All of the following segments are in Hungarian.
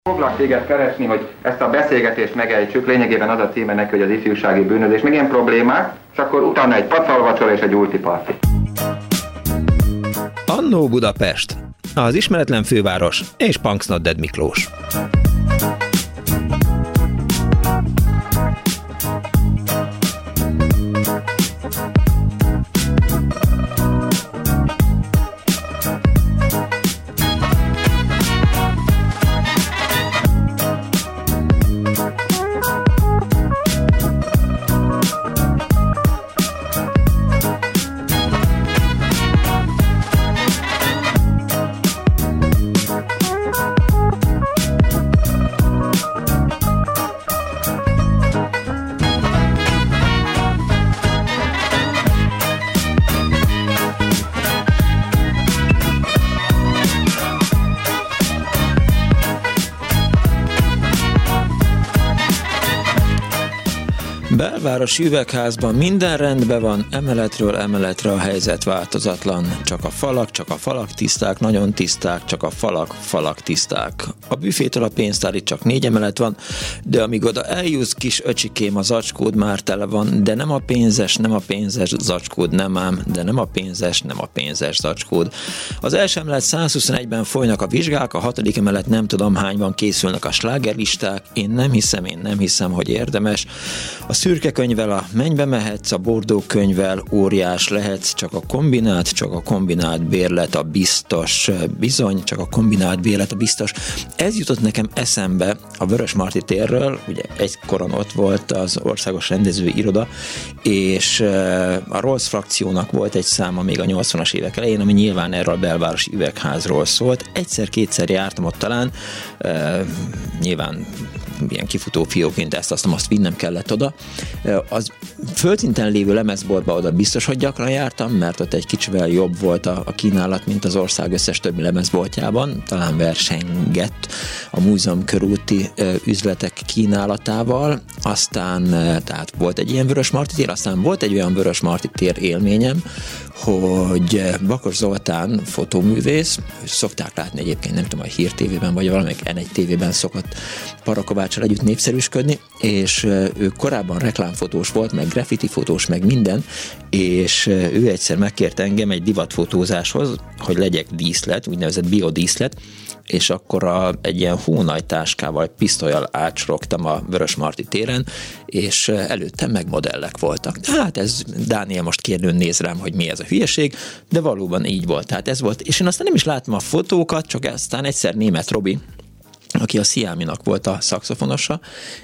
Foglak téged keresni, hogy ezt a beszélgetést megejtsük, lényegében az a címe neki, hogy az ifjúsági bűnözés, meg ilyen problémák, és akkor utána egy pacalvacsora és egy ultiparti. Annó Budapest, az ismeretlen főváros és Punks Not Dead Miklós. Belvárosi üvegházban minden rendben van, emeletről emeletre a helyzet változatlan. Csak a falak tiszták, nagyon tiszták, csak a falak tiszták. A büfétől a pénztárig csak 4 emelet van, de amíg oda eljussz, kis öcsikém, a zacskód már tele van, de nem a pénzes zacskód, nem ám, de nem a pénzes zacskód. Az első emelet 121-ben folynak a vizsgák, a 6. emelet nem tudom hányban készülnek a slágerlisták, én nem hiszem, hogy érdemes. A szürke könyvvel a mennybe mehetsz, a bordó könyvvel óriás lehetsz, csak a kombinált bérlet a biztos, bizony, csak a kombinált bérlet a biztos. Ez jutott nekem eszembe a Vörösmarty térről, ugye egykoron ott volt az Országos Rendezői Iroda, és a Rolls frakciónak volt egy száma még a 80-as évek elején, ami nyilván erről a belvárosi üvegházról szólt. Egyszer-kétszer jártam ott talán, nyilván ilyen kifutó fióként azt vinnem kellett oda. Az földszinten lévő lemezboltba oda biztos, hogy gyakran jártam, mert ott egy kicsivel jobb volt a kínálat, mint az ország összes többi lemezboltjában. Talán versengett a múzeum körúti üzletek kínálatával. Aztán, tehát volt egy ilyen Vörösmarty tér, aztán volt egy olyan Vörösmarty tér élményem, hogy Bakos Zoltán fotóművész, szokták látni egyébként, nem tudom, a Hír TV-ben, vagy valamelyik N1 TV-ben szokott Parakováccsal együtt népszerűsködni, és ő korábban reklámfotós volt, meg graffiti fotós, meg minden, és ő egyszer megkért engem egy divatfotózáshoz, hogy legyek díszlet, úgynevezett biodíszlet, és akkor egy ilyen hónajtáskával, pisztollyal átsrogtam a Vörösmarty téren, és előttem meg modellek voltak. Hát ez Dániel most kérdőn néz rám, hogy mi ez a hülyeség, de valóban így volt. Tehát ez volt, és én aztán nem is láttam a fotókat, csak aztán egyszer Németh Robi, aki a Sziáminak volt a szaxofonosa,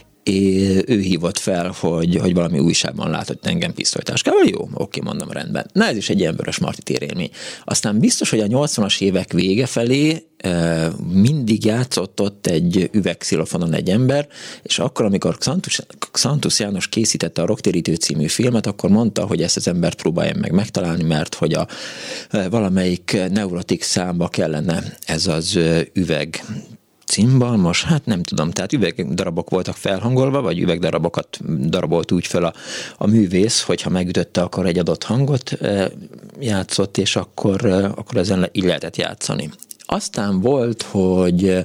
ő hívott fel, hogy valami újságban látott engem pisztolytáskával. Jó, oké, mondom, rendben. Na, ez is egy ilyen Vörösmarty térélmény. Aztán biztos, hogy a 80-as évek vége felé mindig játszott ott egy üvegszilofonon egy ember, és akkor, amikor Xantus János készítette a Rocktérítő című filmet, akkor mondta, hogy ezt az embert próbáljam meg megtalálni, mert hogy a valamelyik neurotik számba kellene ez az üveg cimbalmos, hát nem tudom, tehát üvegdarabok voltak felhangolva, vagy üvegdarabokat darabolt úgy fel a művész, hogyha megütötte, akkor egy adott hangot játszott, és akkor ezen így lehetett játszani. Aztán volt, hogy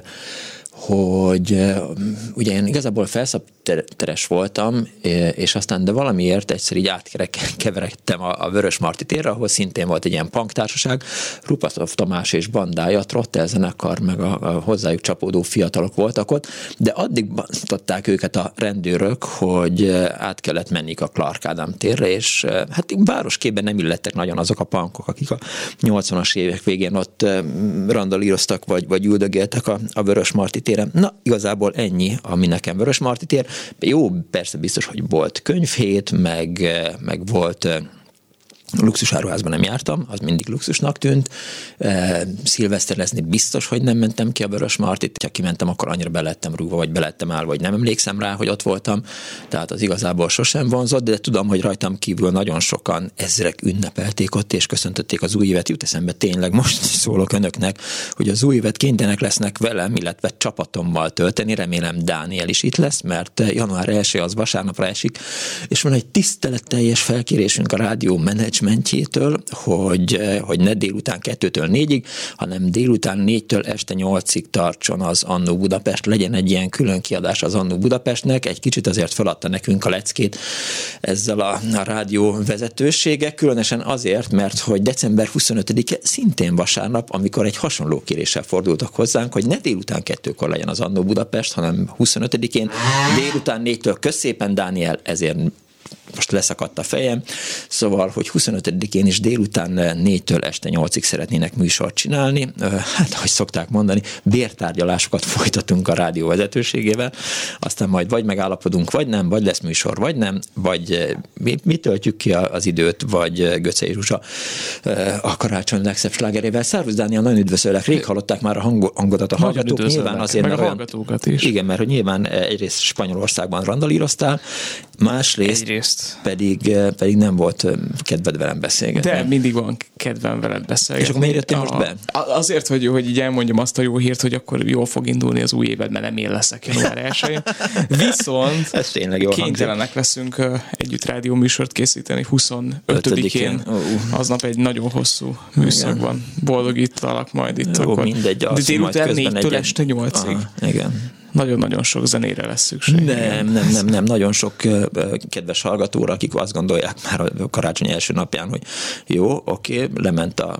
ugye én igazából felszabteres voltam, és aztán de valamiért egyszer így átkeveredtem a Vörösmarty térre, ahol szintén volt egy ilyen punk társaság, Rupaszov Tamás és bandája, Trottel zenekar, meg a hozzájuk csapódó fiatalok voltak ott, de addig basztották őket a rendőrök, hogy át kellett menniük a Clark Ádám térre, és hát városképben nem illettek nagyon azok a punkok, akik a 80-as évek végén ott randalíroztak, vagy üldögéltek a Vörösmarty téren. Na, igazából ennyi, ami nekem Vörösmarty tér. Jó, persze biztos, hogy volt könyvhét, meg volt luxusáruházban nem jártam, az mindig luxusnak tűnt. Szilveszterlezni biztos, hogy nem mentem ki a Vörösmartyt. Ha kimentem, akkor annyira belettem rúgva, vagy belettem állva, vagy nem emlékszem rá, hogy ott voltam. Tehát az igazából sosem vonzott, de tudom, hogy rajtam kívül nagyon sokan ezrek ünnepelték ott, és köszöntötték az új évet. Jut eszembe tényleg, most szólok önöknek, hogy az új évet kénytelenek lesznek velem, illetve csapatommal tölteni. Remélem Dániel is itt lesz, mert január 1 az vasárnapra esik, és van egy tiszteletteljes felkérésünk a rádió menedzsment menedzsmentjétől, hogy ne délután 2-től 4-ig, hanem délután 4-től este 8-ig tartson az Annó Budapest, legyen egy ilyen külön kiadás az Annó Budapestnek, egy kicsit azért feladta nekünk a leckét ezzel a rádió vezetősége, különösen azért, mert hogy december 25-e szintén vasárnap, amikor egy hasonló kéréssel fordultak hozzánk, hogy ne délután 2-kor legyen az Annó Budapest, hanem 25-én délután 4-től. Szépen, Dániel, ezért most leszakadt a fejem, szóval, hogy 25-én is délután 4-től este 8-ig szeretnének műsort csinálni, hát, ahogy szokták mondani, bértárgyalásokat folytatunk a rádió vezetőségével, aztán majd vagy megállapodunk, vagy nem, vagy lesz műsor, vagy nem, vagy mi töltjük ki az időt, vagy Göcsei Zsuzsa a karácsony legszebb slágerével. Szervusz, Dániel, nagyon üdvözöllek, rég hallották már a hangodat a hallgatók, nyilván azért, meg a hallgatókat is. Igen, mert hogy nyilván egyrészt Spanyolországban randalíroztál, másrészt pedig nem volt kedved velem beszélgetni. De mindig van kedvem veled beszélgetni. És akkor miért jöttél most be? Azért, hogy így elmondjam azt a jó hírt, hogy akkor jól fog indulni az új éved, mert nem én leszek január 1-én. Viszont ez tényleg jól kénytelenek leszünk együtt rádió műsort készíteni 25-én. Aznap egy nagyon hosszú műszakban. Boldogítalak majd itt. Jó, akkor. Mindegy, de délután 4-től este 8-ig. Igen. Nagyon-nagyon sok zenére lesz szükség. Nem. Nagyon sok kedves hallgatóra, akik azt gondolják már a karácsony első napján, hogy jó, oké, lement a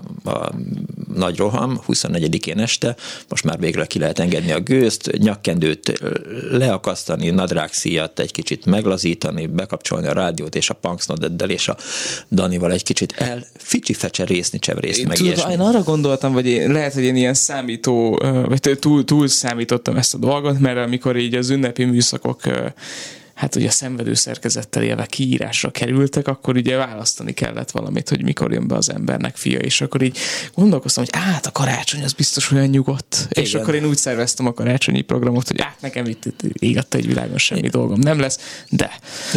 nagy roham 24-én este, most már végre ki lehet engedni a gőzt, nyakkendőt leakasztani, nadrágszíjat egy kicsit meglazítani, bekapcsolni a rádiót, és a Punksnodeddel és a Danival egy kicsit ficsi-fecserészni, csevrészni, meg ilyesmi. Én arra gondoltam, vagy lehet, hogy én ilyen számító, vagy túl számítottam ezt a dolgot, mert amikor így az ünnepi műszakok hát ugye a szenvedő szerkezettel élve kiírásra kerültek, akkor ugye választani kellett valamit, hogy mikor jön be az embernek fia, és akkor így gondolkoztam, hogy a karácsony az biztos olyan nyugodt. Igen. És akkor én úgy szerveztem a karácsonyi programot, hogy nekem itt ég adta egy világon semmi dolgom nem lesz, de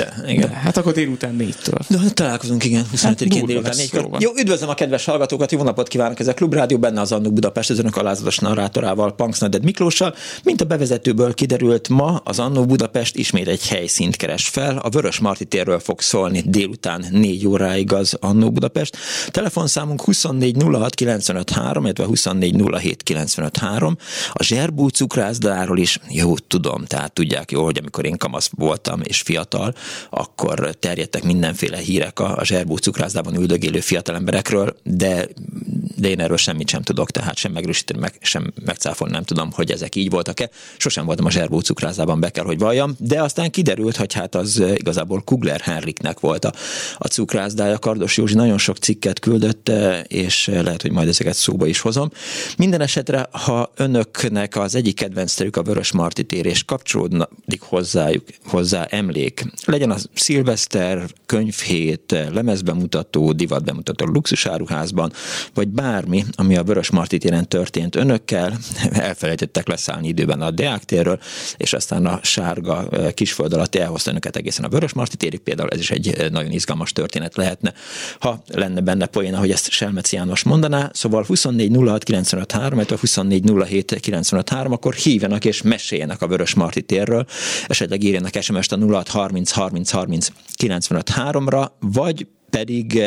hát akkor délután 4-től. De találkozunk, igen, 25-én délután 4-kor. Jó, üdvözlöm a kedves hallgatókat, jó napot kívánok, ez a Klubrádió, benne az Annó Budapest, az önök alázatos narrátorával, Punksnoded Miklóssal. Mint a bevezetőből kiderült, ma az Annó Budapest ismét egy helyszínt keres fel. A Vörösmarty térről fog szólni délután 4 óráig az Annó Budapest. Telefonszámunk 24 06 95 3, illetve 24 07 95 3. A Zserbú cukrászdáról is, jó, tudom, tehát tudják jól, hogy amikor én kamasz voltam és fiatal, akkor terjedtek mindenféle hírek a Zserbú cukrászdában üldögélő fiatal emberekről, de én erről semmit sem tudok, tehát sem megerősíteni, sem megcáfolni nem tudom, hogy ezek így voltak-e. Sosem voltam a Zserbú cukrászdában, be kell, hogy valljam, de aztán kiderült, hogy hát az igazából Kugler Henriknek volt a cukrászdája. Kardos Józsi nagyon sok cikket küldött, és lehet, hogy majd ezeket szóba is hozom. Minden esetre, ha önöknek az egyik kedvenc terük a Vörösmarty tér, és kapcsolódik hozzá emlék, legyen az szilveszter, könyvhét, lemezbemutató, divatbemutató luxusáruházban, vagy bármi, ami a Vörösmarty téren történt önökkel, elfelejtettek leszállni időben a Deák térről, és aztán a sárga Kisföld alatt elhozta önöket egészen a Vörösmarty térig, például ez is egy nagyon izgalmas történet lehetne, ha lenne benne poén, ahogy ezt Selmeci János mondaná. Szóval 24 06 95 3, vagy 24 07 95 3, akkor hívjanak és meséljenek a Vörösmarty térről, esetleg írjanak SMS-t a 06 30 30 30 95 3-ra, vagy pedig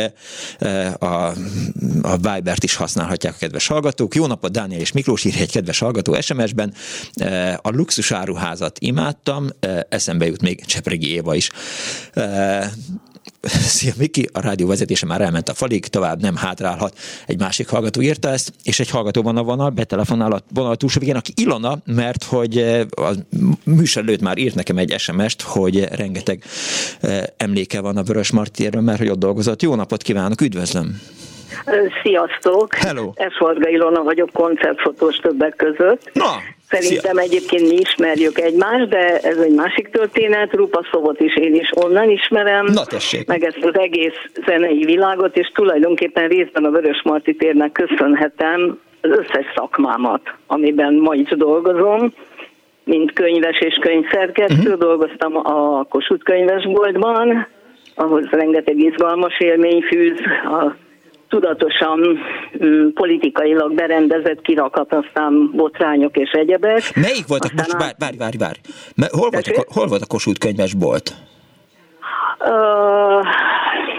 a Vibert is használhatják a kedves hallgatók. Jó napot, Dániel és Miklós, írja egy kedves hallgató SMS-ben. A luxusáruházat imádtam, eszembe jut még Csepregi Éva is. Szia Miki, a rádió vezetése már elment a falig, tovább nem hátrálhat. Egy másik hallgató írta ezt, és egy hallgató van a vonal, betelefonál a vonal túlsó végén, aki Ilona, mert hogy a műsor előtt már írt nekem egy SMS-t, hogy rengeteg emléke van a Vörösmarty térről, mert hogy ott dolgozott. Jó napot kívánok, üdvözlöm! Sziasztok! Hello! Esvarga Ilona vagyok, koncertfotós többek között. Na! Szerintem egyébként mi ismerjük egymást, de ez egy másik történet. Rupaszovot is én is onnan ismerem. Na tessék! Meg ezt az egész zenei világot, és tulajdonképpen részben a Vörösmarty térnek köszönhetem az összes szakmámat, amiben ma is dolgozom. Mint könyves és könyvszerkesztő dolgoztam a Kossuth könyvesboltban, ahhoz rengeteg izgalmas élmény fűz, a tudatosan politikailag berendezett kirakat, aztán botrányok és egyebek. Melyik volt várj. Hol volt a Kossuth könyvesbolt?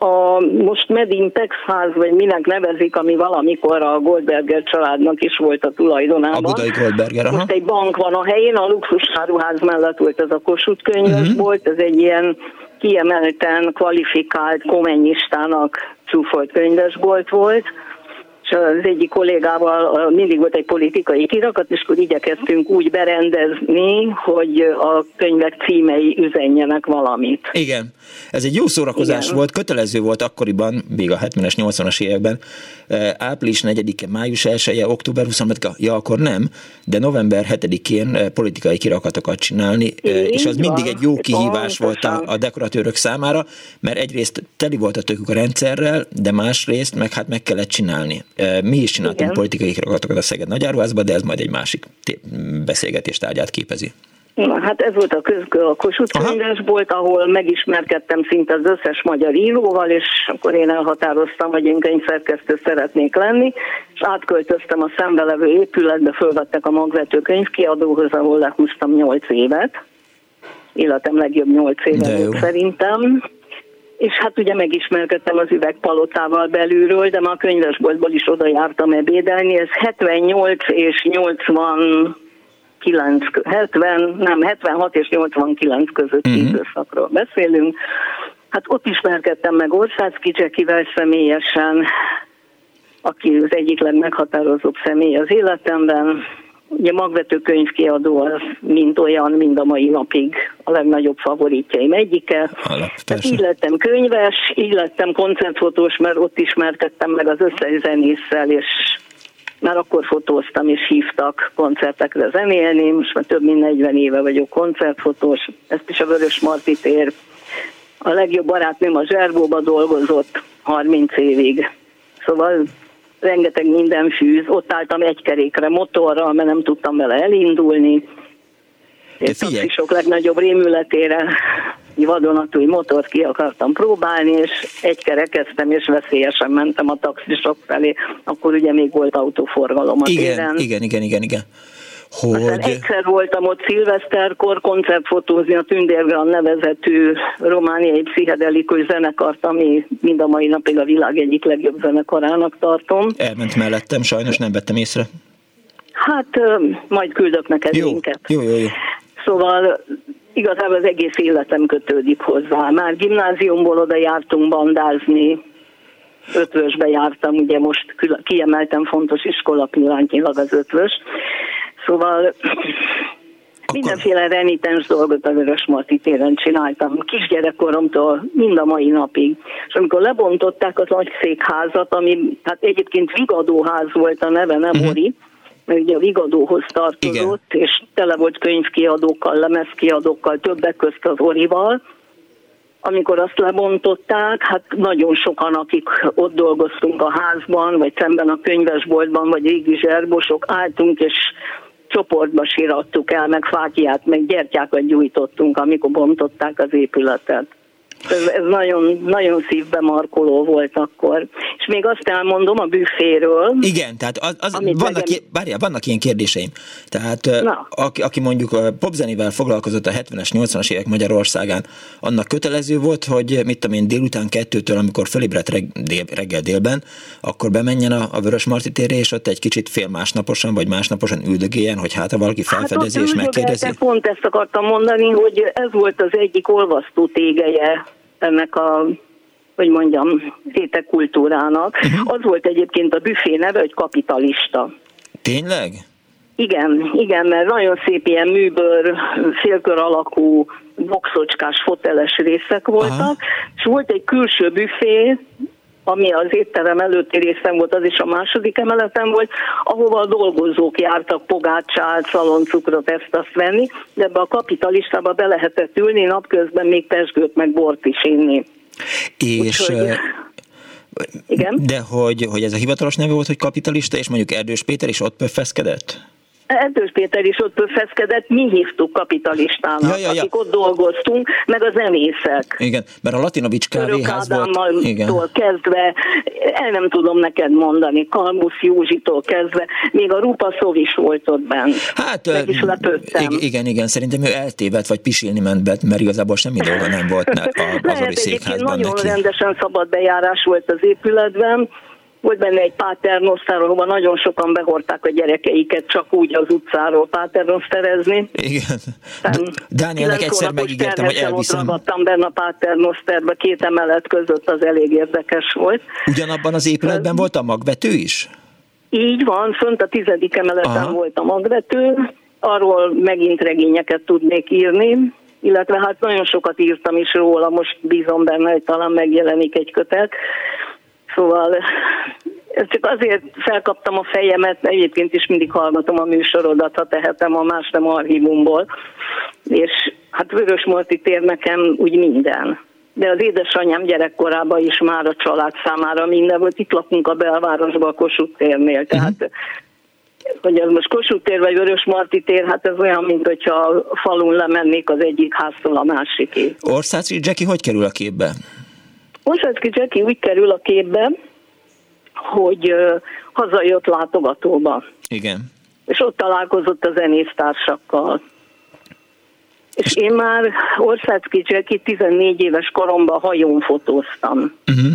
most Medimpex ház, vagy minek nevezik, ami valamikor a Goldberger családnak is volt a tulajdonában. A budai Goldberger, aha. Most egy bank van a helyén, a luxusáruház mellett volt ez a Kossuth könyvesbolt, ez egy ilyen kiemelten kvalifikált komennyistának csúfolt könyvesbolt volt, és az egyik kollégával mindig volt egy politikai kirakat, és akkor igyekeztünk úgy berendezni, hogy a könyvek címei üzenjenek valamit. Igen, ez egy jó szórakozás volt, kötelező volt akkoriban, még a 70-es, 80-as években, április 4-e, május 1-e, október 25-e, akkor nem, de november 7-én politikai kirakatokat csinálni, és az mindig egy jó kihívás volt a dekoratőrök számára, mert egyrészt teli volt a tökük a rendszerrel, de másrészt meg kellett csinálni. Mi is csináltunk politikai kirakatokat a Szeged Nagyáruházban, de ez majd egy másik beszélgetés tárgyát képezi. Na, hát ez volt a Kossuth könyvesbolt, ahol megismerkedtem szinte az összes magyar íróval, és akkor én elhatároztam, hogy én könyvszerkesztő szeretnék lenni, és átköltöztem a szembe levő épületbe, fölvettek a magvető könyvkiadóhoz, ahol lehúztam 8 évet. Életem legjobb 8 éve volt szerintem. És hát ugye megismerkedtem az Üvegpalotával belülről, de már a könyvesboltból is oda jártam ebédelni. Ez 78 és 76 és 89 közötti időszakról beszélünk. Hát ott ismerkedtem meg Orszáczky Jackivel személyesen, aki az egyik legmeghatározóbb személy az életemben. Ugye magvető könyvkiadó az mind olyan, mind a mai napig a legnagyobb favoritjaim egyike. Tehát így lettem könyves, így lettem koncertfotós, mert ott ismerkedtem meg az összes zenésszel, és már akkor fotóztam, és hívtak koncertekre zenélni. Most már több mint 40 éve vagyok koncertfotós, ezt is a Vörösmarty tér. A legjobb barátnőm a Zserbóba dolgozott 30 évig. Szóval rengeteg minden fűz. Ott álltam egy kerékre motorral, mert nem tudtam vele elindulni. És taxisok legnagyobb rémületére egy vadonatúj motort ki akartam próbálni, és egy kerekeztem, és veszélyesen mentem a taxisok felé. Akkor ugye még volt autóforgalom a téren. Igen. Aztán egyszer voltam ott szilveszterkor koncertfotózni a Tündérgram nevezetű romániai pszichedelikus zenekart, ami mind a mai napig a világ egyik legjobb zenekarának tartom. Elment mellettem, sajnos nem vettem észre. Hát majd küldök neked linket. Jó. Szóval igazából az egész életem kötődik hozzá. Már gimnáziumból oda jártunk bandázni, Ötvösbe jártam, ugye most kiemelten fontos iskola pillanatnyilag az Ötvös. Szóval mindenféle renitens dolgot a Vörösmarty téren csináltam, kisgyerekkoromtól mind a mai napig. És amikor lebontották az Nagyszékházat, ami hát egyébként Vigadóház volt a neve, nem Ori, mert ugye a Vigadóhoz tartozott, és tele volt könyvkiadókkal, lemezkiadókkal, többek közt az Orival. Amikor azt lebontották, hát nagyon sokan, akik ott dolgoztunk a házban, vagy szemben a könyvesboltban, vagy régi zserbosok, álltunk és csoportba sírattuk el, meg fákját, meg gyertyákat gyújtottunk, amikor bontották az épületet. Ez nagyon, nagyon szívbe markoló volt akkor. És még azt elmondom a büféről. Igen, tehát vannak ilyen kérdéseim. Tehát aki mondjuk popzenével foglalkozott a 70-es, 80-as évek Magyarországán, annak kötelező volt, hogy mit tudom én, délután 2-től, amikor fölébredt reggel délben, akkor bemenjen a Vörösmarty térre, és ott egy kicsit fél másnaposan, vagy másnaposan üldögéljen, hogy hát valaki felfedezi és megkérdezi. Pont ezt akartam mondani, hogy ez volt az egyik olvasztó tégeje ennek a, hogy mondjam, rétegkultúrának. Az volt egyébként a büfé neve, hogy Kapitalista. Tényleg? Igen, mert nagyon szép ilyen műbőr, félkör alakú, boxocskás, foteles részek voltak, és volt egy külső büfé, ami az étterem előtti részen volt, az is a második emeleten volt, ahova a dolgozók jártak pogácsát, szaloncukrot, ezt-azt venni, de ebbe a Kapitalistába be lehetett ülni, napközben még pezsgőt meg bort is inni. És... igen? De hogy ez a hivatalos neve volt, hogy Kapitalista, és mondjuk Erdős Péter is ott pöffeszkedett? Erdős Péter is ott pöffeszkedett, mi hívtuk kapitalistának, akik ott dolgoztunk, meg a zenészek. Igen, mert a Latinovics kávéház volt. Igen. Kezdve, el nem tudom neked mondani, Kalmusz Józsitól kezdve, még a Rupaszov is volt ott bent. Hát, meg is lepődtem. Igen, szerintem ő eltévedt, vagy pisilni ment be, mert igazából semmi dolga nem volt az Azori székházban neki. Nagyon rendesen szabad bejárás volt az épületben. Volt benne egy Paternoster, ahova nagyon sokan behordták a gyerekeiket csak úgy az utcáról paternosterezni. Igen. Dánielnek egyszer megígértem, hogy elviszem. Ott ragadtam benne a Paternosterbe, 2 emelet között, az elég érdekes volt. Ugyanabban az épületben volt a magvető is? Így van, fönt a 10. emeleten volt a magvető, arról megint regényeket tudnék írni, illetve hát nagyon sokat írtam is róla, most bízom benne, hogy talán megjelenik egy kötet. Szóval csak azért felkaptam a fejemet, egyébként is mindig hallgatom a műsorodat, ha tehetem, a más nem archívumból, és hát Vörösmarty tér nekem úgy minden. De az édesanyám gyerekkorában is már a család számára minden volt. Itt lakunk a belvárosban, a Kossuth térnél, tehát hogy az most Kossuth tér vagy Vörösmarty tér, hát ez olyan, mint hogyha falun lemennék az egyik háztól a másiké. Orszácki Jackie hogy kerül a képbe? Orszácki Jackie úgy kerül a képbe, hogy hazajött látogatóba. Igen. És ott találkozott a zenésztársakkal. És én már Orszácki Jackie 14 éves koromban hajón fotóztam.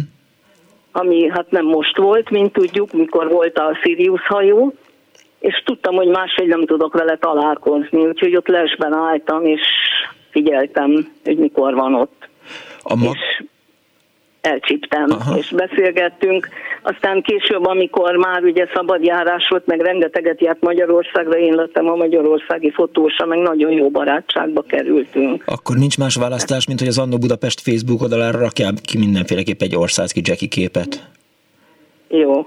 Ami hát nem most volt, mint tudjuk, mikor volt a Sirius hajó, és tudtam, hogy máshogy nem tudok vele találkozni, úgyhogy ott lesben álltam, és figyeltem, hogy mikor van ott. És elcsíptem, és beszélgettünk. Aztán később, amikor már ugye szabadjárás volt, meg rengeteget járt Magyarországra, én lettem a magyarországi fotósa, meg nagyon jó barátságba kerültünk. Akkor nincs más választás, mint hogy az Annó Budapest Facebook oldalára rakjál ki mindenféleképp egy Orszácki Jackie képet. Jó.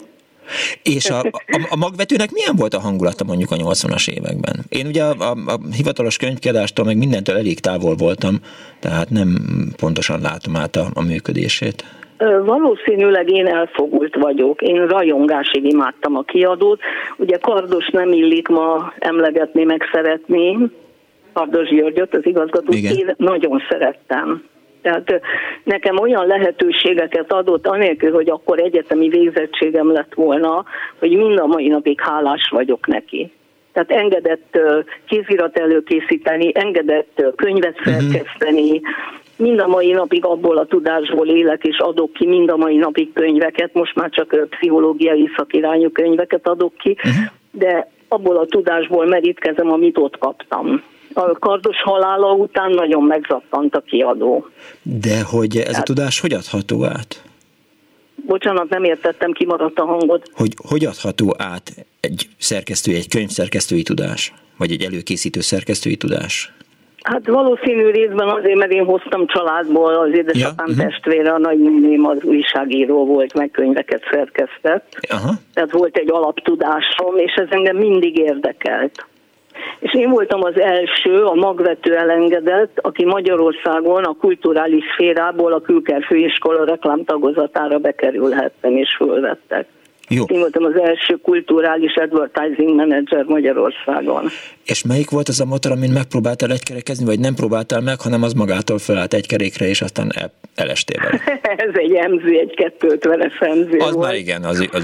És a magvetőnek milyen volt a hangulata mondjuk a 80-as években? Én ugye a hivatalos könyvkiadástól meg mindentől elég távol voltam, tehát nem pontosan látom át a működését. Valószínűleg én elfogult vagyok. Én rajongásig imádtam a kiadót. Ugye Kardos nem illik ma emlegetni, meg szeretni. Kardos Györgyöt, az igazgatót, én nagyon szerettem. Tehát nekem olyan lehetőségeket adott, anélkül, hogy akkor egyetemi végzettségem lett volna, hogy mind a mai napig hálás vagyok neki. Tehát engedett kézirat előkészíteni, engedett könyvet szerkeszteni, mind a mai napig abból a tudásból élek, és adok ki mind a mai napig könyveket, most már csak pszichológiai szakirányú könyveket adok ki, de abból a tudásból merítkezem, amit ott kaptam. A Kardos halála után nagyon megzakkant a kiadó. De hogy ez a tudás hogy adható át? Bocsánat, nem értettem, kimaradt a hangod. Hogy adható át egy könyvszerkesztői tudás? Vagy egy előkészítő szerkesztői tudás? Hát valószínű részben azért, mert én hoztam családból, az édesapám testvére, a nagynéném az újságíró volt, meg könyveket szerkesztett. Tehát volt egy alaptudásom, és ez engem mindig érdekelt. És én voltam az első, a magvető elengedett, aki Magyarországon a kulturális szférából a Külker Főiskola reklámtagozatára bekerülhettem, és fölvettek. Jó. Én voltam az első kulturális advertising manager Magyarországon. És melyik volt az a motor, amin megpróbáltál egykerekezni, vagy nem próbáltál meg, hanem az magától fölállt egy kerékre, és aztán elestél vele? Ez egy MZ, egy 250-es MZ az volt. Már igen,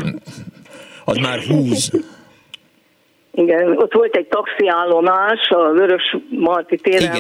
az már 20. Igen, ott volt egy taxiállomás a Vörösmarty téren,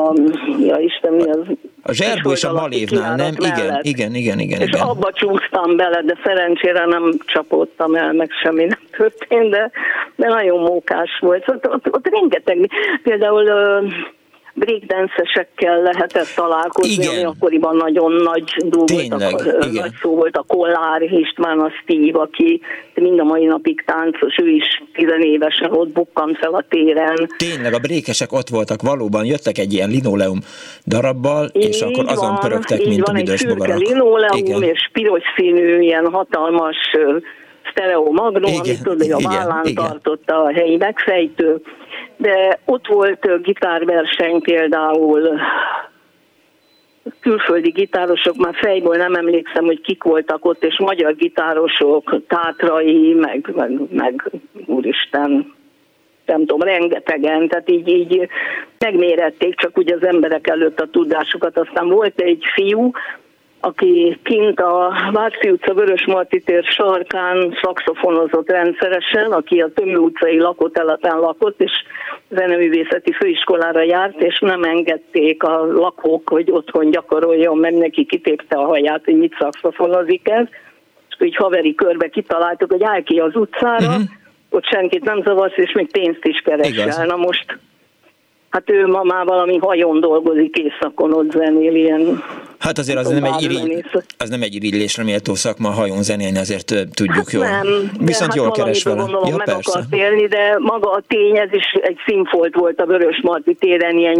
a Zserbó és a Malévnál, nem? Igen. És abba csúsztam bele, de szerencsére nem csapódtam el, meg semmi nem történt, de nagyon mókás volt. Ott rengeteg, például breakdance-esekkel lehetett találkozni, ami akkoriban nagyon nagy dolog volt, nagy szó volt, a Kollár István, a Steve, aki mind a mai napig táncos, ő is 10 évesen ott bukkant fel a téren. Tényleg, a brékesek ott voltak, valóban jöttek egy ilyen linoleum darabbal, és akkor azon pörögtek, mint a büdös bogarak. Így van, egy szürke linoleum, és piros színű, ilyen hatalmas sztereó magnó, amit tudod, a vállán tartotta a helyi megfejtő. De ott volt gitárverseny például, külföldi gitárosok, már fejből nem emlékszem, hogy kik voltak ott, és magyar gitárosok, Tátrai, meg úristen, nem tudom, rengetegen, tehát így megmérették csak úgy az emberek előtt a tudásukat. Aztán volt egy fiú, aki kint a Váci utca Vörösmarty tér sarkán szaxofonozott rendszeresen, aki a Tömő utcai lakótelepen lakott, és zeneművészeti főiskolára járt, és nem engedték a lakók, hogy otthon gyakoroljon, mert neki kitépte a haját, hogy mit szaxofonozik ez. És így haveri körbe kitaláltuk, hogy állj ki az utcára, ott senkit nem zavarsz, és még pénzt is keresel. Igaz. Na most, hát ő ma már valami hajón dolgozik, éjszakon ott zenél, ilyen... Hát azért az nem egy irigylésre méltó szakma, a hajón zenélni azért tudjuk jól. Nem, viszont hát jól keres vele. Gondolom, Ja, meg persze. akart élni, de maga a tény, ez is egy színfolt volt a Vörösmarty téren, ilyen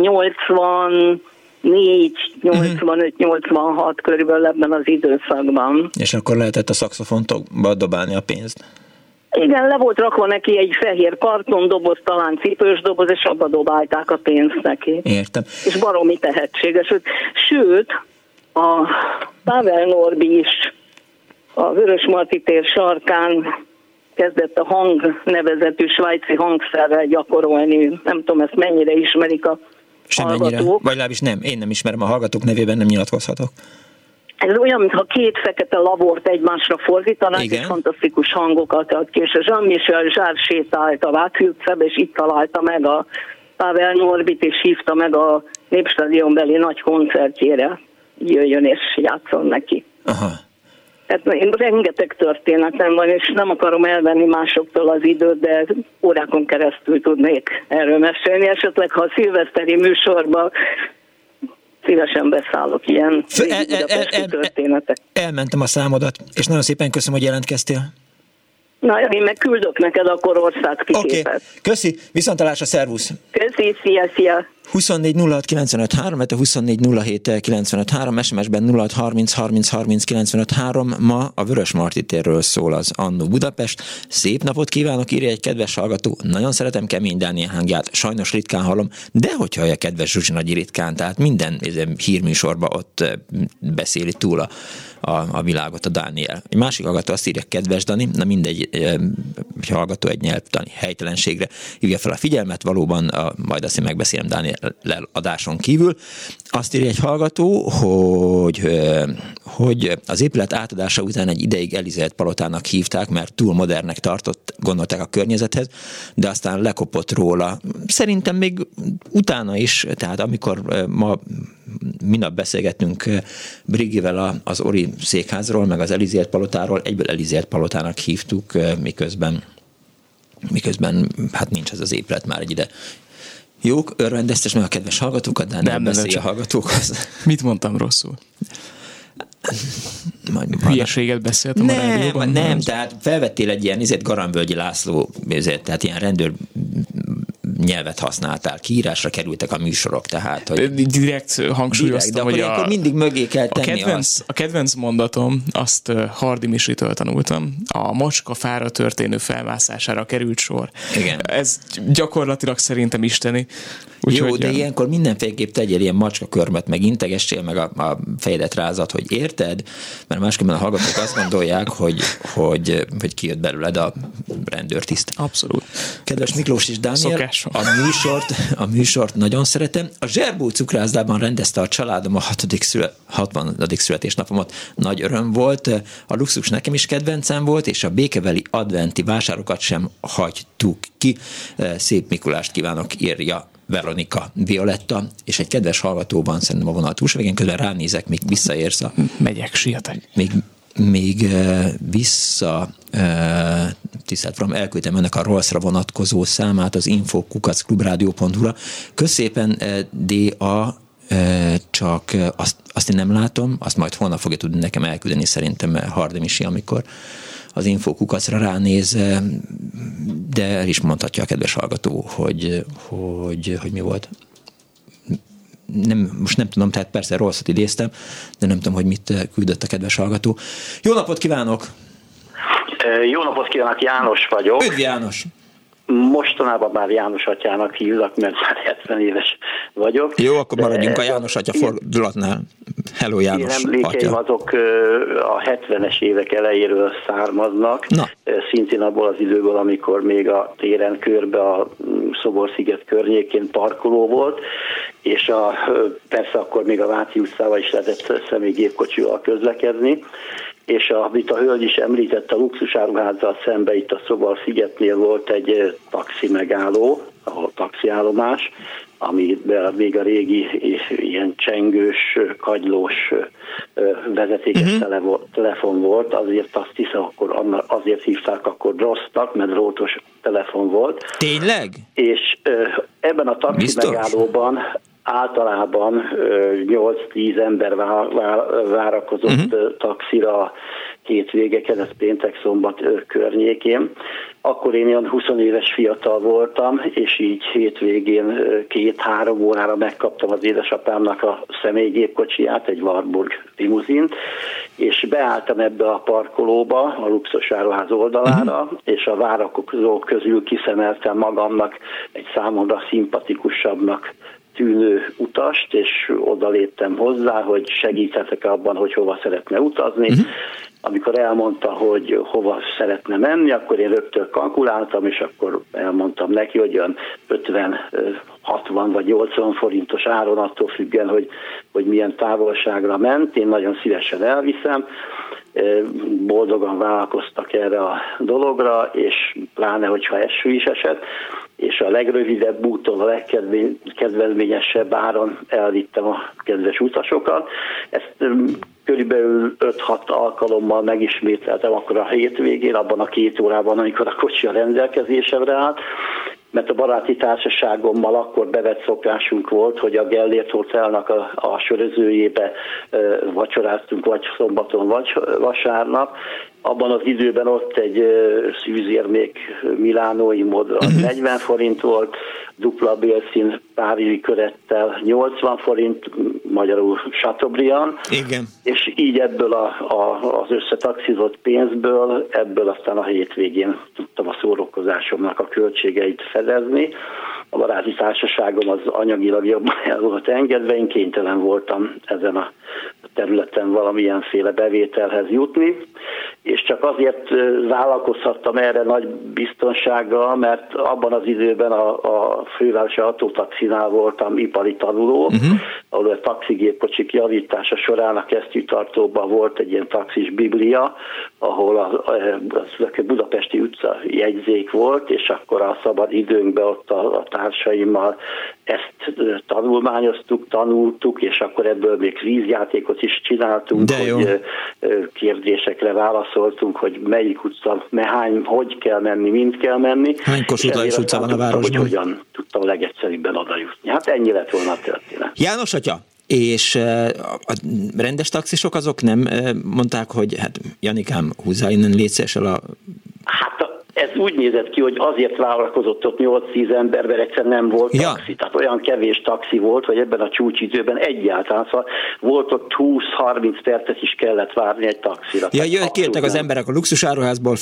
84-85-86 körülbelül ebben az időszakban. És akkor lehetett a szaxofontokba dobálni a pénzt. Igen, le volt rakva neki egy fehér kartondoboz, talán cipős doboz, és abba dobálták a pénzt neki. Értem. És baromi tehetséges. Sőt, a Pavel Norbi is a Vörösmarty tér sarkán kezdett a Hang nevezetű svájci hangszerrel gyakorolni. Nem tudom, ezt mennyire ismerik a Semennyire. hallgatók. Vagy legalábbis nem. Én nem ismerem, a hallgatók nevében nem nyilatkozhatok. Ez olyan, mintha két fekete labort egymásra fordítanák, Igen. és fantasztikus hangokat ad ki. És a Jean-Michel Jarre sétált a Váci utcába, és itt találta meg a Pavel Norbit, és hívta meg a Népstadionbeli nagy koncertjére. Jöjjön és játszon neki. Aha. Tehát rengeteg történetem van, és nem akarom elvenni másoktól az időt, de órákon keresztül tudnék erről mesélni. Esetleg, ha a szilveszteri műsorban szívesen beszállok ilyen budapesti történetek. Elmentem a számodat, és nagyon szépen köszönöm, hogy jelentkeztél. Na, én meg küldök neked akkor országkiképet. Oké. Köszi, viszontlátásra, szervusz! Köszi, szia! 24 06 95 3, 24 07 95 3, SMS-ben 06 30 30 30 95 3. Ma a Vörösmarty térről szól az Annó Budapest. Szép napot kívánok, írja egy kedves hallgató. Nagyon szeretem Kemény Dániel hangját, sajnos ritkán hallom, de hogy hallja kedves Zsuzsi Nagy ritkán, tehát minden hírműsorban ott beszéli túl a világot a Dániel. Egy másik hallgató azt írja, kedves Dani, na mindegy, hogy hallgató egy nyelvtani helytelenségre hívja fel a figyelmet, valóban majd azt én megbeszélem Dániel adáson kívül. Azt írja egy hallgató, hogy az épület átadása után egy ideig Elizabeth palotának hívták, mert túl modernnek gondolták a környezethez, de aztán lekopott róla. Szerintem még utána is, tehát amikor minap beszélgettünk Brigivel az Ori székházról, meg az Elizabeth palotáról, egyből Elizabeth palotának hívtuk, miközben hát nincs ez az épület már egy ide. Jó, örvendeztes meg a kedves hallgatókat, de nem beszélj a hallgatókhoz. Mit mondtam rosszul? Hülyeséget beszéltem a rádióban? Nem, tehát felvettél egy ilyen Garambölgyi László, tehát ilyen rendőr nyelvet használtál, kiírásra kerültek a műsorok, tehát, hogy... Direkt hangsúlyoztam, hogy akkor mindig mögé kell tenni a kedvenc mondatom, azt Hardy Misritől tanultam. A macska fára történő felmászására került sor. Igen. Ez gyakorlatilag szerintem isteni. Jó, de ilyenkor mindenféleképp tegyél ilyen macskakörmet, meg integessél, meg a fejedet rázat, hogy érted? Mert másképpen a hallgatók azt gondolják, hogy kijött belőled a rendőrtiszt. Abszolút. Kedves Miklós és Dániel, a műsort nagyon szeretem. A Zserbó cukrászdában rendezte a családom a 60. születésnapomat. Nagy öröm volt. A luxus nekem is kedvencem volt, és a békeveli adventi vásárokat sem hagytuk ki. Szép Mikulást kívánok, írja Veronika Violetta, és egy kedves hallgató van szerintem a vonal túlsó végén, közben ránézek, még visszaérsz Megyek, sietek. Még vissza tisztelt Fram, elküldtem önnek a Rolls-ra vonatkozó számát az info@clubradio.hu-ra. Köszépen D.A. Csak azt én nem látom, azt majd holnap fogja tudni nekem elküldeni szerintem Hardy Misi, amikor az infokukacra ránéz, de el is mondhatja a kedves hallgató, hogy mi volt. Most nem tudom, tehát persze rosszat idéztem, de nem tudom, hogy mit küldött a kedves hallgató. Jó napot kívánok! Jó napot kívánok, János vagyok. Üdv János! Mostanában már János atyának hívlak, mert már 70 éves vagyok. Jó, akkor maradjunk a János atya fordulatnál. Hello János atya. Én emlékeim azok a 70-es évek elejéről származnak. Na. Szintén abból az időből, amikor még a téren körbe a Szoborsziget környékén parkoló volt, és persze akkor még a Váci utcával is lehetett személygépkocsival közlekedni, és amit a hölgy is említett, a luxusáruházzal szembe itt a Szoborszigetnél volt egy taxi megálló, ahol taxiállomás, amiben még a régi ilyen csengős, kagylós vezetékes telefon volt, azért azt hiszem, akkor azért hívták akkor DROS-nak, mert drótos telefon volt. Tényleg? És ebben a taxi megállóban általában 8-10 ember várakozott taxira hétvégeken, ez péntek-szombat környékén. Akkor én olyan 20 éves fiatal voltam, és így hétvégén 2-3 órára megkaptam az édesapámnak a személygépkocsiját, egy Warburg limuzint, és beálltam ebbe a parkolóba, a luxusáruház oldalára, és a várakozók közül kiszemeltem magamnak egy számomra szimpatikusabbnak tűnő utast, és oda léptem hozzá, hogy segíthetek abban, hogy hova szeretne utazni. Amikor elmondta, hogy hova szeretne menni, akkor én rögtön kalkuláltam, és akkor elmondtam neki, hogy olyan 50, 60 vagy 80 forintos áron, attól függen, hogy milyen távolságra ment. Én nagyon szívesen elviszem. Boldogan vállalkoztak erre a dologra, és pláne, hogyha eső is esett, és a legrövidebb úton, a legkedvezményesebb áron elvittem a kedves utasokat. Ezt körülbelül 5-6 alkalommal megismételtem akkor a hétvégén, abban a 2 órában, amikor a kocsi a rendelkezésemre állt, mert a baráti társaságommal akkor bevett szokásunk volt, hogy a Gellért Hotelnak a sörözőjébe vacsoráztunk, vagy szombaton, vagy vasárnap. Abban az időben ott egy szűzérmék milánói modra 40 forint volt, dupla bélszín párizsi körettel 80 forint, magyarul Chateaubriand. Igen. És így ebből az összetaxizott pénzből, ebből aztán a hétvégén tudtam a szórakozásomnak a költségeit fedezni. A baráti társaságom az anyagilag jobban el volt engedve, én kénytelen voltam ezen a területen valamilyenféle bevételhez jutni, és csak azért vállalkozhattam erre nagy biztonsággal, mert abban az időben a fővárosi autótaxinál voltam ipari tanuló, ahol a taxigépkocsik javítása során a kesztyűtartóban volt egy ilyen taxis biblia, ahol a budapesti utca jegyzék volt, és akkor a szabad időnkben ott a társaimmal ezt tanultuk, és akkor ebből még vízjátékot is csináltunk, hogy kérdésekre válaszoltunk, hogy melyik utca, hogy kell menni, mint kell menni. Hány Kossuth-Lajos utca van a városban? Hogy hogyan tudtam a legegyszerűbben oda jutni. Hát ennyi lett volna a történet. János atya, és a rendes taxisok azok nem mondták, hogy hát Janikám, húzzál innen, légy szíves el a... Hát ez úgy nézett ki, hogy azért vállalkozott ott 8-10 ember, mert egyszerűen nem volt taxi. Tehát olyan kevés taxi volt, hogy ebben a csúcsidőben egyáltalán, szóval volt ott 20-30 percet is kellett várni egy taxira. Ja, kértek az emberek a luxusáruházból,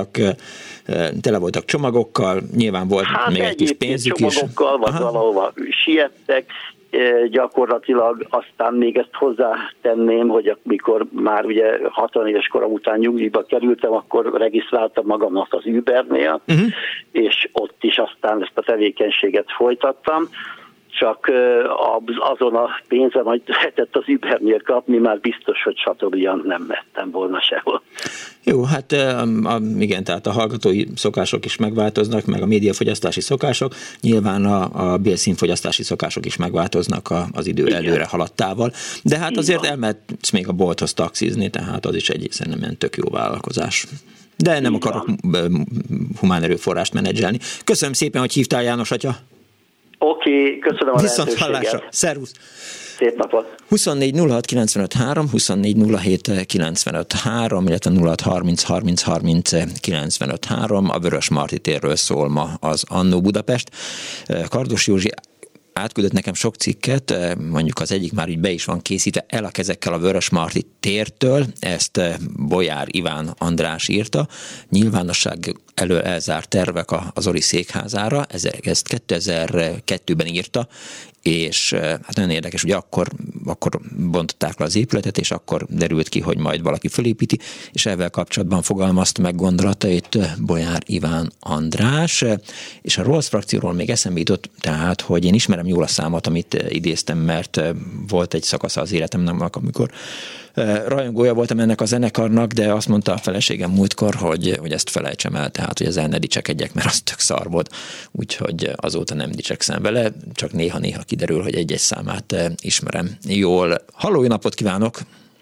tele voltak csomagokkal, nyilván volt még egy kis pénzük is. Csomagokkal, vagy valahova siettek, gyakorlatilag aztán még ezt hozzátenném, hogy amikor már ugye 60 éves korom után nyugdíjba kerültem, akkor regisztráltam magamnak az Ubernél, és ott is aztán ezt a tevékenységet folytattam. Csak azon a pénzem, hogy lehetett az Ubernél kapni, már biztos, hogy Chateaubriand nem vettem volna sehol. Jó, hát igen, tehát a hallgatói szokások is megváltoznak, meg a médiafogyasztási szokások, nyilván a bélszínfogyasztási szokások is megváltoznak az idő előre haladtával, de hát azért elmehetsz még a bolthoz taxizni, tehát az is szerintem tök jó vállalkozás. De nem akarok humán erőforrást menedzselni. Köszönöm szépen, hogy hívtál, János atya. Oké, köszönöm a lehetőséget. Viszont hallásra. Szervusz. Szép napot. 24 06 95 3, 24 07 95 3, illetve 06 30 30 30 95 3. A Vörösmarty térről szól ma az Annó Budapest. Kardos Józsi átküldött nekem sok cikket, mondjuk az egyik már így be is van készítve, El a kezekkel a Vörösmarty tértől, ezt Bolyár Iván András írta, nyilvánosság elől elzárt tervek az Zoli székházára, ezt 2002-ben írta, és hát nagyon érdekes, hogy akkor bontották le az épületet, és akkor derült ki, hogy majd valaki fölépíti, és ezzel kapcsolatban fogalmazta meg gondolatait Bolyár Iván András, és a Rolls frakcióról még eszembe jutott, tehát, hogy én ismerem jól a számot, amit idéztem, mert volt egy szakasza az életemnek, amikor rajongója voltam ennek a zenekarnak, de azt mondta a feleségem múltkor, hogy ezt felejtsem el, tehát, hogy ezzel ne dicsekedjek, mert az tök szar volt. Úgyhogy azóta nem dicsekszem vele, csak néha-néha kiderül, hogy egy-egy számát ismerem jól. Halló, jó napot kívánok!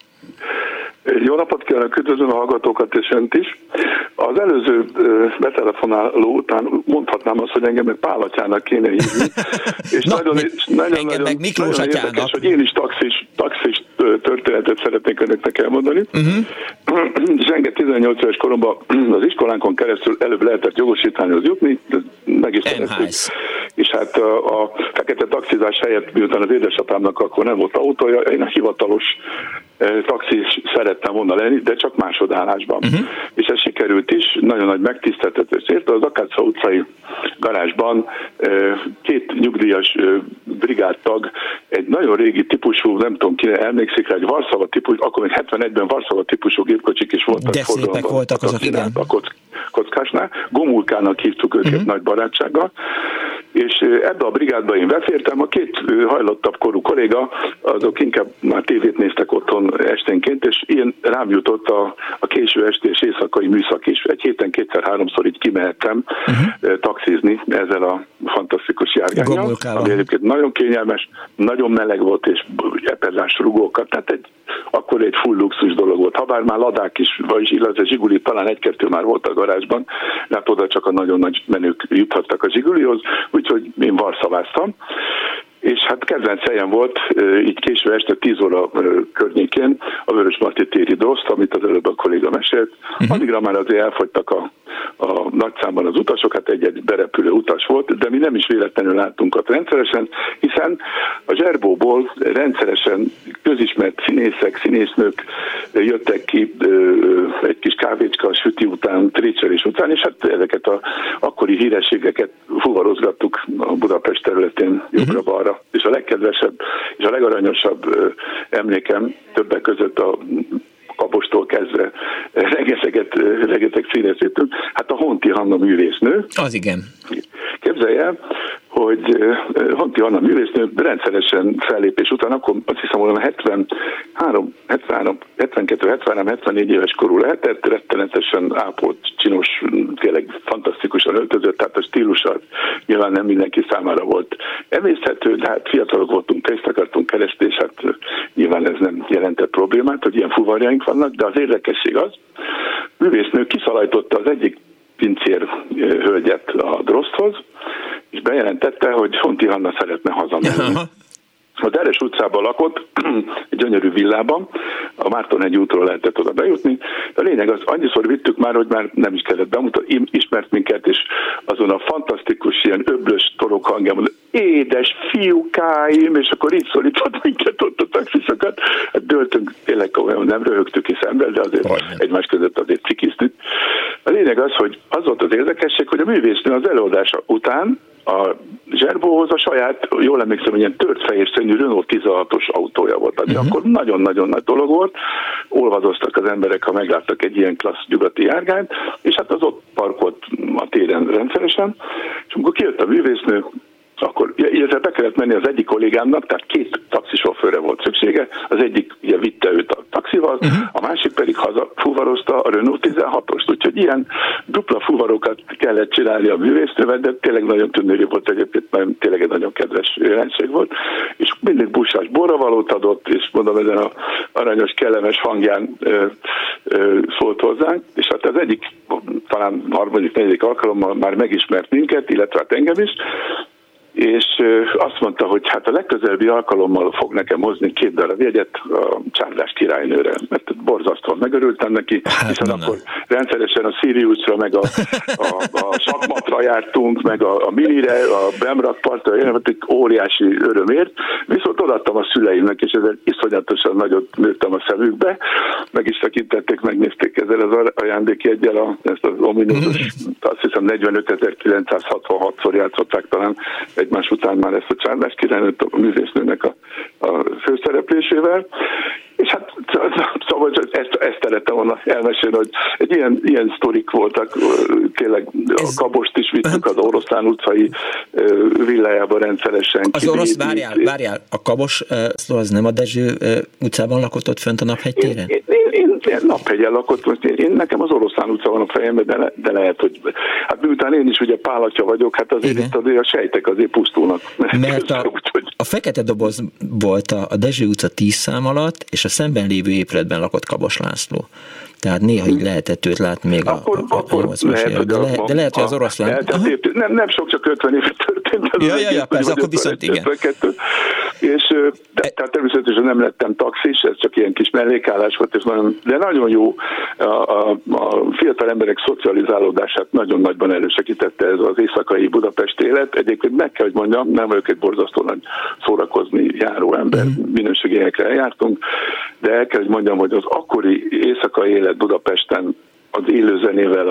Jó napot kívánok, üdvözlöm a hallgatókat és önt is. Az előző betelefonáló után mondhatnám azt, hogy engem egy Pál atyának kéne hívni. És nagyon érdekes, hogy én is taxis történetet szeretnék önöknek elmondani. És engem 18 éves koromban az iskolánkon keresztül előbb lehetett jogosítványhoz jutni, meg is szerettük. És hát a fekete taxizás helyett, miután az édesapámnak akkor nem volt autója, én a hivatalos taxis szerettem volna lenni, de csak másodállásban. És ez sikerült is, nagyon nagy megtiszteltetés érte. Az Akácsa utcai garázsban két nyugdíjas brigádtag, egy nagyon régi típusú, nem tudom ki emlékszik rá, egy Warszava típus, akkor még 71-ben Warszava típusú gépkocsik is voltak. De szépek voltak azok, igen. A kockásnál. Gomulkának hívtuk őket nagy barátsággal. És ebbe a brigádba én befértem, a két hajlottabb korú kolléga, azok inkább már tévét néztek otthon esténként, és ilyen rám jutott a késő esti és éjszakai műszak is. Egy héten 2-3-szor így kimehettem taxizni ezzel a fantasztikus járgánnyal, ami egyébként nagyon kényelmes, nagyon meleg volt, és eperzás rugókat, tehát akkor egy full luxus dolog volt. Habár már ladák is, illetve zsiguli, talán egy-kettő már volt a garázsban, mert oda csak a nagyon nagy menők juthattak a zsigulihoz, úgyhogy én varszaváztam. És hát kedvenc helyen volt, így késő este 10 óra környékén a Vörösmarty téri Droszt, amit az előbb a kolléga mesélt. Addigra már azért elfogytak a nagy számban az utasok, hát egy berepülő utas volt, de mi nem is véletlenül láttunk ott rendszeresen, hiszen a Zserbóból rendszeresen közismert színészek, színésznők jöttek ki egy kis kávécska, süti után, trécserés után, és hát ezeket az akkori hírességeket fuvarozgattuk a Budapest területén jobbra-balra. És a legkedvesebb és a legaranyosabb emlékem többek között a Kabostól kezdve rengeteg színészétől, hát a Honti Hanna művésznő. Az igen. Képzelj el, hogy Honti Hanna művésznő rendszeresen fellépés után, akkor azt hiszem, hogy 72-74 éves korú lehetett, rettenetesen ápolt, csinos, tényleg fantasztikusan öltözött, tehát a stílusa nyilván nem mindenki számára volt emészthető, de hát fiatalok voltunk, pénzt akartunk keresni, és hát nyilván ez nem jelentett problémát, hogy ilyen fuvarjaink vannak, de az érdekesség az, művésznő kiszalajtotta az egyik pincér hölgyet a Droszthoz, és bejelentette, hogy Honti Hanna szeretne hazamenni. A Deres utcában lakott, egy gyönyörű villában, a Márton-hegy útról lehetett oda bejutni. A lényeg az, annyiszor vittük már, hogy már nem is kellett bemutatni, ismert minket, és azon a fantasztikus, ilyen öblös torok hangján mondta, édes fiúkáim, és akkor így szólított minket ott a taxisokat. Hát döltünk, tényleg olyan nem röhögtük is ember, de azért egymás között azért cikiztük. A lényeg az, hogy az volt az érdekesség, hogy a művésznő az előadása után a Zserbóhoz a saját, jól emlékszem, hogy ilyen tört fehér színű Renault 16-os autója volt. Akkor nagyon-nagyon nagy dolog volt, olvadoztak az emberek, ha megláttak egy ilyen klassz nyugati járgányt, és hát az ott parkolt a téren rendszeresen, és amikor kijött a művésznő, akkor illetve be kellett menni az egyik kollégámnak, tehát két taxisofőrre volt szüksége, az egyik ugye vitte őt a taxival, a másik pedig hazafuvarozta a Renault 16-ost, úgyhogy ilyen dupla fuvarokat kellett csinálni a művésznővel, de tényleg nagyon tűnőri volt egyébként, tényleg egy nagyon kedves jelenség volt, és mindig buszás borravalót adott, és mondom, ezen az aranyos, kellemes hangján szólt hozzánk, és hát az egyik, talán harmadik, negyedik alkalommal már megismert minket, illetve hát engem is, és azt mondta, hogy hát a legközelebbi alkalommal fog nekem hozni 2 darab jegyet a Csárdás királynőre, mert borzasztóan megörültem neki, hiszen akkor rendszeresen a Siriusra, meg a Sakmatra jártunk, meg a Minire, a Bemrak partra, egy óriási örömért, viszont odaadtam a szüleimnek, és ezzel iszonyatosan nagyot nőttem a szemükbe, meg is tekintették, megnézték ezzel az ajándékjeggyel ezt az ominózus, azt hiszem 45.966-szor játszották talán egymás után már ezt a Csárdás királynőt a művésznőnek a főszereplésével. És hát szóval ezt szerettem volna elmesélni, hogy egy ilyen sztorik voltak, tényleg a Kabost is vittük az Oroszlán utcai villájába rendszeresen. Az orosz, várjál, a Kabos az nem a Dezső utcában lakott ott fönt a Naphegy téren? Én Naphegyen lakott, most nekem az Oroszlán utca van a fejemben, de lehet, hogy hát miután én is ugye pálatja vagyok, hát azért itt a sejtek azért pusztulnak. Mert a fekete doboz volt a Dezső utca 10 szám alatt, és a szemben lévő épületben lakott Kabos László. Tehát néha így lehetett őt látni még a 80-as években. De lehet, hogy az Oroszlán... Nem sok, csak 50 éve történt. Ja, persze, akkor viszont igen. És tehát természetesen nem lettem taxis, ez csak ilyen kis mellékállás volt, és de nagyon jó, a fiatal emberek szocializálódását nagyon nagyban elősegítette ez az éjszakai Budapest élet. Egyébként meg kell, hogy mondjam, nem vagyok egy borzasztó nagy szórakozni járó ember, minőségi helyekre eljártunk, de el kell, hogy mondjam, hogy az akkori éjszakai élet Budapesten az élőzenével,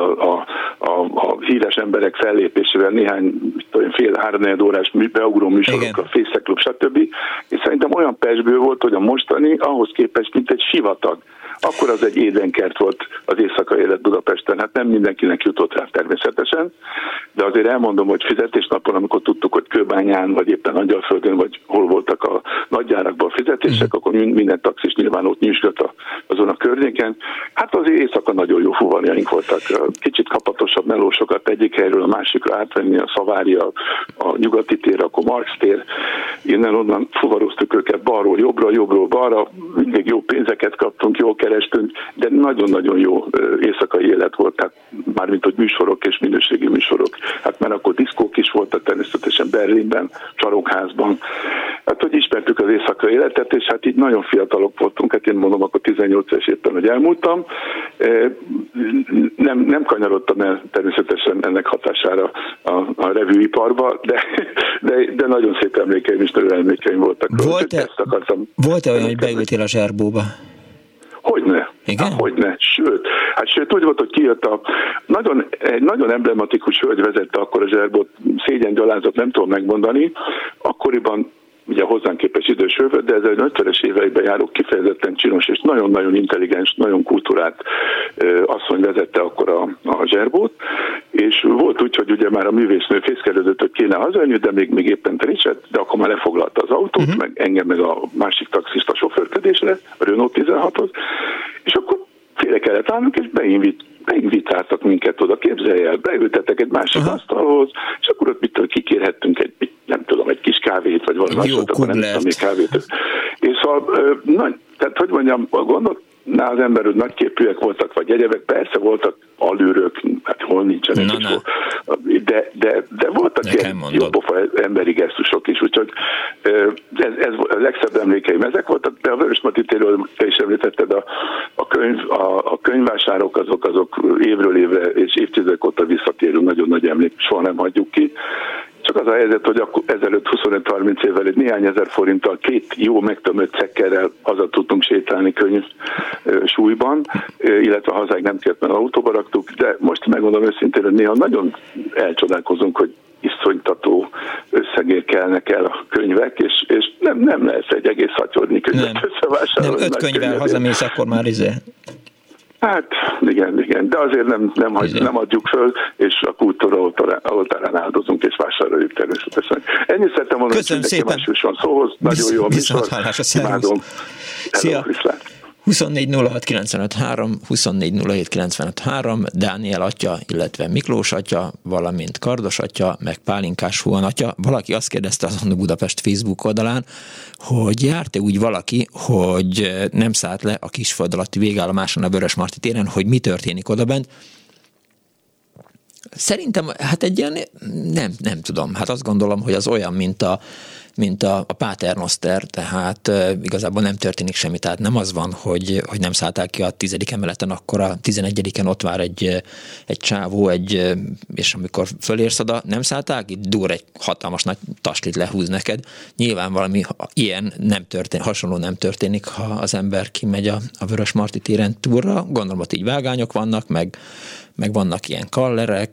a híres emberek fellépésével, néhány fél-háromnegyed órás beugró műsorokkal, Fészekklub, stb. És szerintem olyan pezsgő volt, hogy a mostani ahhoz képest, mint egy sivatag. Akkor az egy édenkert volt az éjszakai élet Budapesten. Hát nem mindenkinek jutott rá természetesen, de azért elmondom, hogy fizetésnapon, amikor tudtuk, hogy Kőbányán, vagy éppen Angyalföldön, vagy hol voltak a nagygyárakban a fizetések, akkor minden taxis nyilván ott nyüzsgött azon a környéken. Hát azért éjszaka nagyon jó fuvarjaink voltak. Kicsit kapatosabb melósokat egyik helyről a másikra átvenni, a Szavária, a Nyugati tér, akkor Marx tér. Innen-onnan fuvaroztuk őket balról jobbra, jobbról balra, mindig jó pénzeket kaptunk, jól kerestünk, de nagyon-nagyon jó éjszakai élet volt, tehát mármint, hogy műsorok és minőségi műsorok. Hát már akkor diszkók is voltak természetesen Berlinben, Csarokházban. Hát, hogy ismertük az éjszakai életet, és hát így nagyon fiatalok voltunk, hát én mondom, akkor 18 éves éppen, hogy elmúltam. Nem kanyarodtam el természetesen ennek hatására a revűiparba, de nagyon szép emlékeim és nagyon emlékeim voltak. Volt-e olyan, hogy beültél a zserbóba? Hogyne. Igen? Hogyne. Sőt, úgy volt, hogy kijött egy nagyon emblematikus hölgy vezette akkor a zserbót, szégyen gyalázat, nem tudom megmondani. Akkoriban ugye hozzánk képes idős hölgy, de ez egy 50-es években járó, kifejezetten csinos és nagyon-nagyon intelligens, nagyon kultúrált asszony vezette akkor a zserbót, és volt úgy, hogy ugye már a művésznő fészkelődött, hogy kéne hazajönni, de még éppen terített, de akkor már lefoglalta az autót, meg engem, meg a másik taxist a sofőrködésre, a Renault 16-hoz, és akkor félre kellett állnunk, és beinvitáltak minket oda, képzelj el, beültettek egy másik asztalhoz, és akkor ott kikérhettünk egy kis kávét, vagy valami másot, akkor nem tudom, még kávét. És szóval, tehát hogy mondjam, a gondolatnál az ember, hogy nagyképűek voltak, vagy egyebek, persze voltak alűrök, hát hol nincsenek is, de voltak ilyen jópofa emberi gesztusok is, úgyhogy ez a legszebb emlékeim ezek voltak, de a Vörösmarty térről te is említetted, a könyvvásárok azok évről évre és évtizedek óta visszatérő nagyon nagy emlék, soha nem hagyjuk ki. Csak az a helyzet, hogy ezelőtt 25-30 évvel egy néhány ezer forinttal 2 jó megtömött cekkerrel haza tudtunk sétálni könyv súlyban, illetve hazáig nem kellett, mert autóba raktuk, de most megmondom őszintén, hogy néha nagyon elcsodálkozunk, hogy iszonytató összegért kelnek el a könyvek, és nem lehet egy egész hatyornyi könyvet összevásárolni. Nem 5 könyvvel hazamész, akkor már Hát igen, de azért nem adjuk föl, és a kultúra oltárán áldozunk, és vásároljuk természetesen. Ennyit szerettem volna, hogy mindenki más jusson szóhoz. Nagyon jó a műsor. Imádom. Szia! 24 06 95 3, 24 07 95 3, Dániel atya, illetve Miklós atya, valamint Kardos atya, meg Pálinkás Huan atya. Valaki azt kérdezte azon a Budapest Facebook oldalán, hogy járt-e úgy valaki, hogy nem szállt le a Kisföld alatti végállomáson a Vörösmarty téren, hogy mi történik odabent. Szerintem, hát egy ilyen, nem tudom, hát azt gondolom, hogy az olyan, mint a Paternoster, tehát igazából nem történik semmi, tehát nem az van, hogy nem szállták ki a 10. emeleten, akkor a 11-en ott vár egy csávó, és amikor fölérsz oda, nem szállták, itt dur egy hatalmas nagy taslit lehúz neked. Nyilván valami ilyen hasonló nem történik, ha az ember kimegy a Vörösmarty téren túlra. Gondolom, hogy így vágányok vannak, meg vannak ilyen kallerek,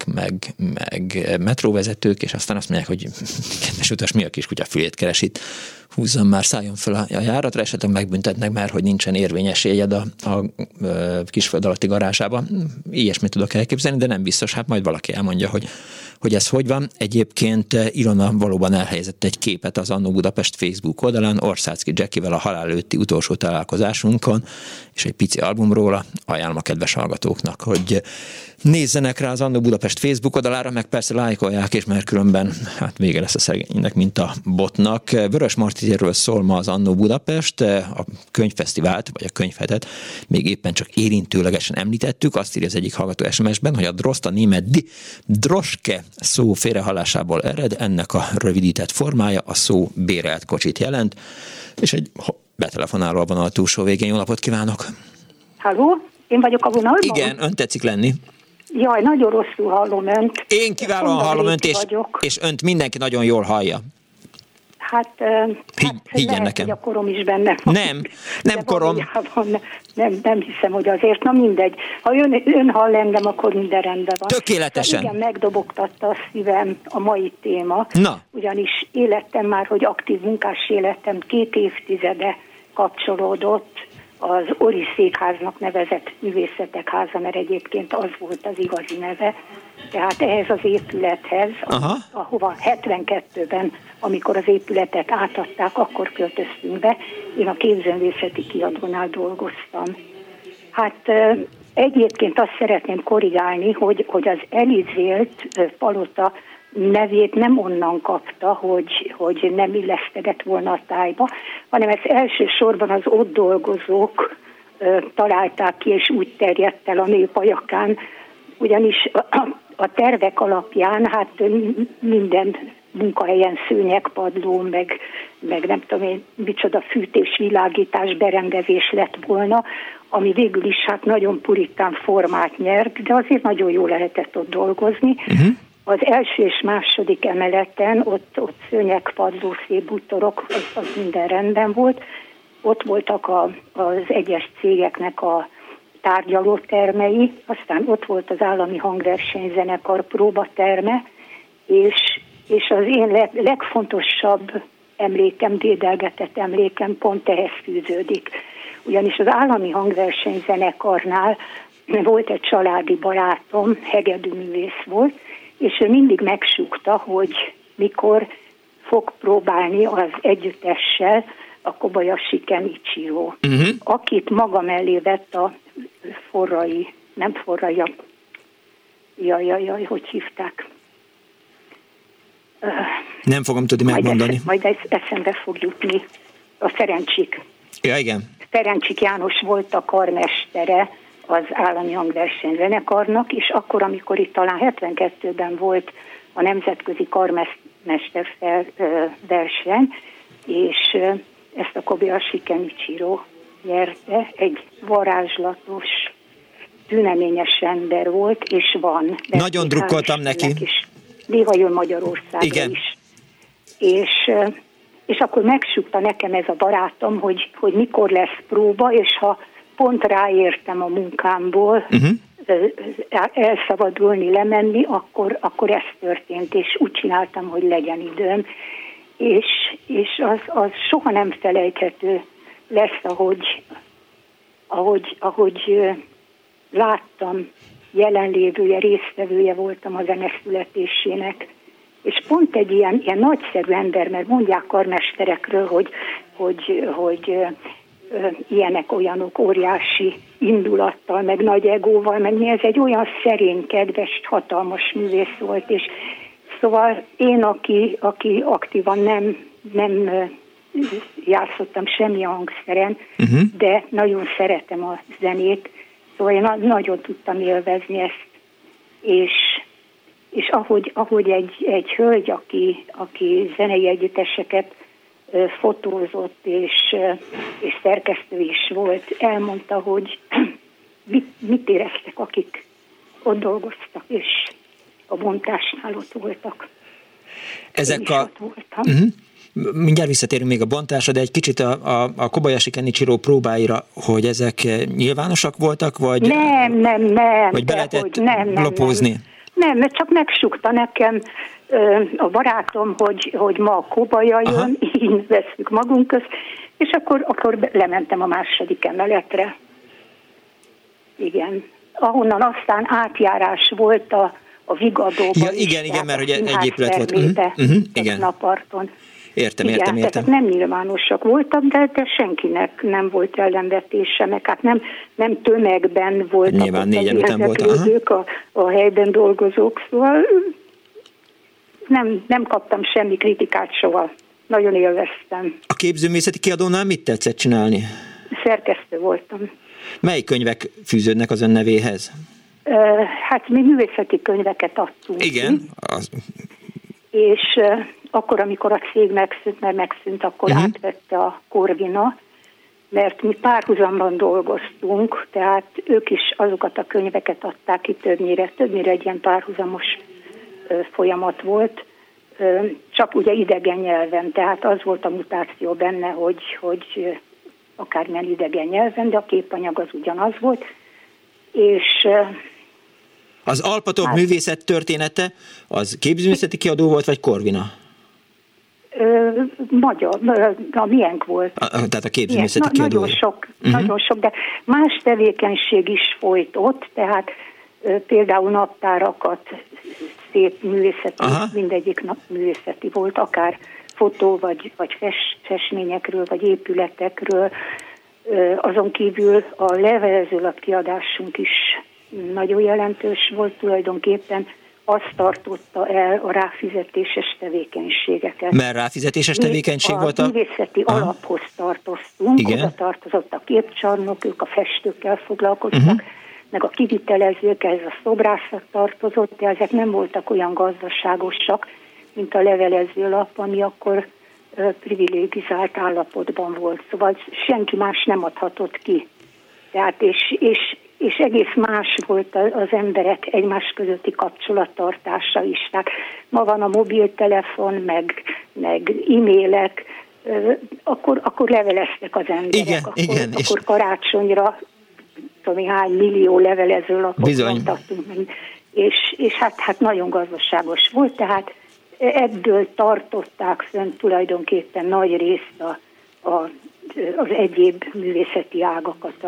meg metróvezetők, és aztán azt mondják, hogy kedves utas, mi a kiskutya fülét keres itt, húzzon már, szálljon fel a járatra, esetleg megbüntetnek már, hogy nincsen érvényes jegyed a Kisföld alatti garázsában. Ilyesmit tudok elképzelni, de nem biztos, hát majd valaki elmondja, hogy ez hogy van. Egyébként Ilona valóban elhelyezett egy képet az Annó Budapest Facebook oldalán, Orszácki Jackivel a halál előtti utolsó találkozásunkon, és egy pici album róla. Ajánlom a kedves hallgatóknak, hogy nézzenek rá az Annó Budapest Facebook oldalára, meg persze lájkolják, és mert különben hát vége lesz a szegénynek, mint a botnak. Vörösmartyról szól ma az Annó Budapest, a könyvfesztivált, vagy a könyvhetet még éppen csak érintőlegesen említettük. Azt írja az egyik hallgató SMS-ben, hogy a Droszt a német droske szó félrehallásából ered, ennek a rövidített formája a szó bérelt kocsit jelent, és egy betelefonáló van a túlsó végén. Jó napot kívánok! Halló, én vagyok a vonalban? Igen, ön tetszik lenni. Jaj, nagyon rosszul hallom önt. Én kiválóan hallom önt, és önt mindenki nagyon jól hallja. Hát higgyen lehet, nekem. hogy a korom is benne van. Nem korom. Nem hiszem, hogy azért. Na mindegy. Ha ön hall engem, akkor minden rendben van. Tökéletesen. Igen, megdobogtatta a szívem a mai téma. Na. Ugyanis életem már, hogy aktív munkás életem 2 évtizede kapcsolódott az Ori Székháznak nevezett művészetek háza, mert egyébként az volt az igazi neve. Tehát ehhez az épülethez, ahova 72-ben, amikor az épületet átadták, akkor költöztünk be. Én a Képzőművészeti Kiadónál dolgoztam. Hát egyébként azt szeretném korrigálni, hogy az Elizélt palota nevét nem onnan kapta, hogy nem illeszkedett volna a tájba, hanem ezt elsősorban az ott dolgozók találták ki, és úgy terjedt el a nőpajakán, ugyanis a tervek alapján hát minden munkahelyen szőnyegpadló, meg nem tudom én, micsoda fűtés, világítás, berendezés lett volna, ami végül is hát nagyon puritán formát nyert, de azért nagyon jól lehetett ott dolgozni. Uh-huh. Az első és második emeleten, ott szőnyegpadló, szép bútorok, az minden rendben volt. Ott voltak az egyes cégeknek a tárgyalótermei, aztán ott volt az Állami Hangversenyzenekar próbaterme, és az én legfontosabb emlékem, dédelgetett emlékem pont ehhez fűződik. Ugyanis az Állami Hangversenyzenekarnál volt egy családi barátom, hegedűművész volt, és ő mindig megsúgta, hogy mikor fog próbálni az együttessel a Kobayashi Kenichiro, akit maga mellé vett a Forrai, nem Forrai, hogy hívták? Nem fogom tudni megmondani. Majd eszembe fog jutni. A Ferencsik. Ja, igen. Ferencsik János volt a karmestere az Állami Hangversenyzenekarnak, és amikor itt talán 72-ben volt a nemzetközi karmester verseny, és ezt a Kobayashi Kenichiro nyerte, egy varázslatos, tüneményes ember volt, és van. Nagyon drukkoltam neki. Néha jön Magyarországra igen. is. És akkor megsúgta nekem ez a barátom, hogy mikor lesz próba, és ha pont ráértem a munkámból elszabadulni, lemenni, akkor ez történt, és úgy csináltam, hogy legyen időm. És az soha nem felejthető lesz, ahogy láttam, jelenlévője, résztvevője voltam a zene születésének. És pont egy ilyen nagyszerű ember, mert mondják karmesterekről, hogy ilyenek, olyanok, óriási indulattal, meg nagy egóval, meg mi, ez egy olyan szerény, kedves, hatalmas művész volt, és szóval én, aki aktívan nem játszottam semmi hangszeren, de nagyon szeretem a zenét, szóval én nagyon tudtam élvezni ezt, és ahogy egy hölgy, aki zenei együtteseket fotózott, és szerkesztő is volt, elmondta, hogy mit éreztek, akik ott dolgoztak, és a bontásnál ott voltak. Ezek mindjárt visszatérünk még a bontásra, de egy kicsit a Kobayashi Kenichiro próbáira, hogy ezek nyilvánosak voltak, vagy nem, vagy be lehetett lopózni? Nem, csak megsukta nekem a barátom, hogy ma a Kobaya jön, így veszük magunk közt, és akkor lementem a második emeletre. Igen. Ahonnan aztán átjárás volt a Vigadóban. Ja, igen, mert hogy egy épület volt. Igen. Naparton. Értem. Tehát nem nyilvánosak voltak, de senkinek nem volt ellenvetése, meg hát nem tömegben voltak. Nyilván 4 után voltak. A helyben dolgozók, szóval nem kaptam semmi kritikát soha. Nagyon élveztem. A Képzőművészeti Kiadónál mit tetszett csinálni? Szerkesztő voltam. Mely könyvek fűződnek az ön nevéhez? Hát mi művészeti könyveket adtunk. Igen. És akkor, amikor a cég megszűnt, akkor átvette a Corvina, mert mi párhuzamban dolgoztunk, tehát ők is azokat a könyveket adták ki többnyire egy ilyen párhuzamos folyamat volt, csak ugye idegen nyelven, tehát az volt a mutáció benne, hogy akármilyen idegen nyelven, de a képanyag az ugyanaz volt, és az Alpatov művészet története, az Képzőművészeti Kiadó volt, vagy Corvina? Magyar, a miénk volt. Tehát a Képzőművészeti Kiadó. Nagyon sok, de más tevékenység is folyt ott, tehát például naptárakat, szép művészeti, mindegyik művészeti volt, akár fotó, vagy festményekről, vagy épületekről. Azon kívül a levelezőlap kiadásunk is nagyon jelentős volt, tulajdonképpen azt tartotta el a ráfizetéses tevékenységeket. Mert ráfizetéses tevékenység volt a művészeti alaphoz tartoztunk, igen. Oda tartozott a képcsarnok, ők a festőkkel foglalkoztak, meg a kivitelezők, ez a szobrászat tartozott, de ezek nem voltak olyan gazdaságosak, mint a levelezőlap, ami akkor privilégizált állapotban volt. Szóval senki más nem adhatott ki. Tehát és egész más volt az emberek egymás közötti kapcsolattartása is. Tehát ma van a mobiltelefon, meg e-mailek, akkor leveleztek az emberek. Igen, akkor karácsonyra hány millió levelezőlapot mondhattunk. És hát nagyon gazdaságos volt, tehát ebből tartották fönn tulajdonképpen nagy részt az egyéb művészeti ágakat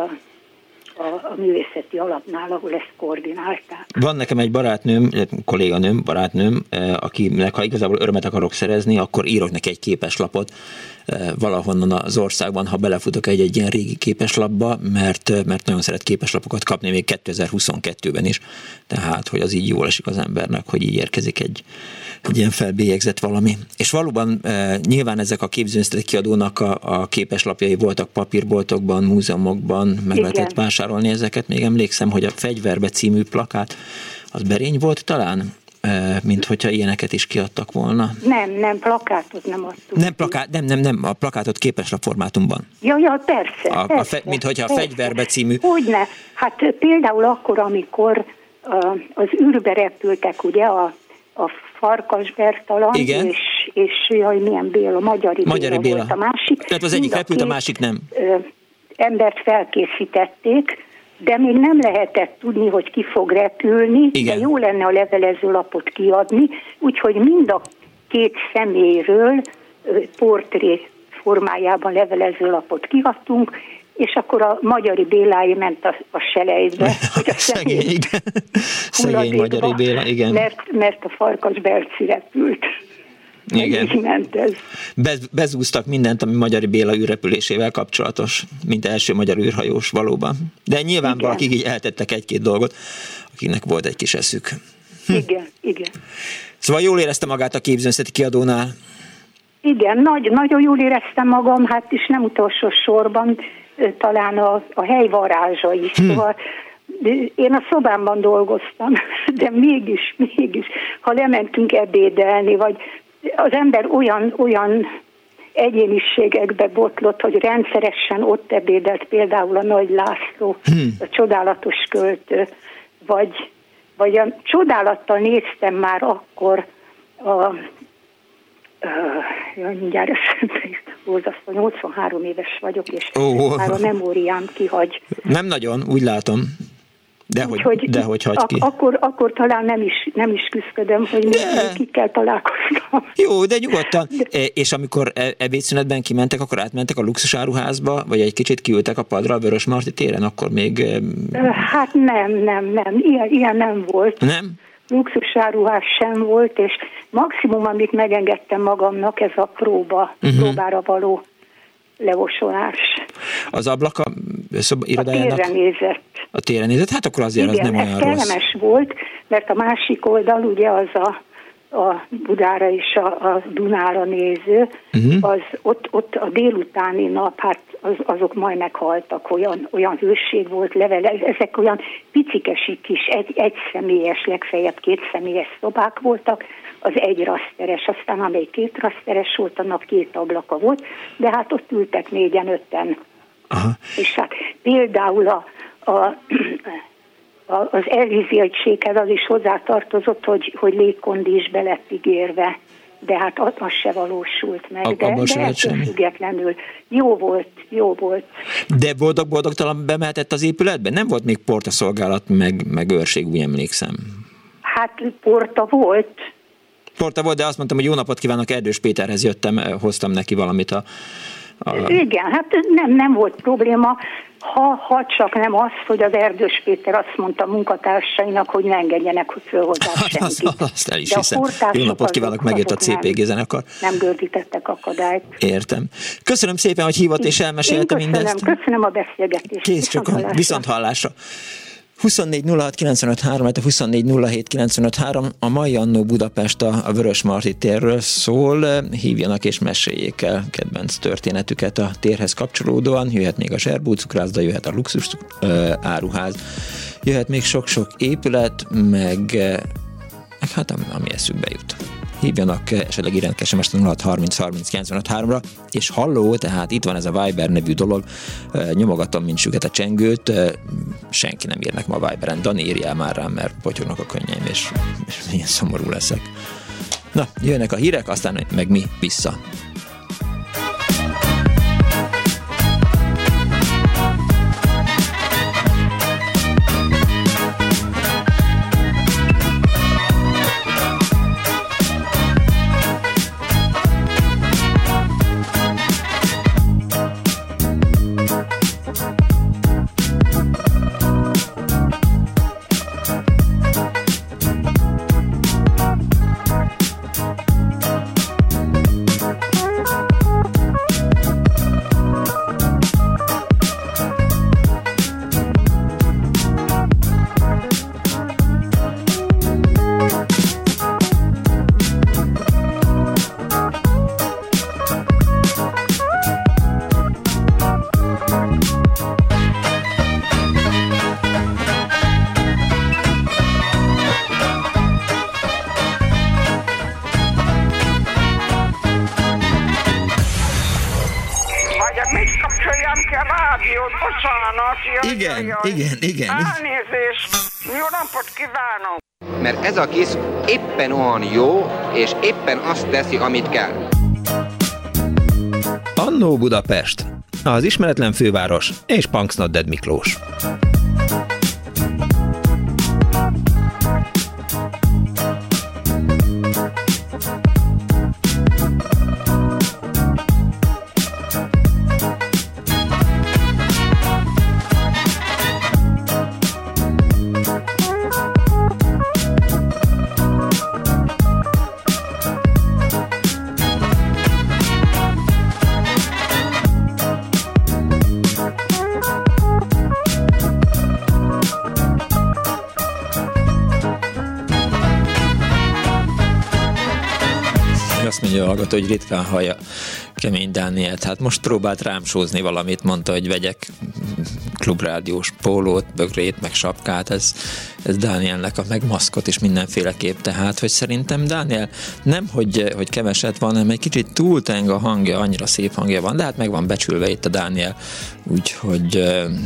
a művészeti alapnál, ahol ezt koordinálták. Van nekem egy barátnőm, akinek ha igazából örömet akarok szerezni, akkor írok neki egy képeslapot valahonnan az országban, ha belefutok egy ilyen régi képeslapba, mert nagyon szeret képeslapokat kapni még 2022-ben is. Tehát, hogy az így jól esik az embernek, hogy így érkezik egy ilyen felbélyegzett valami. És valóban nyilván ezek a Képzőművészeti Kiadónak a képeslapjai voltak papírboltokban, múzeumokban, meg lehetett vásárolni ezeket. Még emlékszem, hogy a Fegyverbe című plakát, az Berény volt talán? Mint hogyha ilyeneket is kiadtak volna. Nem, plakátot nem adtunk. Nem, a plakátot képeslap formátumban. Ja, persze. Mint hogyha a Fegyverbe című... Hogyne. Hát például akkor, amikor az űrbe repültek, ugye, a Farkas Bertalan, és jaj, milyen Béla, Magyari Béla volt a másik. Tehát az egyik repült, a másik nem. Embert felkészítették, de még nem lehetett tudni, hogy ki fog repülni, igen. De jó lenne a levelezőlapot kiadni, úgyhogy mind a két személyről portré formájában levelezőlapot kiadtunk, és akkor a Magyari Béláé ment a selejtbe. Szegény Magyari Béla, igen. Mert a Farkas Berci repült. Igen. Így ment ez. Bezúztak mindent, ami Magyari Béla űrrepülésével kapcsolatos, mint első magyar űrhajós valóban. De nyilván igen. Valakik így eltettek egy-két dolgot, akiknek volt egy kis eszük. Igen. Szóval jól érezte magát a Képzőművészeti Kiadónál? Igen, nagyon jól éreztem magam, hát is nem utolsó sorban, talán a hely varázsa is. Szóval én a szobámban dolgoztam, de mégis, ha lementünk ebédelni, vagy az ember olyan egyéniségekbe botlott, hogy rendszeresen ott ebédelt például a Nagy László, a csodálatos költő, vagy a csodálattal néztem már akkor mindjárt borzasztó, 83 éves vagyok, és már a memóriám kihagy. Nem nagyon, úgy látom. De hogy hagy ki. Akkor talán nem is küszködöm, hogy kikkel találkoztam. Jó, de nyugodtan. És amikor ebédszünetben kimentek, akkor átmentek a luxusáruházba, vagy egy kicsit kiültek a padra a Vörösmarty téren, akkor még... Hát nem. Ilyen nem volt. Nem? Luxusáruház sem volt, és maximum, amit megengedtem magamnak, ez a próbára való levosolás. Az ablak irodájának? A térre nézett. A térre nézett? Hát akkor azért igen, az nem olyan rossz. Igen, ez kellemes volt, mert a másik oldal ugye az a Budára és a Dunára néző, az ott a délutáni nap, hát azok majd meghaltak, olyan hőség volt, levele, ezek olyan picikesik kis, egy személyes, legfeljebb 2 személyes szobák voltak, az egy raszteres, aztán amely 2 raszteres volt, annak 2 ablaka volt, de hát ott ültek 4-5-en. Aha. És hát például az Elvízi egységhez az is hozzátartozott, hogy légkondi is be lett ígérve, de hát az se valósult meg, de ettől függetlenül jó volt. De boldog-boldogtalan bemehetett az épületbe? Nem volt még portaszolgálat, meg őrség, úgy emlékszem. Hát porta volt, de azt mondtam, hogy jó napot kívánok, Erdős Péterhez jöttem, hoztam neki valamit Igen, hát nem volt probléma, ha csak nem az, hogy az Erdős Péter azt mondta munkatársainak, hogy ne engedjenek föl hozzá senkit. Azt el is hiszem. Jó napot kívánok, megjött a CPG zenekar. Nem gördítettek akadályt. Értem. Köszönöm szépen, hogy hívott és elmesélte mindezt. Köszönöm a beszélgetést. Kész, csak viszont hallásra. 24 06 95 3, 24 07 95 3. A mai Annó Budapest a Vörösmarty térről szól. Hívjanak és meséljék el kedvenc történetüket a térhez kapcsolódóan. Jöhet még a Zserbó cukrászda, jöhet a luxus áruház, jöhet még sok-sok épület, meg hát ami eszükbe jut. Hívjanak, esetleg írjanak SMS-t 06 30 30 95 3-ra, és halló, tehát itt van ez a Viber nevű dolog, nyomogatom, mint süket a csengőt, senki nem írnak ma Viberen, Dani, írjál már rám, mert potyognak a könnyeim, és milyen szomorú leszek. Na, jönnek a hírek, aztán meg mi vissza. Igen. Elnézést! Jó napot kívánok! Mert ez a kis éppen olyan jó, és éppen azt teszi, amit kell. Annó Budapest, az ismeretlen főváros és Punksnodded Miklós. Azt mondja a hallgató, hogy ritkán hallja Kemény Dánielt. Hát most próbált rám sózni valamit, mondta, hogy vegyek klubrádiós pólót, bögrét, meg sapkát. Ez ez Dánielnek a megmaszkot is mindenféleképp, tehát, hogy szerintem Dániel nem, hogy keveset van, hanem egy kicsit túlteng a hangja, annyira szép hangja van, de hát meg van becsülve itt a Dániel, úgyhogy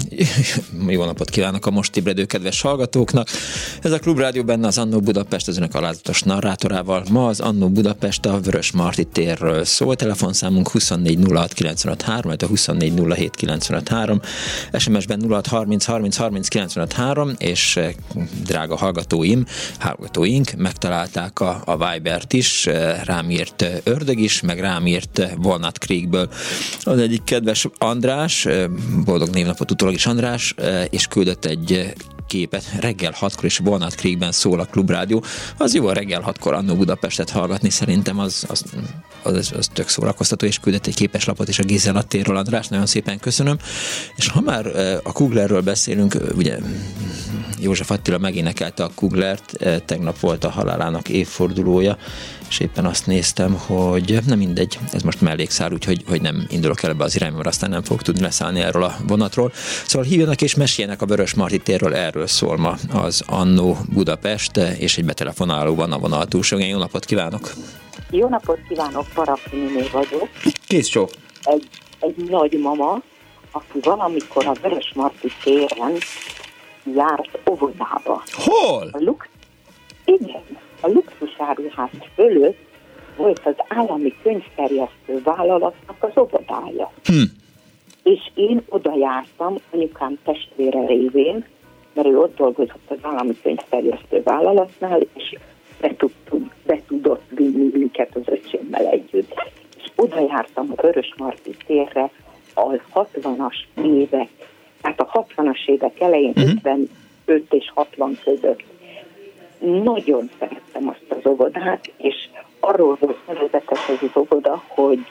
jó napot kívánok a most ébredő kedves hallgatóknak. Ez a Klubrádió, benne az Annó Budapest, az önök alázatos narrátorával. Ma az Annó Budapest a Vörösmarty térről szól, telefonszámunk 24 06 953, majd a 24 07 953, SMS-ben 06 30 30 30 953, és drága hallgatóink megtalálták a Vibert is, rám írt Ördög is, meg rám írt Walnut Creekből az egyik kedves András, boldog névnapot utólag is András, és küldött egy képet, reggel 6-kor és Walnut Creekben szól a Klubrádió. Az jó a reggel 6-kor Annó Budapestet hallgatni, szerintem az tök szórakoztató, és küldött egy képeslapot is a Gizella térről. András, nagyon szépen köszönöm. És ha már a Kuglerről beszélünk, ugye József Attila megénekelte a Kuglert, tegnap volt a halálának évfordulója, és éppen azt néztem, hogy nem mindegy, ez most mellékszál, úgyhogy nem indulok el ebbe az irányba, mert aztán nem fogok tudni leszállni erről a vonatról. Szóval hívjanak és meséljenek a Vörösmarty térről, erről szól ma az Annó Budapest, és egy betelefonáló van a vonal túlsógán. Jó napot kívánok! Jó napot kívánok, Paraffi Miné vagyok. Kész csók! Egy nagymama, aki valamikor a Vörösmarty téren járt óvodába. Hol? Igen, a luxusáruház fölött volt az állami könyvterjesztő vállalatnak az óvodája. És én oda jártam, anyukám testvére révén, mert ő ott dolgozott az állami könyvterjesztő vállalatnál, és be tudott vinni minket az öcsémmel együtt. És oda jártam a Vörösmarty térre a 60-as évek, tehát a 60-as évek elején, 55 és 60 között. Nagyon szerettem azt az óvodát, és arról volt nevezetes ez az óvoda, hogy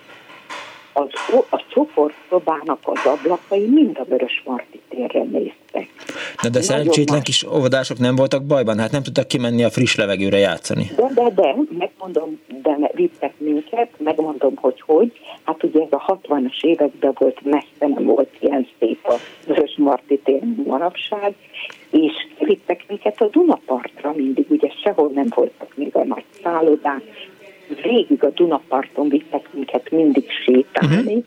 a csoportszobának az ablakai mind a Vörösmarty térre néztek. De szerencsétlen kis óvodások nem voltak bajban? Hát nem tudtak kimenni a friss levegőre játszani? De, megmondom, de vittek minket, megmondom, hogy. Hát ugye ez a 60-as években volt, messze nem volt ilyen szép a Vörösmarty tér manapság, és vittek minket a Dunapartra mindig, ugye sehol nem voltak még a nagy szállodák, végig a Dunaparton vittek minket mindig sétálni,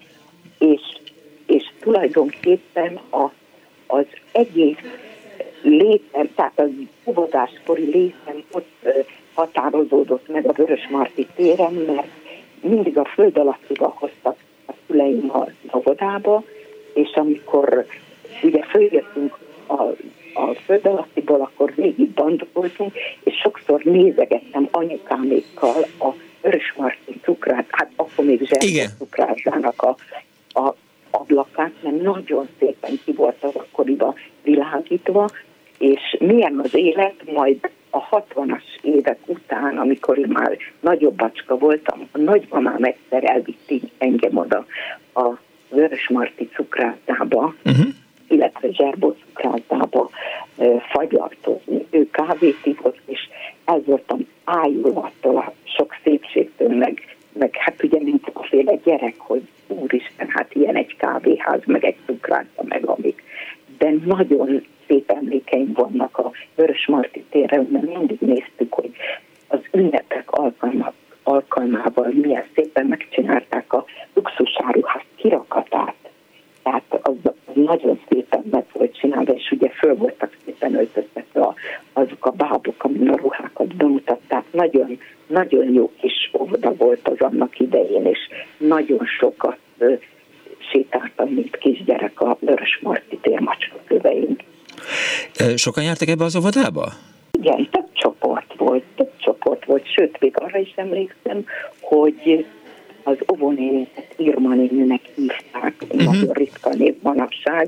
és tulajdonképpen az egész létem, tehát az óvodáskori létem ott határozódott meg a Vörösmarty téren, mert mindig a föld alattiba hoztak a szüleim az óvodába, és amikor ugye följöttünk a föld alattiból, akkor végig bandokoltunk, és sokszor nézegettem anyukámékkal a Vörösmarty cukrát, hát akkor még Zserbo cukrászának a ablakát, mert nagyon szépen ki volt az akkoriban világítva, és milyen az élet, majd a 60-as évek után, amikor én már nagyobb bacska voltam, a nagymamám egyszer elvitt engem oda a Vörösmarty cukrászába, illetve Zserbo cukrászába fagyartozni. Ő kávét ivott, és ez voltam ájulva attól a sok szépségtől, meg hát ugye mint a féle gyerek, hogy úristen, hát ilyen egy kávéház, meg egy cukrászda, meg amik. De nagyon szép emlékeim vannak a Vörösmarty térre, mert mindig néztük, hogy az ünnepek alkalmával milyen szépen megcsinálták a luxusáruház kirakatát. Tehát az nagyon szépen meg volt csinálva, és ugye föl voltak szépen öltöztetve azok a bábok, amin a ruhákat bemutatták. Nagyon, nagyon jó kis óvoda volt az annak idején, és nagyon sokat sétáltam, mint kisgyerek a Vörösmarty tér macskaköveink. Sokan jártak ebbe az óvodába? Igen, több csoport volt, sőt, még arra is emlékszem, hogy az óvónéniket Irma néninek hívták, nagyon ritka név manapság,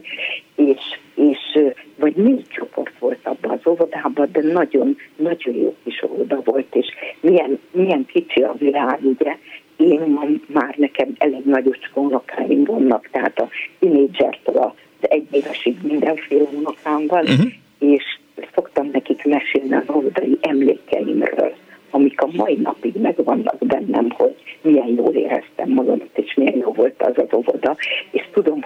és vagy 4 csoport volt abban az óvodában, de nagyon, nagyon jó kis óvoda volt, és milyen kicsi a világ, ugye. Én már nekem elég nagyocska unokáim vannak, tehát a tínédzsertől az 1 évesig mindenféle unokám van, és szoktam nekik mesélni az óvodai emlékeimről, amik a mai napig megvannak bennem, hogy milyen jól éreztem magamat, és milyen jó volt az óvoda, és tudom, hogy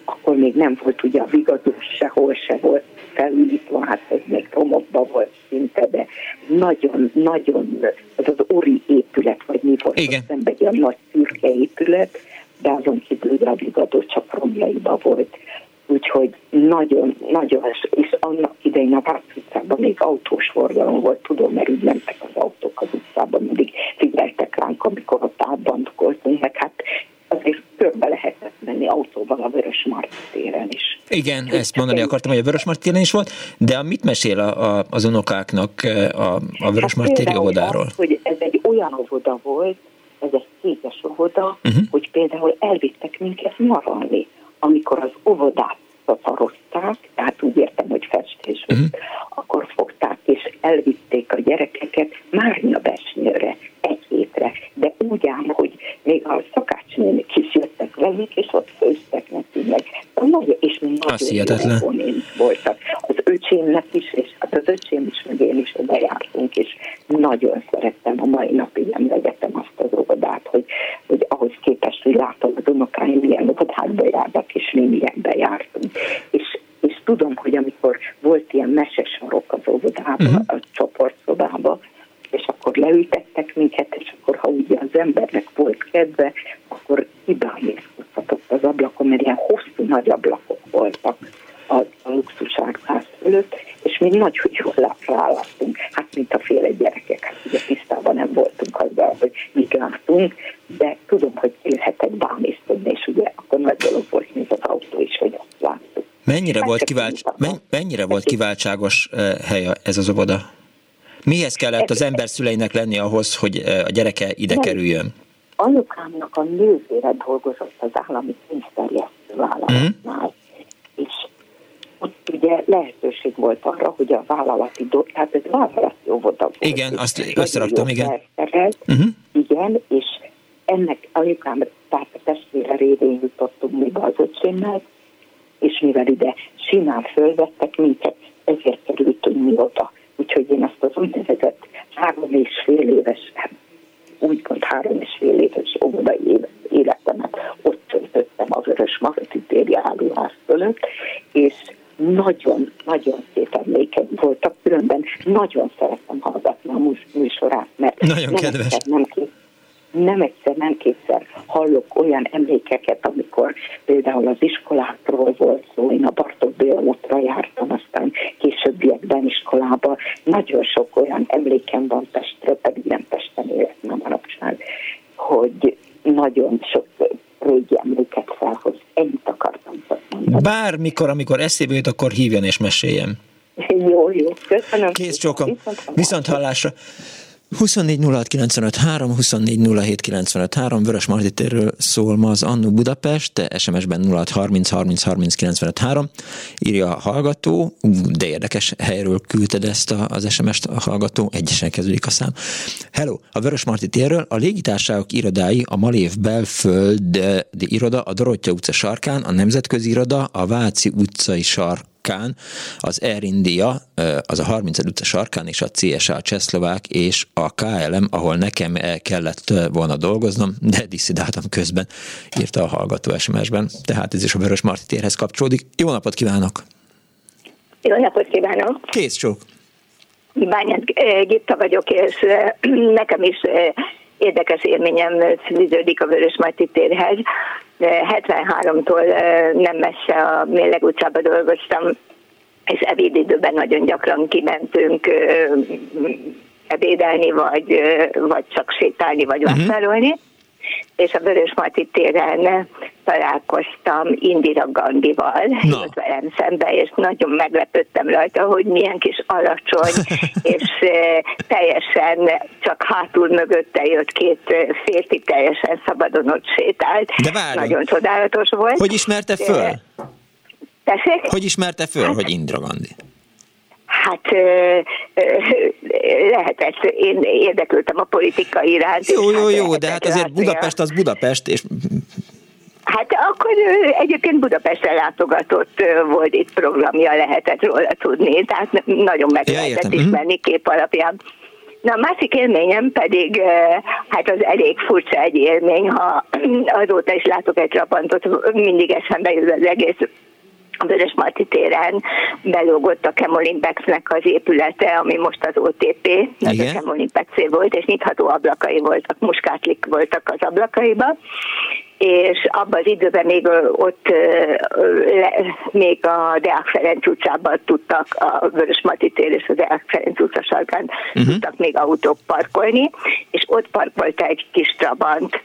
akkor még nem volt ugye a vigadós, sehol se volt felújítva, hát ez még romokban volt szinte, de nagyon, az Ori épület, vagy mi volt, szemben egy olyan nagy szürke épület, de azon kívül a vigadó csak romjaiba volt. Úgyhogy nagyon, és annak idején a Váci utcában még autós forgalom volt, tudom, mert úgy mentek az autók az utcában, mindig figyeltek ránk, amikor ott átbandkoltunk, meg hát azért körbe lehetett menni autóval a Vörösmarty téren is. Igen, ezt mondani akartam, hogy a Vörösmarty téren is volt, de mit mesél az unokáknak a Vörösmarty téri óvodáról? Hogy ez egy olyan óvoda volt, ez egy céges óvoda, hogy például elvittek minket nyaralni, amikor az óvodát szaporozták, tehát úgy értem, hogy festés, akkor fogták és elvitték a gyerekeket Márnyabesnyőre, egy hétre, de úgy áll, hogy még a szakácsnénik is jöttek velük, és ott főztek neki meg. És nagyon jó voltak. Az öcsémnek is, és hát az öcsém is, meg én is oda jártunk, és nagyon szerettem, a mai napig emlegetem azt az óvodát, hogy ahhoz képest, hogy látom az unokáim milyen óvodátba járnak, és mi milyenbe jártunk. És tudom, hogy amikor volt ilyen mesesarok az óvodában, a csoportszobában, és akkor leültettek minket, és akkor, ha ugye az embernek volt kedve, akkor kibámészkodhatott az ablakon, mert ilyen hosszú nagy ablakok voltak a luxuságház fölött, és mi nagyon jól ráláttunk, hát mint a féle gyerekek, hát ugye tisztában nem voltunk azzal, hogy mit látunk, de tudom, hogy élhetek bámészkodni, és ugye akkor nagy dolog volt, mint az autó is, hogy azt láttuk. Mennyire volt kiváltságos hely ez az óvoda? Mihez kellett az ember szüleinek lenni ahhoz, hogy a gyereke ide kerüljön? Anyukámnak a nővére dolgozott az állami pénzterjesztő vállalatnál, és ott ugye lehetőség volt arra, hogy a vállalati, tehát ez vállalati óvoda volt. Igen, azt összeraktam, igen. Igen, és ennek anyukám, tehát a testvére révén jutottunk még az öcsémmel, és mivel ide simán fölvettek minket, ezért kerültünk mi oda. Úgyhogy én azt az úgynevezett 3,5 éves óvodai életemet ott töltöttem a Vörösmarty téri állóház fölött, és nagyon szép emlékeim voltak, különben nagyon szeretem hallgatni a műsorát, mert nagyon kedves. Nem egyszer, nem kétszer hallok olyan emlékeket, amikor például az iskolákról volt szó, én a Bartók Béla útra jártam, aztán későbbiekben iskolába. Nagyon sok olyan emlékem van Pestről, pedig nem Pesten életem a manapság, hogy nagyon sok régi emléket felhoz. Ennyit akartam mondani. Bármikor, amikor eszébe jut, akkor hívjon és meséljen. Jó, köszönöm. Kész csókom. Viszont hallásra. 24 06 95 3, 24 07 95 3, Vörösmarty térről szól ma az Annu Budapest, de SMS-ben 06 30 30 30 95 3, írja a hallgató, de érdekes helyről küldted ezt az SMS-t a hallgató, egyesen kezdődik a szám. Hello, a Vörösmarty térről a légitársaságok irodái, a Malév belföldi iroda, a Dorottya utca sarkán, a Nemzetközi iroda, a Váci utcai sarkán, az Air India, az a 30. utca sarkán, és a CSA Csehszlovák és a KLM, ahol nekem kellett volna dolgoznom, de disszidáltam közben, írta a hallgató SMS-ben. Tehát ez is a Vörösmarty térhez kapcsolódik. Jó napot kívánok! Jó napot kívánok! Kész csók! Bányát Gitta vagyok, és nekem is érdekes élményem fűződik a Vörösmarty térhez. 73-tól nem messze a Mérleg utcában dolgoztam, és ebédidőben nagyon gyakran kimentünk ebédelni, vagy csak sétálni, vagy vásárolni. És a Vörösmarty téren találkoztam Indira Gandhival, jött velem szembe, és nagyon meglepődtem rajta, hogy milyen kis alacsony, és teljesen csak hátul mögötte jött két férfi, teljesen szabadon ott sétált. Nagyon csodálatos volt. Hogy ismerte föl? Tessék? Hogy ismerte föl, hogy Indira Gandhi? Hát lehetett, én érdeklődtem a politika iránt. Jó, de hát azért Budapest az Budapest, és... Hát akkor egyébként Budapesten látogatott volt, itt programja lehetett róla tudni, tehát nagyon meg lehetett ismerni kép alapján. Na, a másik élményem pedig, hát az elég furcsa egy élmény, ha azóta is látok egy Trabantot, mindig eszembe jut az egész. A Vörösmarty téren belógott a Chemolimpex-nek az épülete, ami most az OTP, az a Chemolimpex-é volt, és nyitható ablakai voltak, muskátlik voltak az ablakaiba, és abban az időben még ott még a Deák Ferenc utcában tudtak, a Vörösmarty tér és a Deák Ferenc utca sarkán tudtak még autók parkolni, és ott parkolta egy kis Trabant,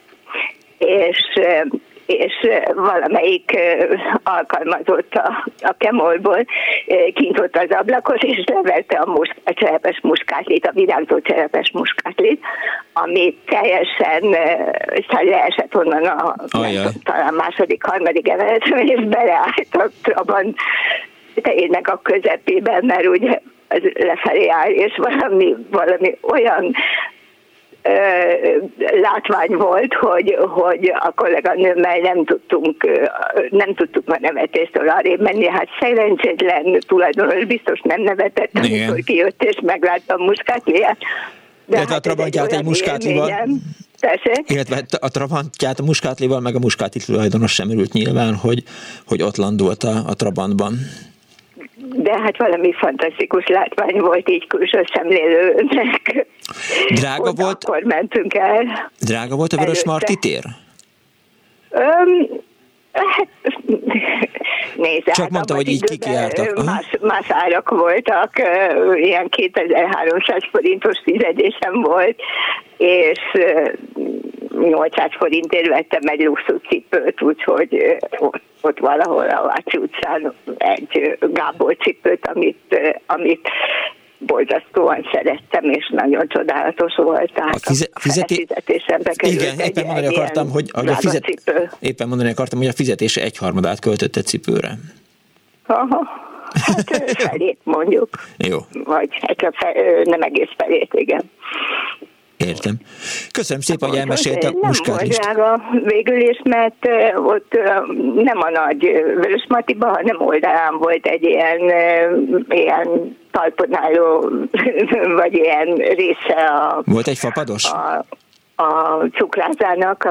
és valamelyik alkalmazott a Kemolból kintott az ablakot, és leverte a cserepes muskátlit, a virágzó cserepes muskátlit, ami teljesen leesett onnan talán második, harmadik emeletről, és beleállt a Trabant tényleg a közepében, mert ugye az lefelé áll, és valami olyan látvány volt, hogy a kolléganőmmel nem tudtuk a nevetéstől arrébb menni, hát szerencsétlen tulajdonos biztos nem nevetett, amikor kijött és meglátta a muskátliát. Illetve a Trabantját egy muskátlival. Illetve a Trabantját a muskátlival, meg a muskátli tulajdonos sem örült nyilván, hogy ott landult a Trabantban. De hát valami fantasztikus látvány volt így külső szemlélőnek. Drága volt? Akkor mentünk el. Drága volt a Vörösmarty tér? Hát, nézd, csak mondta, hogy így kikiártak. Más árak voltak, ilyen 2300 forintos fizetésem volt, és 800 forintért vettem egy luxuscipőt, úgyhogy ott valahol a Váci utcán egy Gábor cipőt, amit borzasztóan szerettem, és nagyon csodálatos volt. Tehát a fizetésembe került. Igen, éppen mondani akartam, hogy a fizetése 1/3 költött cipőre. Aha, hát felét mondjuk. Jó. Vagy nem egész felét, igen. Értem. Köszönöm szépen, hogy elmesélte a muskátlist. Nem volt drága végül is, mert ott nem a nagy Vörösmartyban, hanem oldalán volt egy ilyen talpon álló, vagy ilyen része volt egy fapados? A cukrászának,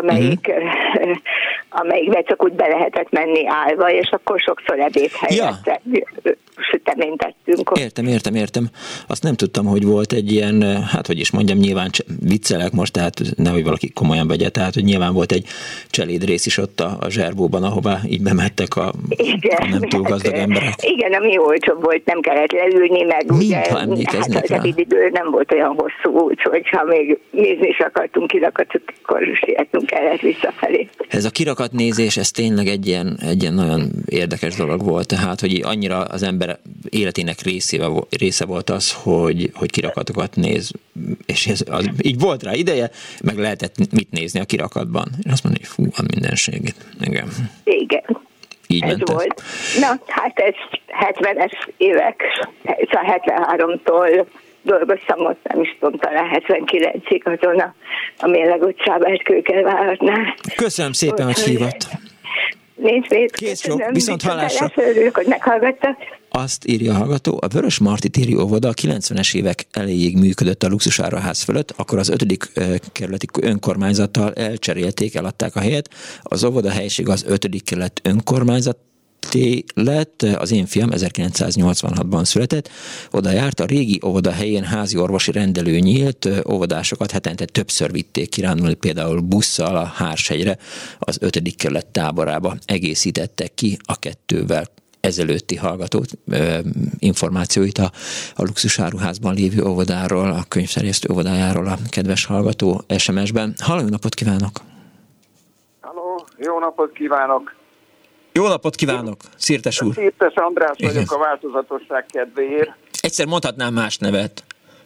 amelyikbe csak úgy be lehetett menni állva, és akkor sokszor ebédhelyet süteményt tettünk. Értem. Azt nem tudtam, hogy volt egy ilyen, hát hogy is mondjam, nyilván viccelek most, tehát nehogy valaki komolyan vegye, tehát hogy nyilván volt egy cselédrész is ott a Zserbóban, ahová így bemettek a nem túl gazdag emberek. Igen, ami olcsóbb volt, nem kellett leülni, meg ugye, hát az ebédidő nem volt olyan hosszú, úgyhogy ha még nézni is akartunk kirakatot, akkor sietnünk kellett visszafelé. Ez a kirakatnézés, ez tényleg egy ilyen nagyon érdekes dolog volt, tehát hogy annyira az ember életének része volt az, hogy kirakatokat néz, és így volt rá ideje, meg lehetett mit nézni a kirakatban. És azt mondani, hogy van mindenség. Igen. Így ez volt. Na, hát ez 70-es évek, szóval 73-tól dolgoztam ott, nem is tudom, talán 79-ig azon a Mérleg utcában egy Kőkenyvárosnál. Köszönöm szépen, hogy hívott. Nincs mit. Kész sok, viszont hallásra. Örülök, hogy meghallgattak. Azt írja a hallgató, a Vörösmarty téri óvoda a 90-es évek elejéig működött a luxusáraház fölött, akkor az 5. kerületi önkormányzattal elcserélték, eladták a helyet. Az óvoda helység az 5. kerület önkormányzat lett, az én fiam 1986-ban született, oda járt, a régi óvoda helyén házi orvosi rendelő nyílt, óvodásokat hetente többször vitték kirándulni, például busszal a Hárshegyre, az 5. kerület táborába egészítettek ki a 2-vel ezelőtti hallgató információit a luxusáruházban lévő óvodáról, a könyvterjesztő óvodájáról a kedves hallgató SMS-ben. Halló, jó napot kívánok! Halló, jó napot kívánok! Jó napot kívánok, Szirtes úr! Szirtes András vagyok, a változatosság kedvéért. Egyszer mondhatnám más nevet.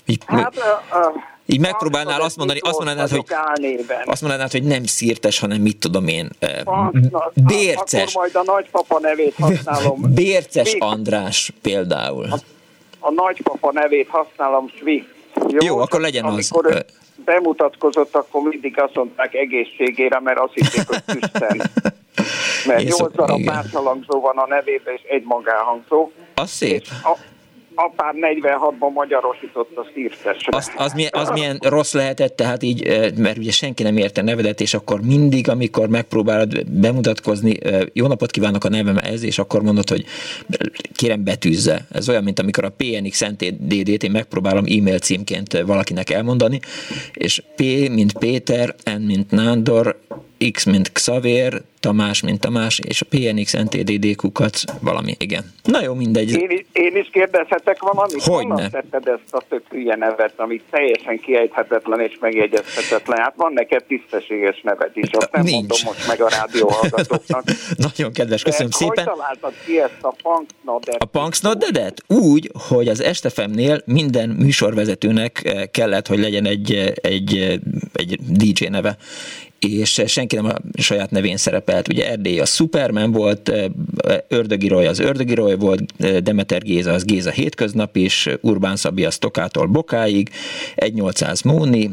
Így megpróbálnál azt mondanád, hogy nem Szirtes, hanem mit tudom én, Bérces. Akkor majd a nagypapa nevét használom. Bérces András például. A nagypapa nevét használom, Swift. Jó, akkor legyen az. Amikor bemutatkozott, akkor mindig azt mondták egészségére, mert azt hitték, hogy Tüsten. Mert 8 darab máshangzó van a nevében, és egy magánhangzó. Az szép. apám 46-ban magyarosította Szirtesre. Az milyen rossz lehetett, tehát így, mert ugye senki nem érte nevedet, és akkor mindig, amikor megpróbálod bemutatkozni, jó napot kívánok, a nevem ez, és akkor mondod, hogy kérem betűzze. Ez olyan, mint amikor a PNX NTDD-t én megpróbálom e-mail címként valakinek elmondani, és P, mint Péter, N, mint Nándor, X, mint Xavér, Tamás, mint Tamás, és a PNX NTDD kukac, valami, igen. Na jó, mindegy. Én is kérdezhetek valamit? Hogyne. Honnan tetted ezt a tök hülye nevet, ami teljesen kiejthetetlen és megjegyezhetetlen? Hát van neked tisztességes neved is, azt nem Nincs. mondom most meg a rádió hallgatóknak. Nagyon kedves, köszönöm szépen. Hogy találtad ki ezt a Punksnodet? A Punksnodet? Úgy, hogy az Est FM-nél minden műsorvezetőnek kellett, hogy legyen egy DJ neve, és senki nem a saját nevén szerepelt. Ugye Erdély a Superman volt, Ördögi Roy az Ördögi Roy volt, Demeter Géza az Géza hétköznap is, Urbán Szabi az Tokától Bokáig, 1800 Móni,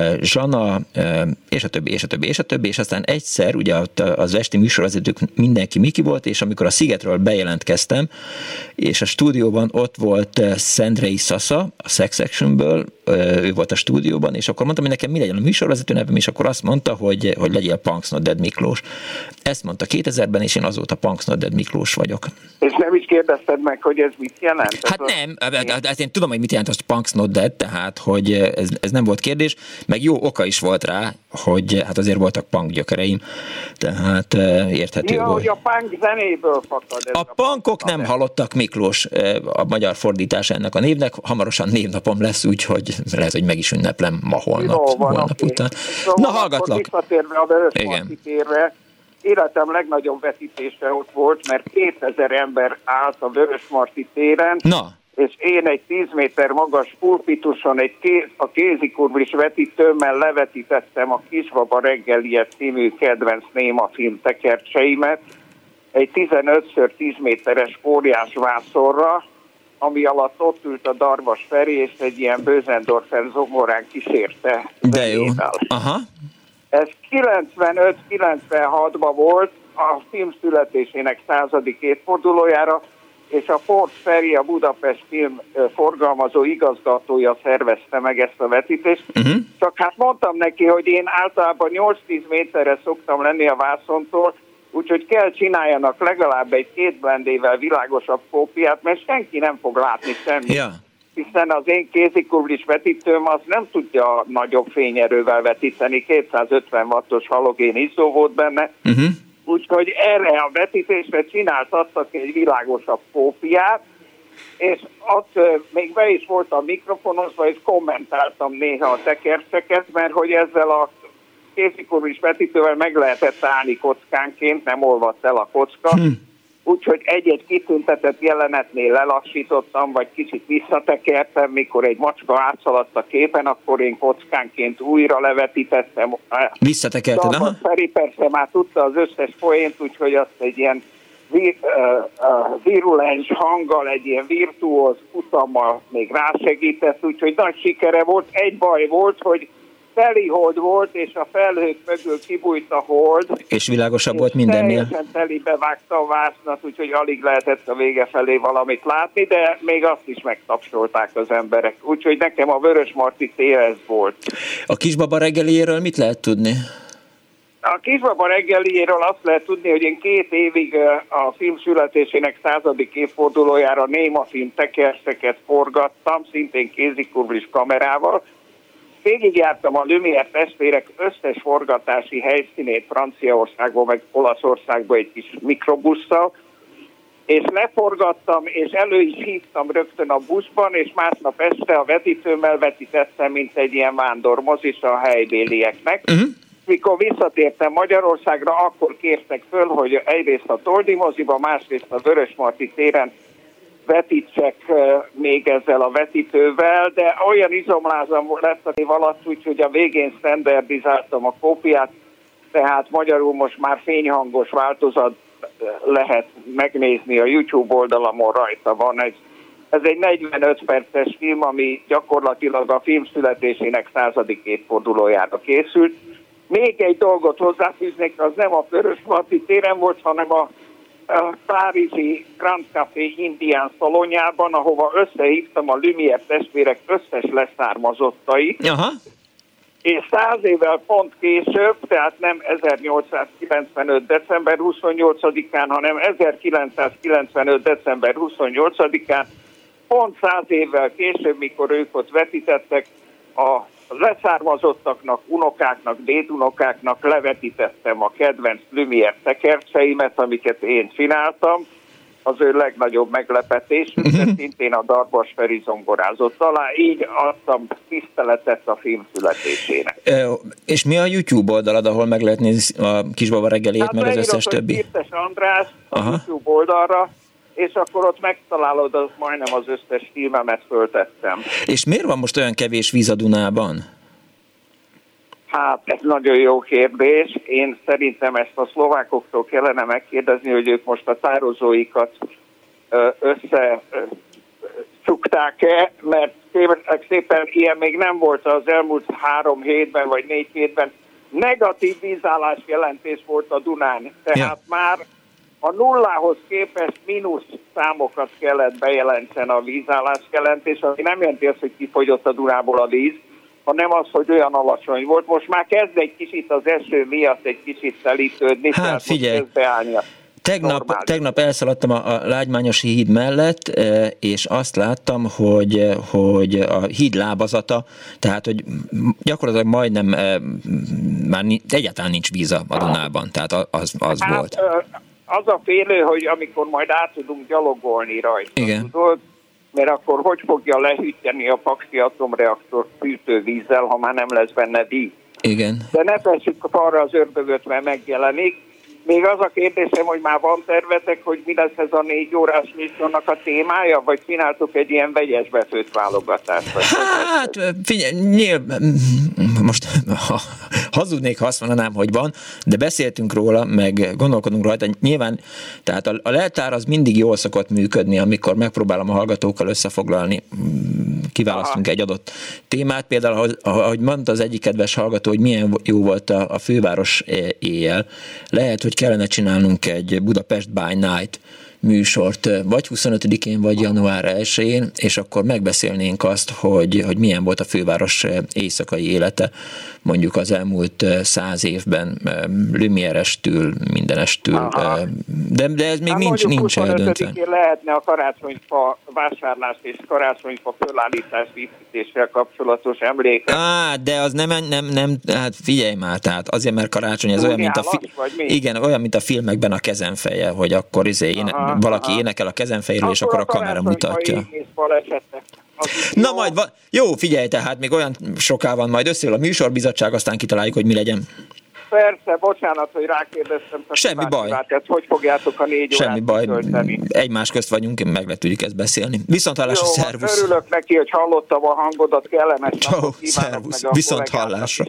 Zsana, és a többi, és aztán egyszer, ugye az esti műsorvezetők mindenki Miki volt, és amikor a Szigetről bejelentkeztem, és a stúdióban ott volt Szendrei Szasza, a Sex Actionből, ő volt a stúdióban, és akkor mondtam, hogy nekem mi legyen a műsorvezető nevem, és akkor azt mondta, hogy legyél Punksnodded Miklós. Ezt mondta 2000-ben, és én azóta Punksnodded Miklós vagyok. És nem is kérdezted meg, hogy ez mit jelent? Hát nem, én tudom, hogy mit jelent az Punksnodded, tehát, hogy ez nem volt kérdés, meg jó oka is volt rá, hogy hát azért voltak punk gyökereim, tehát érthető volt. Hogy a punk zenéből fakad. A punkok nem hallottak, Miklós, a magyar fordítás ennek a névnek, hamarosan névnapom lesz, úgyhogy lehet, hogy meg is ünneplem ma holnap után. Szóval na, hallgatlak. Visszatérve a Vörösmarty térre, életem legnagyobb vetítése ott volt, mert 2000 ember állt a Vörösmarty téren, és én egy 10 méter magas pulpituson a kézikurvlis vetítőmmel levetítettem a Kisbaba reggelije című kedvenc némafilm tekercseimet egy 15x10 méteres óriás vászorra, ami alatt ott ült a Darvas Feri, és egy ilyen Bösendorfer zongorán kísérte. De jó. Aha. Ez 95-96-ban volt, a film születésének 100. évfordulójára, és a Ford Feri, a Budapest film forgalmazó igazgatója szervezte meg ezt a vetítést. Csak hát mondtam neki, hogy én általában 8-10 méterre szoktam lenni a vászontól, úgyhogy kell csináljanak legalább egy 2 blendével világosabb kópiát, mert senki nem fog látni semmit. Ja. Hiszen az én kézikurvlis vetítőm az nem tudja nagyobb fényerővel vetíteni, 250 wattos halogén izzó volt benne, úgyhogy erre a vetítésre csináltattak egy világosabb kópiát, és ott még be is voltam mikrofonozva, és kommentáltam néha a tekercseket, mert hogy ezzel a kézikurvlis vetítővel meg lehetett állni kockánként, nem olvadt el a kocka, úgyhogy egy-egy kitüntetett jelenetnél lelassítottam, vagy kicsit visszatekertem, mikor egy macska átszaladt a képen, akkor én kockánként újra levetítettem. Visszatekerted, aha. Feri persze már tudta az összes poént, úgyhogy azt egy ilyen virulens hanggal, egy ilyen virtuóz futammal még rásegített, úgyhogy nagy sikere volt. Egy baj volt, hogy telihold volt, és a felhők mögül kibújt a hold. És világosabb volt mindennél. Teljesen telibe vágta a vásznat, úgyhogy alig lehetett a vége felé valamit látni, de még azt is megtapsolták az emberek. Úgyhogy nekem a Vörösmarty tér ez volt. A Kisbaba reggeliéről mit lehet tudni? A Kisbaba reggeliéről azt lehet tudni, hogy én 2 évig a film születésének 100. évfordulójára némafilm tekercseket forgattam, szintén kézikurvlis kamerával. Végigjártam a Lumière testvérek összes forgatási helyszínét Franciaországból, meg Olaszországból egy kis mikrobusszal, és leforgattam, és elő is hívtam rögtön a buszban, és másnap este a vetítőmmel vetítettem, mint egy ilyen vándormozis a helybélieknek. Mikor visszatértem Magyarországra, akkor kértek föl, hogy egyrészt a Toldi moziba, másrészt a Vörösmarty téren vetítsek még ezzel a vetítővel, de olyan izomlázam lett az év alatt, úgyhogy a végén standardizáltam a kópiát, tehát magyarul most már fényhangos változat lehet megnézni a YouTube oldalamon, rajta van. Ez egy 45 perces film, ami gyakorlatilag a film születésének 100. évfordulójára készült. Még egy dolgot hozzáfűznék, az nem a Vörösmarty téren volt, hanem a a párizsi Grand Café indián szalonjában, ahova összehívtam a Lumière testvérek összes leszármazottait. Aha. És 100 évvel pont később, tehát nem 1895. december 28-án, hanem 1995. december 28-án, pont 100 évvel később, mikor ők ott vetítettek, a leszármazottaknak, unokáknak, dédunokáknak levetítettem a kedvenc Lumière tekercseimet, amiket én csináltam. Az ő legnagyobb meglepetésük, de szintén a Darvas Feri zongorázott alá, így adtam tiszteletet a film születésének. És mi a YouTube oldalad, ahol meg lehet nézni a Kisbaba reggelét, meg az összes többi? Kirtes András a YouTube oldalra, és akkor ott megtalálod, az majdnem az összes filmemet föltettem. És miért van most olyan kevés víz a Dunában? Hát, ez nagyon jó kérdés. Én szerintem ezt a szlovákoktól kellene megkérdezni, hogy ők most a tározóikat összecsukták-e, mert szépen ilyen még nem volt az elmúlt 3 hétben vagy 4 hétben. Negatív vízállás jelentés volt a Dunán. Tehát már a nullához képest mínusz számokat kellett bejelenteni a vízállás jelentés, ami nem jelenti azt, hogy kifogyott a Dunából a víz, hanem az, hogy olyan alacsony volt. Most már kezd egy kicsit az eső miatt egy kicsit telítődni. Hát figyelj, tegnap elszaladtam a Lágymányosi híd mellett, és azt láttam, hogy a híd lábazata, tehát, hogy gyakorlatilag majdnem már egyáltalán nincs víz a Dunában, tehát az volt. Az a félő, hogy amikor majd át tudunk gyalogolni rajta, tudod, mert akkor hogy fogja lehűteni a Paksi atomreaktor fűtővízzel, ha már nem lesz benne víz. Igen. De ne tesszük arra az ördögöt, mert megjelenik. Még az a kérdésem, hogy már van tervetek, hogy mi lesz ez a 4 órás műsornak a témája, vagy csináltuk egy ilyen vegyes betűt válogatást? Hát figyelj, most hazudnék, ha azt mondanám, hogy van, de beszéltünk róla, meg gondolkodunk rajta. Nyilván, tehát a leltár az mindig jól szokott működni, amikor megpróbálom a hallgatókkal összefoglalni, kiválasztunk egy adott témát. Például, ahogy mondta az egyik kedves hallgató, hogy milyen jó volt a főváros éjjel. Lehet, hogy kellene csinálnunk egy Budapest by Night műsort, vagy 25-én, vagy január 1-én, és akkor megbeszélnénk azt, hogy milyen volt a főváros éjszakai élete, mondjuk az elmúlt 100 évben, Lumière-estől, mindenestől, de ez még nincs eldöntve. Lehetne a karácsonyfa vásárlást és karácsonyfa fölállítást építéssel kapcsolatos emléket. De az nem, hát figyelj már, tehát azért, mert karácsony, ez olyan, mint a filmekben a Kezenfeje, hogy akkor valaki énekel a Kezenfejéről, és akkor a kamera mutatja. Na majd, jó, figyelj, tehát még olyan soká van, majd összeül a műsorbizottság, aztán kitaláljuk, hogy mi legyen. Persze, bocsánat, hogy rákérdeztem. Semmi baj. Hogy fogjátok a 4 órát Semmi baj, tölteni? egymás közt vagyunk, meg tudjuk ezt beszélni. Viszonthallásra, szervusz! Örülök neki, hogy hallottam a hangodat, kellemes napot kívánok. Szervusz, viszonthallásra!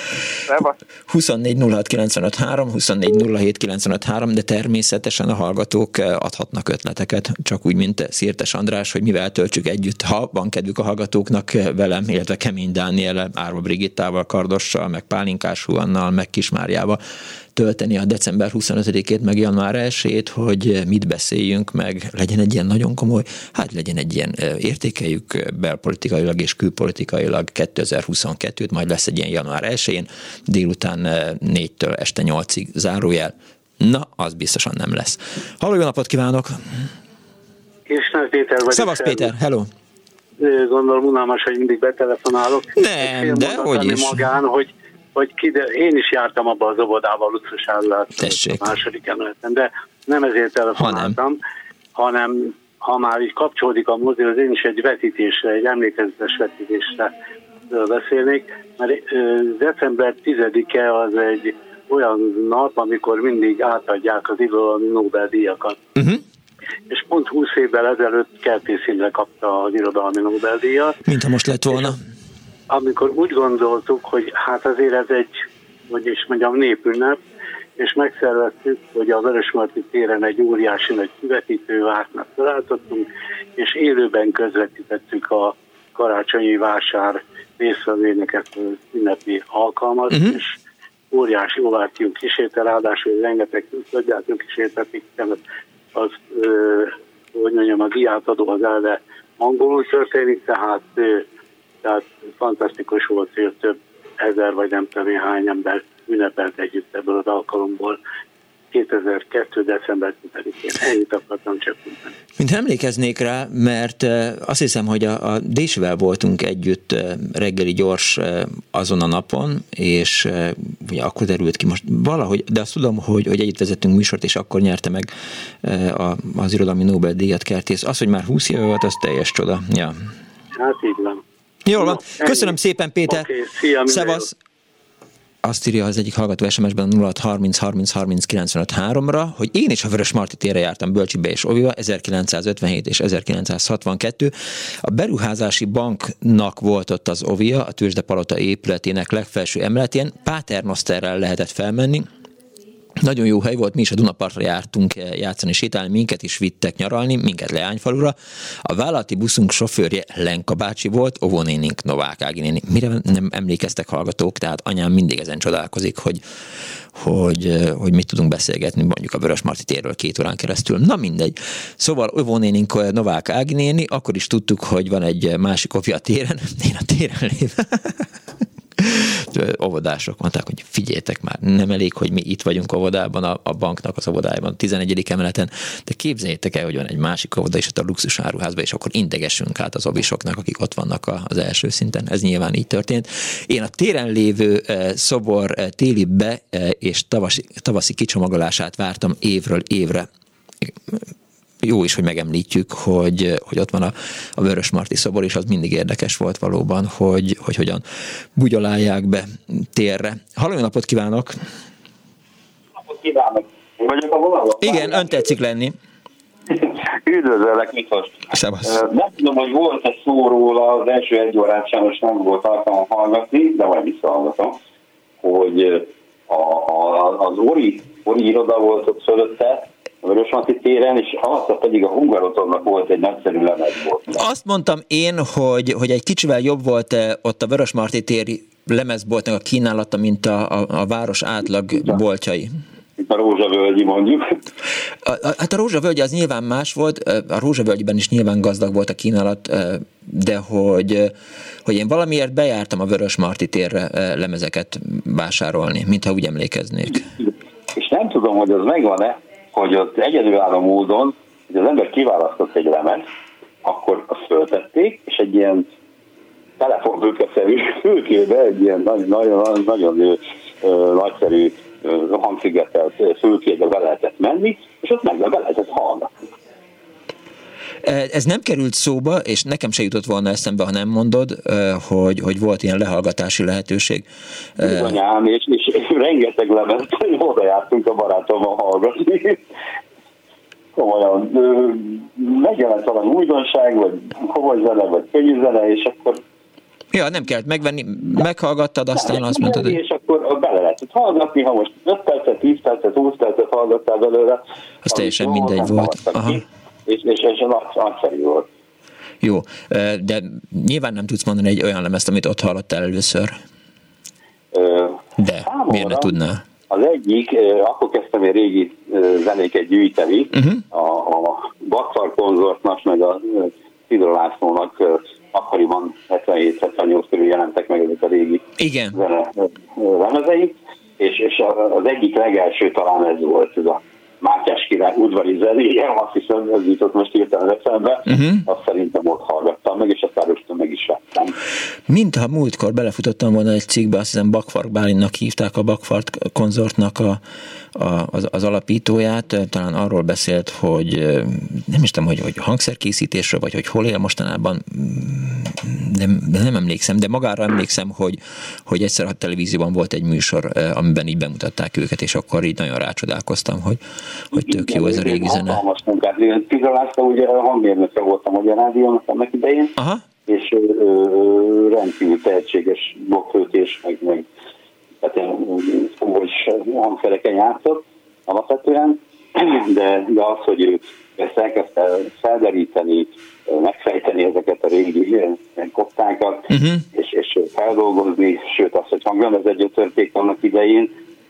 24 06 95 3, 24 07 95 3, de természetesen a hallgatók adhatnak ötleteket, csak úgy, mint Szirtes András, hogy mivel töltsük együtt, ha van kedvük a hallgatóknak velem, illetve Kemény Dániellel, Árva Brigittával, Kardossal, meg Pálinkás Huannal, meg Kismáriával tölteni a december 25-ét, meg január 1-ét, hogy mit beszéljünk, meg legyen egy ilyen nagyon komoly, legyen egy ilyen, értékeljük belpolitikailag és külpolitikailag 2022-t, majd lesz egy ilyen január 1-én, délután 4-től este 8-ig zárójel. Na, az biztosan nem lesz. Halló, jó napot kívánok! Kisnár Péter vagyok. Szavasz Péter, hello! Gondolom unalmas, hogy mindig betelefonálok. Nem, de hogy is. Magán, hogy én is jártam abba az óvodába, a Luxus Állát a második emeleten, de nem ezért telefonáltam, hanem ha már így kapcsolódik a mozi, az én is egy vetítésre, egy emlékezetes vetítésre beszélnék, mert december 10-e az egy olyan nap, amikor mindig átadják az irodalmi Nobel-díjakat. És pont 20 évvel ezelőtt Kertész Imre kapta az irodalmi Nobel-díjat. Mint ha most lett volna. Amikor úgy gondoltuk, hogy hát azért ez egy, hogy is mondjam, népünnep, és megszerveztük, hogy a Vörösmarty téren egy óriási nagy kivetítővártnak felállítottunk, és élőben közvetítettük a karácsonyi vásár résztvevőinek ezt az ünnepi alkalmat, és óriási ováció kísérte, ráadásul rengeteg tudjátok kísértetik, hogy mondjam, a díjátadó az elve angolul történik, tehát fantasztikus volt, hogy több ezer vagy nem tudom én hány ember ünnepelt együtt ebből az alkalomból 2002. december 10-én. Ennyit akartam csak mondani. Mint emlékeznék rá, mert azt hiszem, hogy a Désivel voltunk együtt reggeli gyors azon a napon, és ugye akkor derült ki most valahogy, de azt tudom, hogy együtt vezettünk műsort, és akkor nyerte meg az irodalmi Nobel-díjat Kertész. Az, hogy már 20 éve volt, az teljes csoda. Ja. Hát így van. Jól van. Köszönöm szépen, Péter. Okay, szia, szevasz. Azt írja az egyik hallgató SMS-ben 0630303953-ra, hogy én is a Vörösmarty térre jártam Bölcsibe és Óviba 1957 és 1962. A beruházási banknak volt ott az Óvia, a Tőzsdepalota épületének legfelső emeletén, Paternosterrel lehetett felmenni. Nagyon jó hely volt, mi is a Dunapartra jártunk játszani, sétálni, minket is vittek nyaralni, minket Leányfalura. A vállalati buszunk sofőrje Lenka bácsi volt, óvónénink Novák Ági néni. Mire nem emlékeztek hallgatók, tehát anyám mindig ezen csodálkozik, hogy mit tudunk beszélgetni mondjuk a Vörösmarty térről 2 órán keresztül. Na mindegy. Szóval óvónénink Novák Ági néni, akkor is tudtuk, hogy van egy másik óvja a téren. Én a téren lévem. Óvodások mondták, hogy figyeljetek már, nem elég, hogy mi itt vagyunk óvodában, a banknak az óvodájában, a 11. emeleten, de képzeljétek el, hogy van egy másik óvoda is ott a luxus áruházban, és akkor integessünk át az obisoknak, akik ott vannak az első szinten. Ez nyilván így történt. Én a téren lévő szobor téli és tavaszi kicsomagolását vártam évről évre. Jó is, hogy megemlítjük, hogy ott van a Vörösmarty szobor, és az mindig érdekes volt valóban, hogy hogyan bugyolálják be térre. Halló, jó napot kívánok! Napot kívánok! Vagyok a vonalon? Igen, ön tetszik lenni. Üdvözöllek, Miklós! Szevasz! Nem tudom, hogy volt-e szó róla, az első 1 órát sajnos nem volt alkalmam hallgatni, de majd visszahallgatom, hogy az Ori iroda volt ott fölötte, a Vörösmarty téren, és alatta pedig a Hungarotonnak volt egy nagyszerű lemezbolt. Azt mondtam én, hogy egy kicsivel jobb volt ott a Vörösmarty téri lemezboltnak a kínálata, mint a város átlag boltjai. Itt a Rózsavölgyi mondjuk. Hát a Rózsavölgyi az nyilván más volt, a Rózsavölgyiben is nyilván gazdag volt a kínálat, de hogy én valamiért bejártam a Vörösmarty térre lemezeket vásárolni, mintha úgy emlékeznék. És nem tudom, hogy az megvan-e, hogy ott egyedülálló módon, hogy az ember kiválasztott egy lemez, akkor azt föltették, és egy ilyen telefonfülkeszerű fülkébe, egy ilyen nagyon nagyszerű hangszigetelt fülkébe be lehetett menni, és ott meg be lehetett hallgatni. Ez nem került szóba, és nekem se jutott volna eszembe, ha nem mondod, hogy volt ilyen lehallgatási lehetőség. Bizonyám, és rengeteg lemezt, oda jártunk a barátommal hallgatni. Komolyan, megjelent valami újdonság, vagy komoly zene, vagy könnyű zene, és akkor... Ja, nem kellett megvenni, meghallgattad, aztán azt mondtad, hogy... És akkor bele lehetett hallgatni, ha most 5 percet, 10 percet, 20 percet hallgattál belőle. Az teljesen mindegy volt. És nagyszerű volt. Jó, de nyilván nem tudsz mondani egy olyan lemezt, amit ott hallottál először. De, miért ne tudnál? Az egyik, akkor kezdtem én régi zenéket gyűjteni, a Bakfar konzortnak, meg a Szidra Lászlónak akkoriban 77-78 körül jelentek meg ezek a régi lemezei, és az egyik legelső talán ez volt, ez a Mátyás király udvari zenéje, azt hiszem, ez jutott most hirtelen eszembe, azt szerintem ott hallgattam meg, és aztán rögtön meg is vettem. Mintha múltkor belefutottam volna egy cikkbe, azt hiszem Bakfar Bálinnak hívták, a Bakfart konzortnak az alapítóját, talán arról beszélt, hogy nem is tudom, hogy hangszerkészítésről, vagy hogy hol él mostanában, de nem emlékszem, de magára emlékszem, hogy egyszer a televízióban volt egy műsor, amiben így bemutatták őket, és akkor így nagyon rácsodálkoztam, hogy tök jó ez a régi zene. Hatalmas munkát. Szidra László, ugye a hangmérnöke voltam a Magyar Rádiónak annak idején, és rendkívül tehetséges blokkflötés, meg tehát szólós hangszereken játszott alapvetően, de az, hogy ő ezt elkezdte felderíteni, megfejteni ezeket a régi koptákat, és feldolgozni, sőt azt, hogy hanglemezet gyötörték annak idején,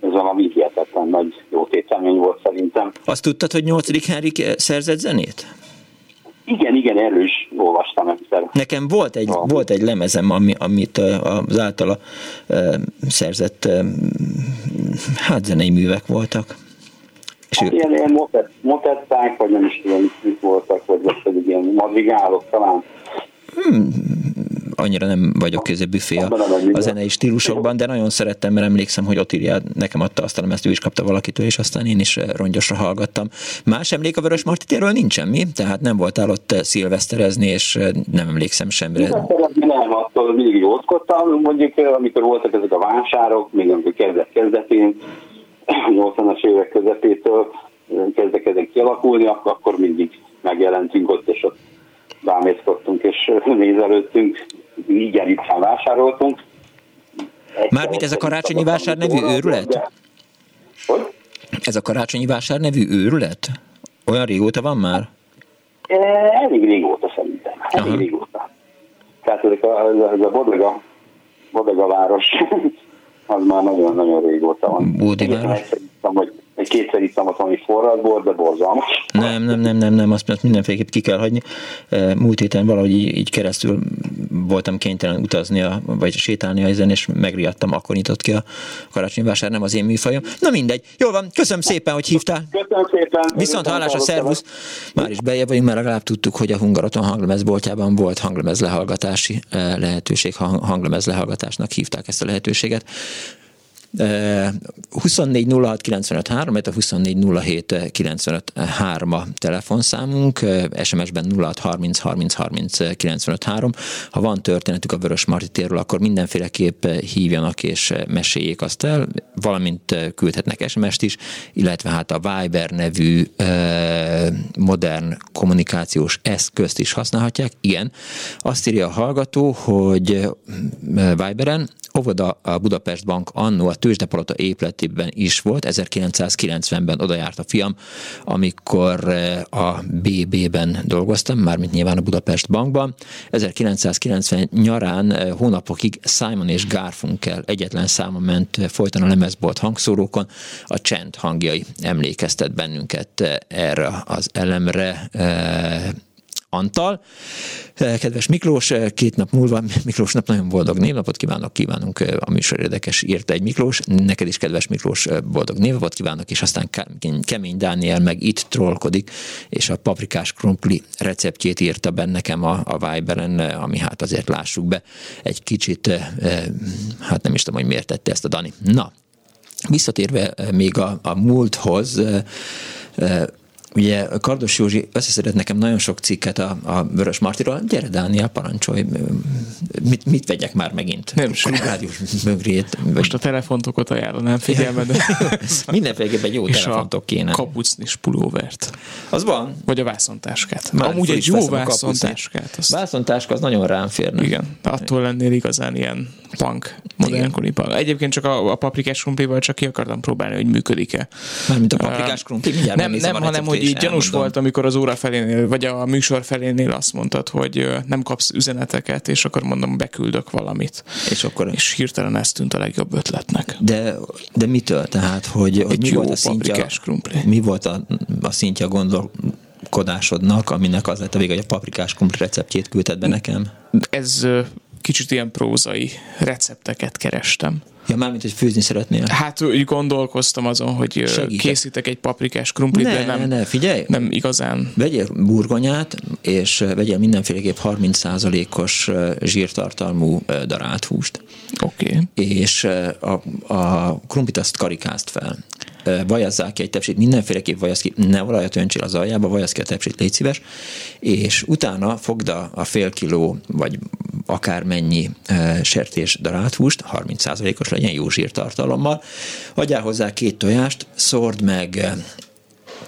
ez valami hihetetlen nagy jótételmény volt szerintem. Azt tudtad, hogy 8. Henrik szerzett zenét? Igen, erről is olvastam egyszer. Nekem volt egy lemezem, amit az általa szerzett zenei művek voltak. És ilyen motetták, vagy nem is tudom, mit voltak, vagy pedig ilyen madrigálok talán. Annyira nem vagyok büfé a zenei stílusokban, de nagyon szerettem, mert emlékszem, hogy Ottilia nekem adta azt a lemezt, ő is kapta valakitől, és aztán én is rongyosra hallgattam. Más emlék a Vörösmarty térről nincsen, mi? Tehát nem voltál ott szilveszterezni, és nem emlékszem semmire. Nem, attól mindig józkodtam, mondjuk amikor voltak ezek a vásárok, még amikor kezdetén, 80-as évek közepétől kezdek ezek kialakulni, akkor mindig megjelentünk ott, és ott bámészkodtunk, és nézelődtünk, igen, itt vásároltunk. Mármint ez a karácsonyi vásár nevű őrület? Hogy? Ez a karácsonyi vásár nevű őrület? Olyan régóta van már? Elég régóta szerintem. Elég régóta. Tehát ez a Bodega város, az már nagyon-nagyon régóta van. Kétszer ittam ott valami forradból, de borzalmas. Nem, azt mindenféleképp ki kell hagyni. Múlt héten valahogy így keresztül voltam kénytelen utazni, vagy sétálni ezen, és megriadtam, akkor nyitott ki a karácsonyi vásár, nem az én műfajom. Na mindegy, jól van, köszönöm szépen, hogy hívtál. Köszönöm szépen. Viszont hallásra, szervusz. Már is bejebb vagyunk, mert legalább tudtuk, hogy a Hungaroton hanglemezboltjában volt hanglemez lehallgatási lehetőség, hanglemez lehallgatásnak hívták ezt a lehetőséget. 24 06 95 3, mert a 24 07 95 3 a telefonszámunk, SMS-ben 06 30 30 30 95 3. Ha van történetük a Vörösmarty térről, akkor mindenféleképp hívjanak és meséljék azt el, valamint küldhetnek SMS-t is, illetve hát a Viber nevű modern kommunikációs eszközt is használhatják. Igen, azt írja a hallgató, hogy Viberen óvoda a Budapest Bank annó a Tőzsdepalota épületében is volt, 1990-ben oda járt a fiam, amikor a BB-ben dolgoztam, mármint nyilván a Budapest Bankban. 1990 nyarán hónapokig Simon és Garfunkel egyetlen száma ment folyton a lemezbolt hangszórókon, a csend hangjai emlékeztet bennünket erre az elemre. Antal. Kedves Miklós, 2 nap múlva, Miklósnak nagyon boldog névnapot kívánunk, a műsor érdekes, írta egy Miklós, neked is, kedves Miklós, boldog névnapot kívánok, és aztán Kemény Dániel meg itt trollkodik, és a paprikás krumpli receptjét írta be nekem a Viberen, ami hát azért lássuk be egy kicsit, hát nem is tudom, hogy miért tette ezt a Dani. Na, visszatérve még a múlthoz, ugye Kardos Józsi összeszedett nekem nagyon sok cikket a Vörösmartyról. Gyere, Dániel, parancsolj. Mit vegyek már megint? Nem, rádiós mögrét. Most a telefontokot ajánlanám figyelmed. Mindenféleképpen jó telefontok kéne. És a kapucnis pulóvert. Az van? Vagy a vászontáskát. Amúgy egy jó vászontáskát. Vászontáska az nagyon rám férne. Igen, attól lennél igazán ilyen punk, modernkori punk. Egyébként csak a paprikás krumplival csak ki akartam próbálni, hogy működik-e. Mármint a paprikás krumpli? Nem, hanem hogy így gyanús volt, amikor az óra felénél, vagy a műsor felénél azt mondtad, hogy nem kapsz üzeneteket, és akkor mondom, beküldök valamit. És hirtelen ez tűnt a legjobb ötletnek. De mitől? Tehát, hogy mi volt a szintje? Mi volt a szintje a gondolkodásodnak, aminek az lett a vége, hogy a paprikás krumpli receptjét küldted be nekem? Ez kicsit ilyen prózai recepteket kerestem. Ja, mármint, hogy főzni szeretnél. Hát úgy gondolkoztam azon, hogy készítek egy paprikás krumplit, de figyelj, nem igazán. Vegyél burgonyát, és vegyél mindenféleképp 30%-os zsírtartalmú darált húst. Oké. És a krumplit azt karikázd fel. Vajazzál ki egy tepsit, mindenféleképp vajazz ki, ne olajat öntsél az aljába, vajazz ki a tepsit, légy szíves, és utána fogd a fél kiló, vagy akármennyi sertés darált húst, 30%-os legyen, jó zsírtartalommal, adjál hozzá 2 tojást, szórd meg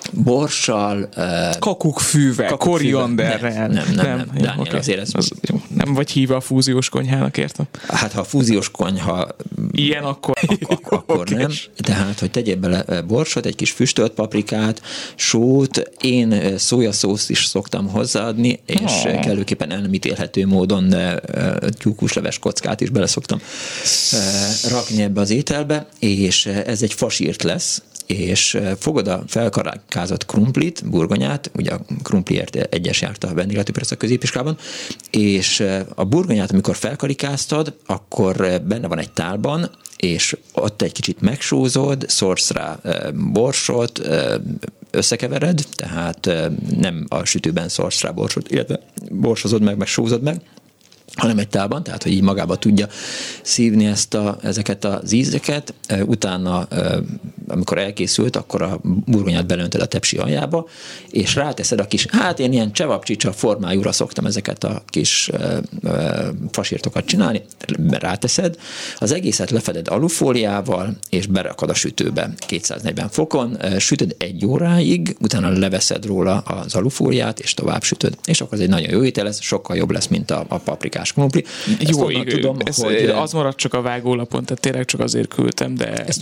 borssal, kakukkfűvel, korianderrel. Nem. Dániel, azért ez Nem vagy híve a fúziós konyhának, értem? Hát ha a fúziós konyha ilyen, akkor nem. Tehát, hogy tegyél bele borsot, egy kis füstölt paprikát, sót, én szójaszószt is szoktam hozzáadni, és kellőképpen el nem ítélhető módon tyúkhúsleves kockát is bele szoktam rakni ebbe az ételbe, és ez egy fasírt lesz, és fogod a felkarakázott krumplit, burgonyát, ugye a krumpliért egyes járt a vendéglátópiac a középiskolában, és a burgonyát, amikor felkarikáztad, akkor benne van egy tálban, és ott egy kicsit megsózod, szórsz rá borsot, összekevered, tehát nem a sütőben szórsz rá borsot, illetve borsozod meg sózod meg, hanem egy tálban, tehát hogy így magába tudja szívni ezeket az ízeket. Utána, amikor elkészült, akkor a burgonyát belöntöd a tepsi aljába, és ráteszed a kis, hát én ilyen csevapcsicsa formájúra szoktam ezeket a kis fasírtokat csinálni, ráteszed, az egészet lefeded alufóliával, és berakod a sütőbe 240 fokon, sütöd 1 óráig, utána leveszed róla az alufóliát, és tovább sütöd. És akkor ez egy nagyon jó étel, ez sokkal jobb lesz, mint a paprikás krumpli. Jó, tudom, hogy az maradt csak a vágólapon, tehát tényleg csak azért küldtem, de ezt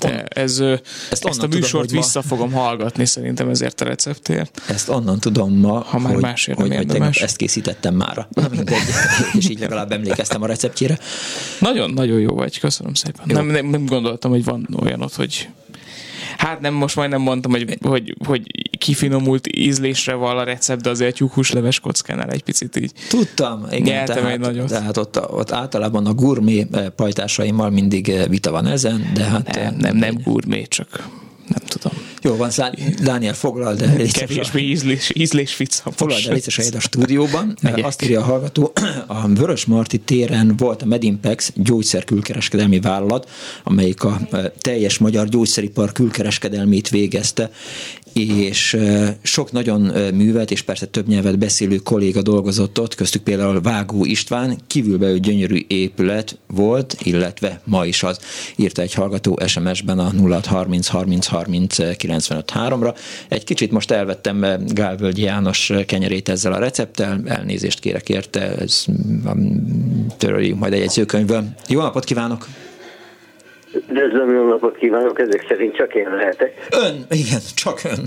a műsort tudom, vissza fogom hallgatni szerintem ezért a receptért. Ezt onnan tudom ma, ha már másért nem érdemes. Ezt készítettem mára. És így legalább emlékeztem a receptjére. Nagyon jó vagy, köszönöm szépen. Nem gondoltam, hogy van olyan ott, hogy hát nem, most majdnem mondtam, hogy kifinomult ízlésre val a recept, de azért tyúkhúsleves kockánál egy picit így. Tudtam, igen. Tehát ott általában a gurmé pajtásaimmal mindig vita van ezen, de hát... Nem gurmé, csak nem tudom. Jó van, Dániel, foglald el. Kevésbé ízlésficam. Foglald el részeseit a stúdióban. Azt írja a hallgató, a Vörösmarty téren volt a Medimpex gyógyszerkülkereskedelmi vállalat, amelyik a teljes magyar gyógyszeripar külkereskedelmét végezte, és sok nagyon művelt és persze több nyelvet beszélő kolléga dolgozott ott, köztük például Vágó István, kívülbelül gyönyörű épület volt, illetve ma is az, írta egy hallgató SMS-ben a 0630 30 30 95.3-ra. Egy kicsit most elvettem Gálvölgyi János kenyerét ezzel a recepttel, elnézést kérek érte, ez töröljük majd egy jegyzőkönyvből. Jó napot kívánok! Üdvözlöm, jó napot kívánok, ezek szerint csak én lehetek. Igen, csak ön.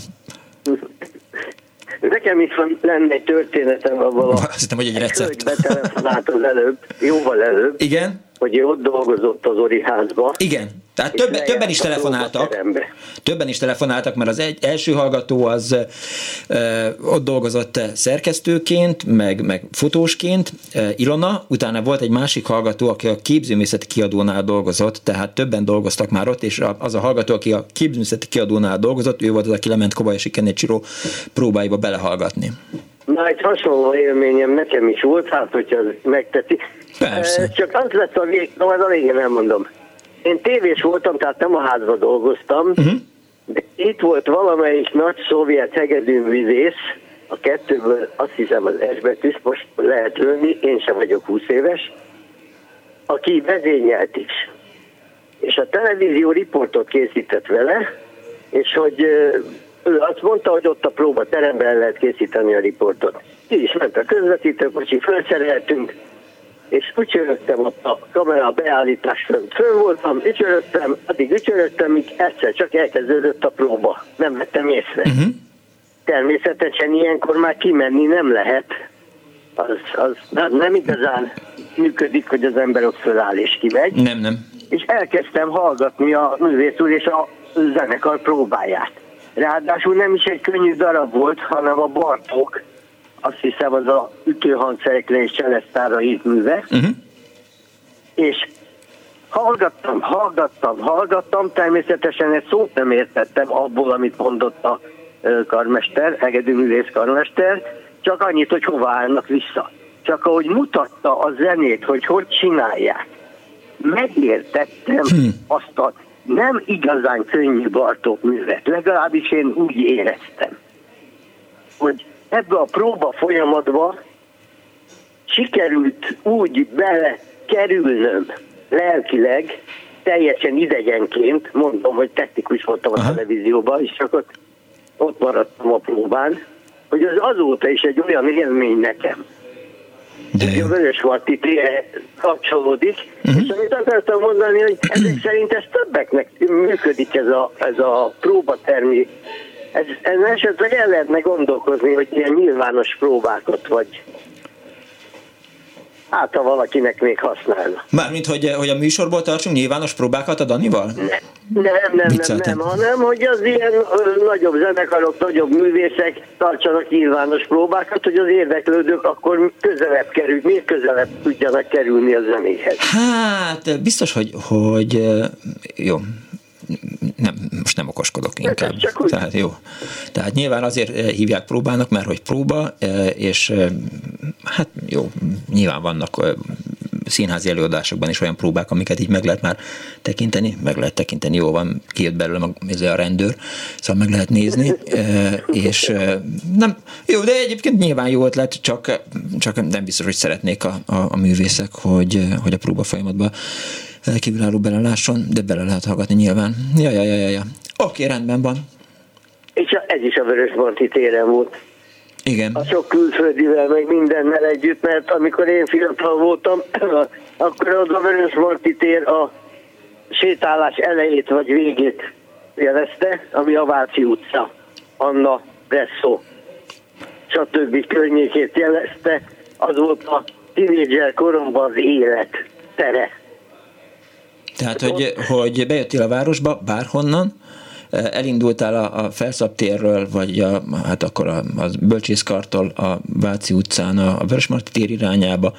Nekem is lenne egy történetem abban azt hittem, hogy egy recept. Betelefonált az előbb, jóval előbb. Igen? Hogy ott dolgozott az Ori házba. Igen, tehát többen is telefonáltak. Többen is telefonáltak, mert az első hallgató az ott dolgozott szerkesztőként, meg fotósként, Ilona, utána volt egy másik hallgató, aki a Képzőművészeti Kiadónál dolgozott, tehát többen dolgoztak már ott, és az a hallgató, aki a Képzőművészeti Kiadónál dolgozott, ő volt az, aki lement Kobayashi Kenichiro próbáiba belehallgatni. Na, egy hasonló élményem nekem is volt, hát hogyha megteti. Persze. Csak az lett a végén elmondom. Én tévés voltam, tehát nem a házban dolgoztam, de itt volt valamelyik nagy szovjet hegedűművész, a kettőből azt hiszem az S betűs, most lehet lőni, én sem vagyok 20 éves, aki vezényelt is. És a televízió riportot készített vele, és hogy ő azt mondta, hogy ott a próbateremben lehet készíteni a riportot. Ki is ment a közvetítőkocsi, felszereltünk, és ücsörögtem ott a kamera beállítás fönt. Fönn voltam, ücsörögtem, míg egyszer csak elkezdődött a próba. Nem vettem észre. Természetesen ilyenkor már kimenni nem lehet. Az nem igazán működik, hogy az ember ott föláll és kimegy. Nem. És elkezdtem hallgatni a művész úr és a zenekar próbáját. Ráadásul nem is egy könnyű darab volt, hanem a Bartók, azt hiszem az a ütőhangszerekre és cselesztára írt műve. És hallgattam, természetesen egy szót nem értettem abból, amit mondott a karmester, hegedűművész karmester, csak annyit, hogy hova állnak vissza. Csak ahogy mutatta a zenét, hogy csinálják, megértettem azt a nem igazán könnyű Bartók művet, legalábbis én úgy éreztem, hogy ebbe a próba folyamatba sikerült úgy belekerülnöm lelkileg, teljesen idegenként, mondom, hogy technikus voltam a televízióban, és csak ott maradtam a próbán, hogy az azóta is egy olyan élmény nekem, a Vörösmarty térre kapcsolódik, és amit akartam mondani, hogy ezek szerint ez többeknek működik ez a próbatermi. Ez esetleg el lehetne gondolkozni, hogy ilyen nyilvános próbákat, vagy hát ha valakinek még használna. Mármint, hogy a műsorból tartsunk nyilvános próbákat a Danival? Nem, hanem, hogy az ilyen nagyobb zenekarok, nagyobb művészek tartsanak nyilvános próbákat, hogy az érdeklődők akkor még közelebb tudjanak kerülni a zenéhez. Hát, biztos, hogy jó. Nem, most nem okoskodok inkább. Tehát jó. Tehát nyilván azért hívják próbának, mert hogy próba, és hát jó, nyilván vannak színházi előadásokban is olyan próbák, amiket így meg lehet már tekinteni, jó van, kijött belőle a rendőr, szóval meg lehet nézni, és nem, jó, de egyébként nyilván jó ötlet, csak nem biztos, hogy szeretnék a művészek, hogy a próba folyamatban kívülálló belelásson, de bele lehet hallgatni nyilván. Ja. Oké, rendben van. És ez is a Vörösmarty téren volt. Igen. A sok külföldivel, meg mindennel együtt, mert amikor én fiatal voltam, akkor az a Vörösmarty tér a sétálás elejét vagy végét jelezte, ami a Váci utca, Anna, Bresszó, stb. Környékét jelezte. Az volt a tínédzser koromban az élet tere. Tehát, hogy bejöttél a városba bárhonnan, elindultál a Felszabtérről, vagy hát akkor a Bölcsészkartól a Váci utcán a Vörösmarty tér irányába,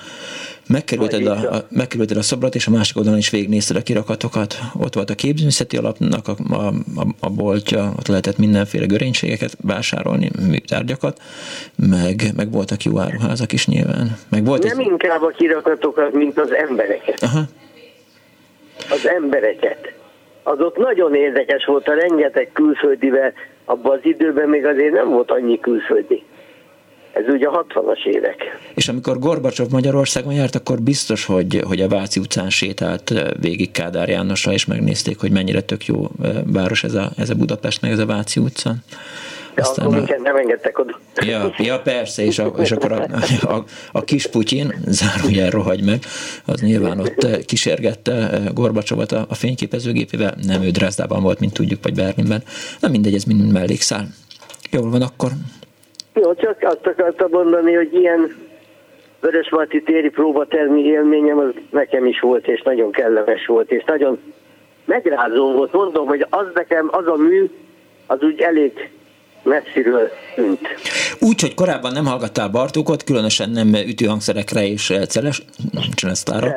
megkerülted a szobrot, és a másik oldalon is végignézted a kirakatokat. Ott volt a Képzőművészeti Alapnak a boltja, ott lehetett mindenféle görénységeket vásárolni, műtárgyakat, meg voltak jó áruházak is nyilván. Nem inkább a kirakatokat, mint az embereket. Aha. Az embereket. Az ott nagyon érdekes volt, a rengeteg külföldivel, abban az időben még azért nem volt annyi külföldi. Ez ugye a 60-as évek. És amikor Gorbacsov Magyarországon járt, akkor biztos, hogy a Váci utcán sétált végig Kádár Jánossal, és megnézték, hogy mennyire tök jó város ez a Budapest, meg ez a Váci utca. De aztán akkor minket nem engedtek oda. Ja, persze, és akkor a kis Putyin, zárójel rohagy meg, az nyilván ott kísérgette Gorbacsovot a fényképezőgépével, nem ő Dresdában volt, mint tudjuk, vagy Berlinben. Na mindegy, ez mind mellékszál. Jól van akkor. Jó, csak azt akartam mondani, hogy ilyen Vörösmarty téri próbatermi élményem az nekem is volt, és nagyon kellemes volt, és nagyon megrázó volt. Mondom, hogy az nekem, az a mű, az úgy elég messziről tűnt. Úgy, hogy korábban nem hallgattál Bartókot, különösen nem ütőhangszerekre és Celesztára,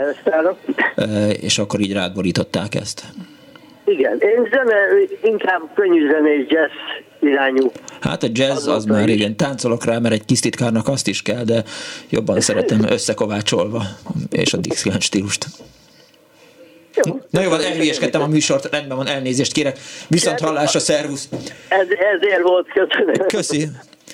és akkor így rád borították ezt. Igen, én inkább könnyű zene és jazz irányú. Hát a jazz az már igen, táncolok rá, mert egy kis titkárnak azt is kell, de jobban szeretem összekovácsolva, és a Dixieland stílust. Jó. Na jó, elhülyeskedtem a műsort, rendben van, elnézést kérek. Viszont hallásra, szervusz! Ezért volt, köszönöm. Köszi!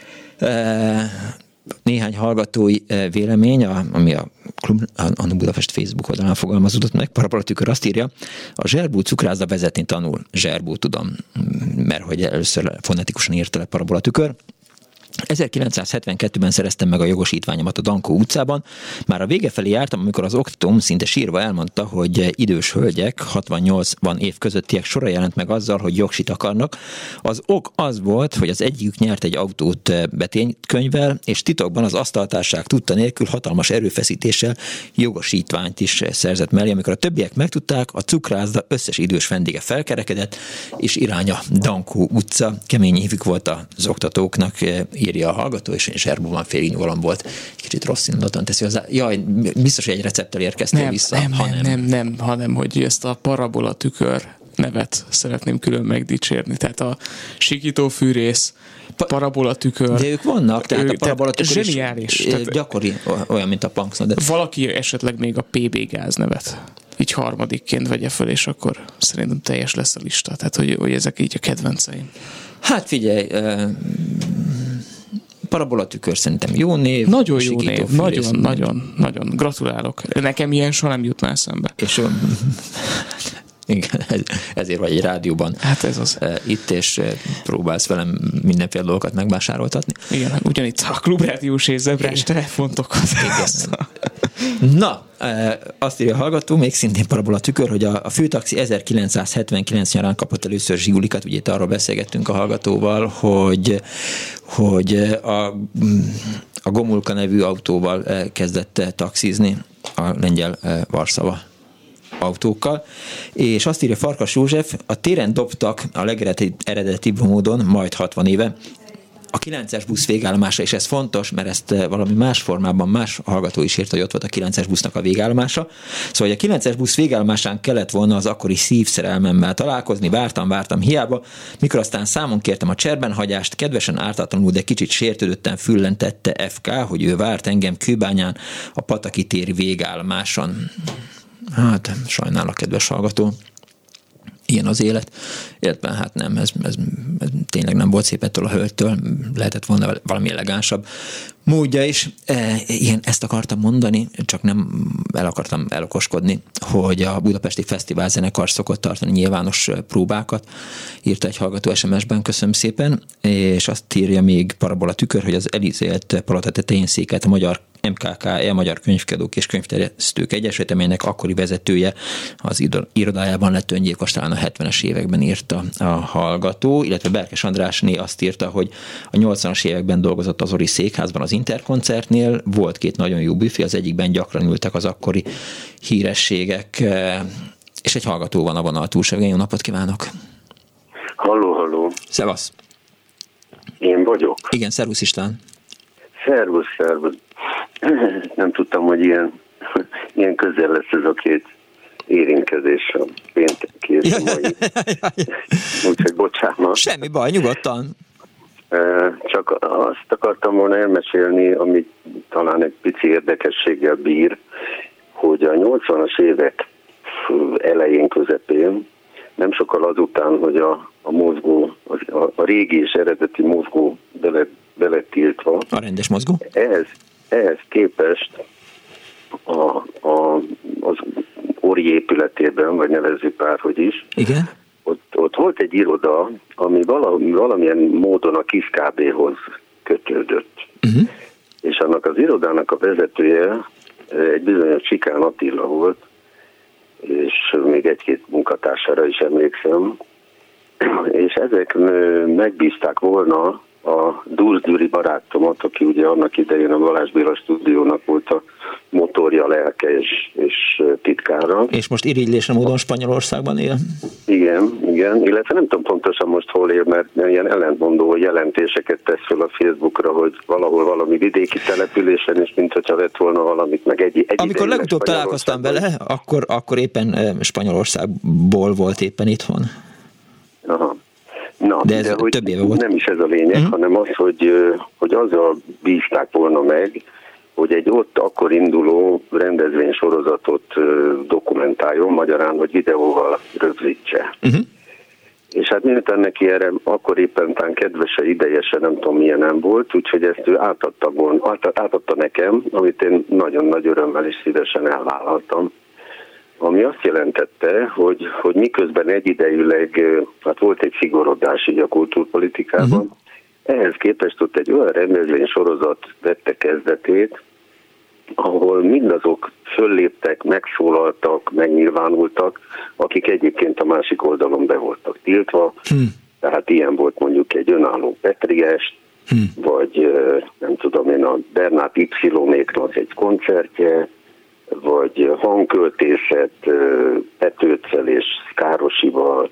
Néhány hallgatói vélemény, ami a Anno Budapest Facebook oldalán fogalmazódott meg. Parabolatükör azt írja, a Zserbó cukrászda vezetni tanul. Zserbó, tudom, mert hogy először fonetikusan írta le Parabolatükör. 1972-ben szereztem meg a jogosítványomat a Dankó utcában. Már a vége felé jártam, amikor az oktatóm szinte sírva elmondta, hogy idős hölgyek, 60-80 év közöttiek sora jelent meg azzal, hogy jogsit akarnak. Az ok az volt, hogy az egyikük nyert egy autót beténykönyvvel, és titokban az asztaltárság tudta nélkül hatalmas erőfeszítéssel jogosítványt is szerzett mellé. Amikor a többiek megtudták, a cukrászda összes idős vendége felkerekedett, és iránya Dankó utca. Kemény évük volt az oktatóknak, írja a hallgató, és Zserbóban félig nyugalom volt. Kicsit rossz indulaton teszi hozzá. Jaj, biztos, hogy egy recepttel érkeztél vissza. Nem, hanem hogy ezt a parabolatükör nevet szeretném külön megdicsérni. Tehát a sikítófűrész, parabolatükör. De ők vannak, tehát a parabolatükör zseniális. Gyakori, olyan, mint a Punks. De... Valaki esetleg még a PB gáz nevet így harmadikként vegye föl, és akkor szerintem teljes lesz a lista. Tehát, hogy ezek így a kedvenceim. Hát figyelj, parabolatükör szerintem jó név. Nagyon jó név, nagyon. Gratulálok. Nekem ilyen soha nem jutna eszembe. És Igen, ezért vagy egy rádióban. Hát ez az. Itt, és próbálsz velem mindenféle dolgokat megvásároltatni. Igen, ugyanitt a Klubrádiós és Zebrás telefontokat. Na, azt írja a hallgató, még szintén Parabola Tükör, hogy a főtaxi 1979 nyarán kapott először zsigulikat, ugye itt arról beszélgettünk a hallgatóval, hogy a Gomulka nevű autóval kezdett taxizni, a lengyel Varszava autókkal, és azt írja Farkas József, a téren dobtak a legeredetibb módon, majd 60 éve, a 9-es busz végállomása, és ez fontos, mert ezt valami más formában más hallgató is írt, hogy ott volt a 9-es busznak a végállomása. Szóval, hogy a 9-es busz végállomásán kellett volna az akkori szívszerelmemmel találkozni, vártam hiába, mikor aztán számon kértem a cserbenhagyást, kedvesen ártatlanul, de kicsit sértődötten füllentette FK, hogy ő várt engem Kőbányán a Pataki téri végállomáson. Hát, sajnálok, kedves hallgató. Ilyen az élet. Illetve hát nem, ez tényleg nem volt szép ettől a hölgytől, lehetett volna valami elegánsabb módja is. Igen, ezt akartam mondani, csak nem akartam elokoskodni, hogy a Budapesti Fesztivál zenekar szokott tartani nyilvános próbákat, írta egy hallgató SMS-ben, köszönöm szépen, és azt írja még Parabola Tükör, hogy az Elizélt palota tetején székelt a magyar MKKE, Magyar Könyvkiadók és Könyvterjesztők Egyesület, amelynek akkori vezetője az irodájában lett öngyilkos, talán a 70-es években írta a hallgató, illetve Berkes Andrásné azt írta, hogy a 80-as években dolgozott az Ori Székházban az Interkoncertnél, volt 2 nagyon jó büfé, az egyikben gyakran ültek az akkori hírességek, és egy hallgató van a vonal túlsó. Jó napot kívánok! Halló! Szevasz! Én vagyok. Igen, szervusz István! Szervusz! Nem tudtam, hogy ilyen közel lesz ez a 2 érintkezés a péntek mai. Úgyhogy bocsánat. Semmi baj, nyugodtan. Csak azt akartam volna elmesélni, ami talán egy pici érdekességgel bír, hogy a 80-as évek elején, közepén, nem sokkal azután, hogy a mozgó, a régi és eredeti mozgó beletiltva. A rendes mozgó? Ehhez képest az Ori épületében, vagy nevezzük bárhogy is, igen? Ott volt egy iroda, ami valamilyen módon a KISZ KB-hoz kötődött. Uh-huh. És annak az irodának a vezetője egy bizonyos Csikán Attila volt, és még 1-2 munkatársára is emlékszem, és ezek megbízták volna a Dúrz Gyuri barátomat, aki ugye annak idején a Balázs Béla stúdiónak volt a motorja, lelke és titkára. És most irigylésen módon Spanyolországban él? Igen, illetve nem tudom pontosan most hol él, mert ilyen ellentmondó jelentéseket tesz fel a Facebookra, hogy valahol valami vidéki településen is, mint hogyha vett volna valamit, meg egy amikor legutóbb találkoztam vele, akkor éppen Spanyolországból volt éppen itthon. Aha. Na, de hogy több éve volt. Nem is ez a lényeg, hanem az, hogy azzal bízták volna meg, hogy egy ott akkor induló rendezvénysorozatot dokumentáljon, magyarán, hogy videóval rögzítse. Uh-huh. És hát miután neki erre akkor éppen tán kedvese, idejese, nem tudom milyen nem volt, úgyhogy ezt ő átadta nekem, amit én nagyon nagy örömmel és szívesen elvállaltam. Ami azt jelentette, hogy miközben egyidejűleg, hát volt egy szigorodás így a kultúrpolitikában, ehhez képest ott egy olyan rendezvénysorozat vette kezdetét, ahol mindazok fölléptek, megszólaltak, megnyilvánultak, akik egyébként a másik oldalon be voltak tiltva. Tehát ilyen volt mondjuk egy önálló Petriest, vagy nem tudom én, a Bernát Y-néknak egy koncertje, vagy hangköltészet Petőccel és Károsival,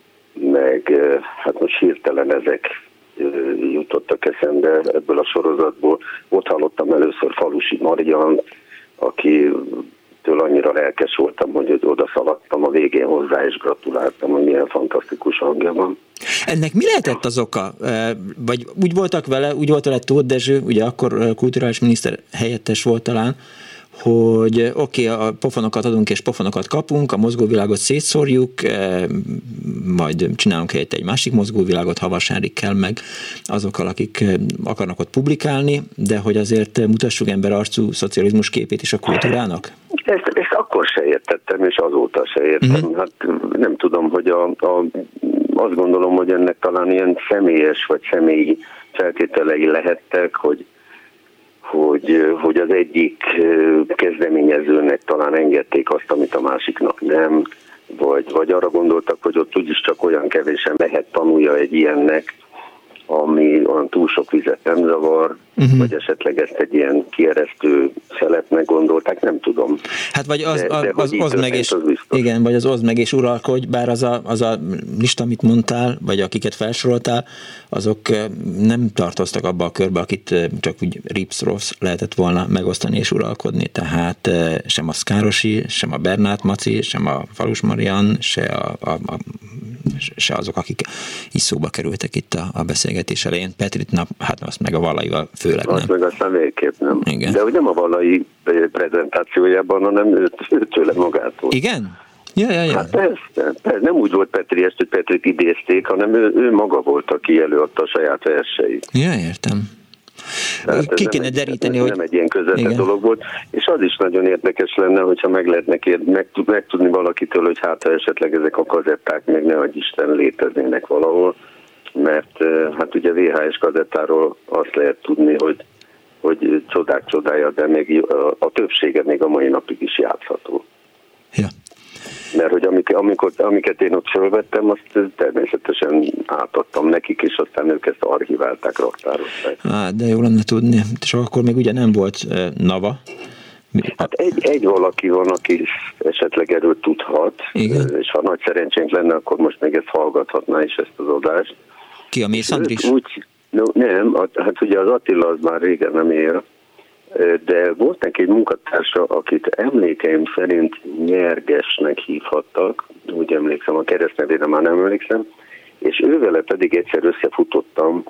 meg hát most hirtelen ezek jutottak eszembe ebből a sorozatból. Ott hallottam először Falusi Mariant, akitől annyira lelkes voltam, hogy oda szaladtam a végén hozzá, és gratuláltam, hogy milyen fantasztikus hangja van. Ennek mi lehetett az oka? Vagy úgy voltak vele, úgy volt vele Tóth Dezső, ugye akkor kulturális miniszter helyettes volt talán, hogy oké, a pofonokat adunk és pofonokat kapunk, a mozgóvilágot szétszórjuk, majd csinálunk helyett egy másik mozgóvilágot, Havas Henrikkel meg azokkal, akik akarnak ott publikálni, de hogy azért mutassuk emberarcú szocializmus képét is a kultúrának? Ezt akkor se értettem, és azóta se értem. Hát nem tudom, hogy azt gondolom, hogy ennek talán ilyen személyes vagy személyi feltételei lehettek, hogy az egyik kezdeményezőnek talán engedték azt, amit a másiknak nem, vagy arra gondoltak, hogy ott úgyis csak olyan kevésen lehet tanulja egy ilyennek, ami olyan túl sok vizet nem zavar, vagy esetleg ezt egy ilyen kieresztő szeletnek gondolták, nem tudom. Hát vagy az oszd meg és igen, vagy az oszd meg és uralkodj, bár az a lista, amit mondtál, vagy akiket felsoroltál, azok nem tartoztak abba a körbe, akit csak úgy rips-rossz lehetett volna megosztani és uralkodni. Tehát sem a Szkárosi, sem a Bernát Maci, sem a Falus Marian, se azok, akik is szóba kerültek itt a beszélgetés elején. Petrit, hát azt meg a Vallaival főleg nem. Azt meg aztán végképp nem. Igen. De hogy nem a Vallai prezentációjában, hanem tőle magától. Igen? Ja. Hát persze, nem úgy volt Petri ezt, hogy Petrit idézték, hanem ő maga volt, aki előadta a saját verseit. Ja, értem. Ki kéne deríteni, hogy... Nem egy ilyen közvetlen dolog volt, és az is nagyon érdekes lenne, hogyha meg lehetne megtudni valakitől, hogy hát esetleg ezek a kazetták még nehogy Isten léteznének valahol, mert hát ugye VHS kazettáról azt lehet tudni, hogy csodák csodája, de még a többsége még a mai napig is játszható. Ja. Mert hogy amiket én ott fölvettem, azt természetesen átadtam nekik, és aztán ők ezt archiválták, raktározták. De jó lenne tudni. És akkor még ugye nem volt Nava. Hát egy valaki van, aki esetleg erről tudhat, és ha nagy szerencsénk lenne, akkor most még ezt hallgathatná is, ezt az adást. Ki, a Mész Andris? Nem, hát ugye az Attila az már régen nem él, de volt neki egy munkatársa, akit emlékeim szerint Nyergesnek hívhattak, úgy emlékszem, a keresztnevére már nem emlékszem, és ővele pedig egyszer összefutottam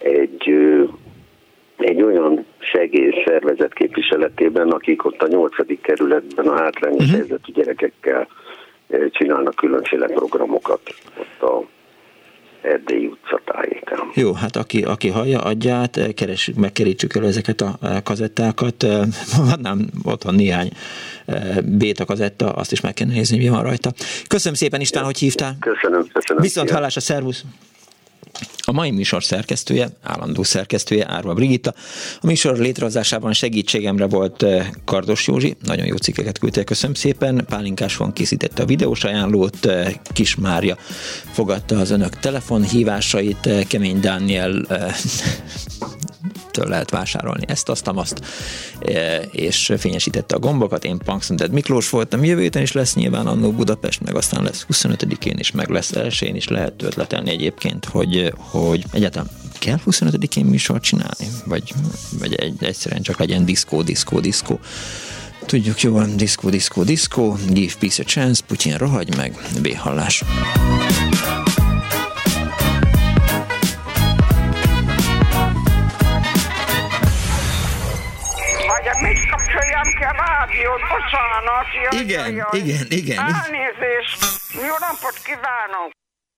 egy olyan segélyszervezet képviseletében, akik ott a 8. kerületben a hátrányos helyzetű gyerekekkel csinálnak különféle programokat ott a Erdélyi utca tájéken. Jó, hát aki hallja, adját, megkerítsük el ezeket a kazettákat. Van otthon néhány béta kazetta, azt is meg kell nézni, mi van rajta. Köszönöm szépen, István, hogy hívtál. Köszönöm. Viszont hallásra, szervusz! A mai műsor szerkesztője, állandó szerkesztője Árva Brigitta. A műsor létrehozásában segítségemre volt Kardos Józsi, nagyon jó cikkeket küldtél, köszönöm szépen. Pálinkás von készítette a videós ajánlót, Kis Mária fogadta az önök telefonhívásait, Kemény Dániel től lehet vásárolni ezt, azt, és fényesítette a gombokat. Én Punks Undead Miklós voltam. Jövő héten is lesz nyilván Annó Budapest, meg aztán lesz 25-én is, meg lesz 1-én is. Lehet ötletelni egyébként, hogy egyáltalán kell 25-én műsort csinálni? Vagy egyszerűen csak legyen diszkó. Tudjuk jól, diszkó, give peace a chance, Putyin rohagy meg, B-hallás. Mit kapcsoljam ki a rádiót? Bocsánat. Igen. Elnézést. Jó napot kívánok.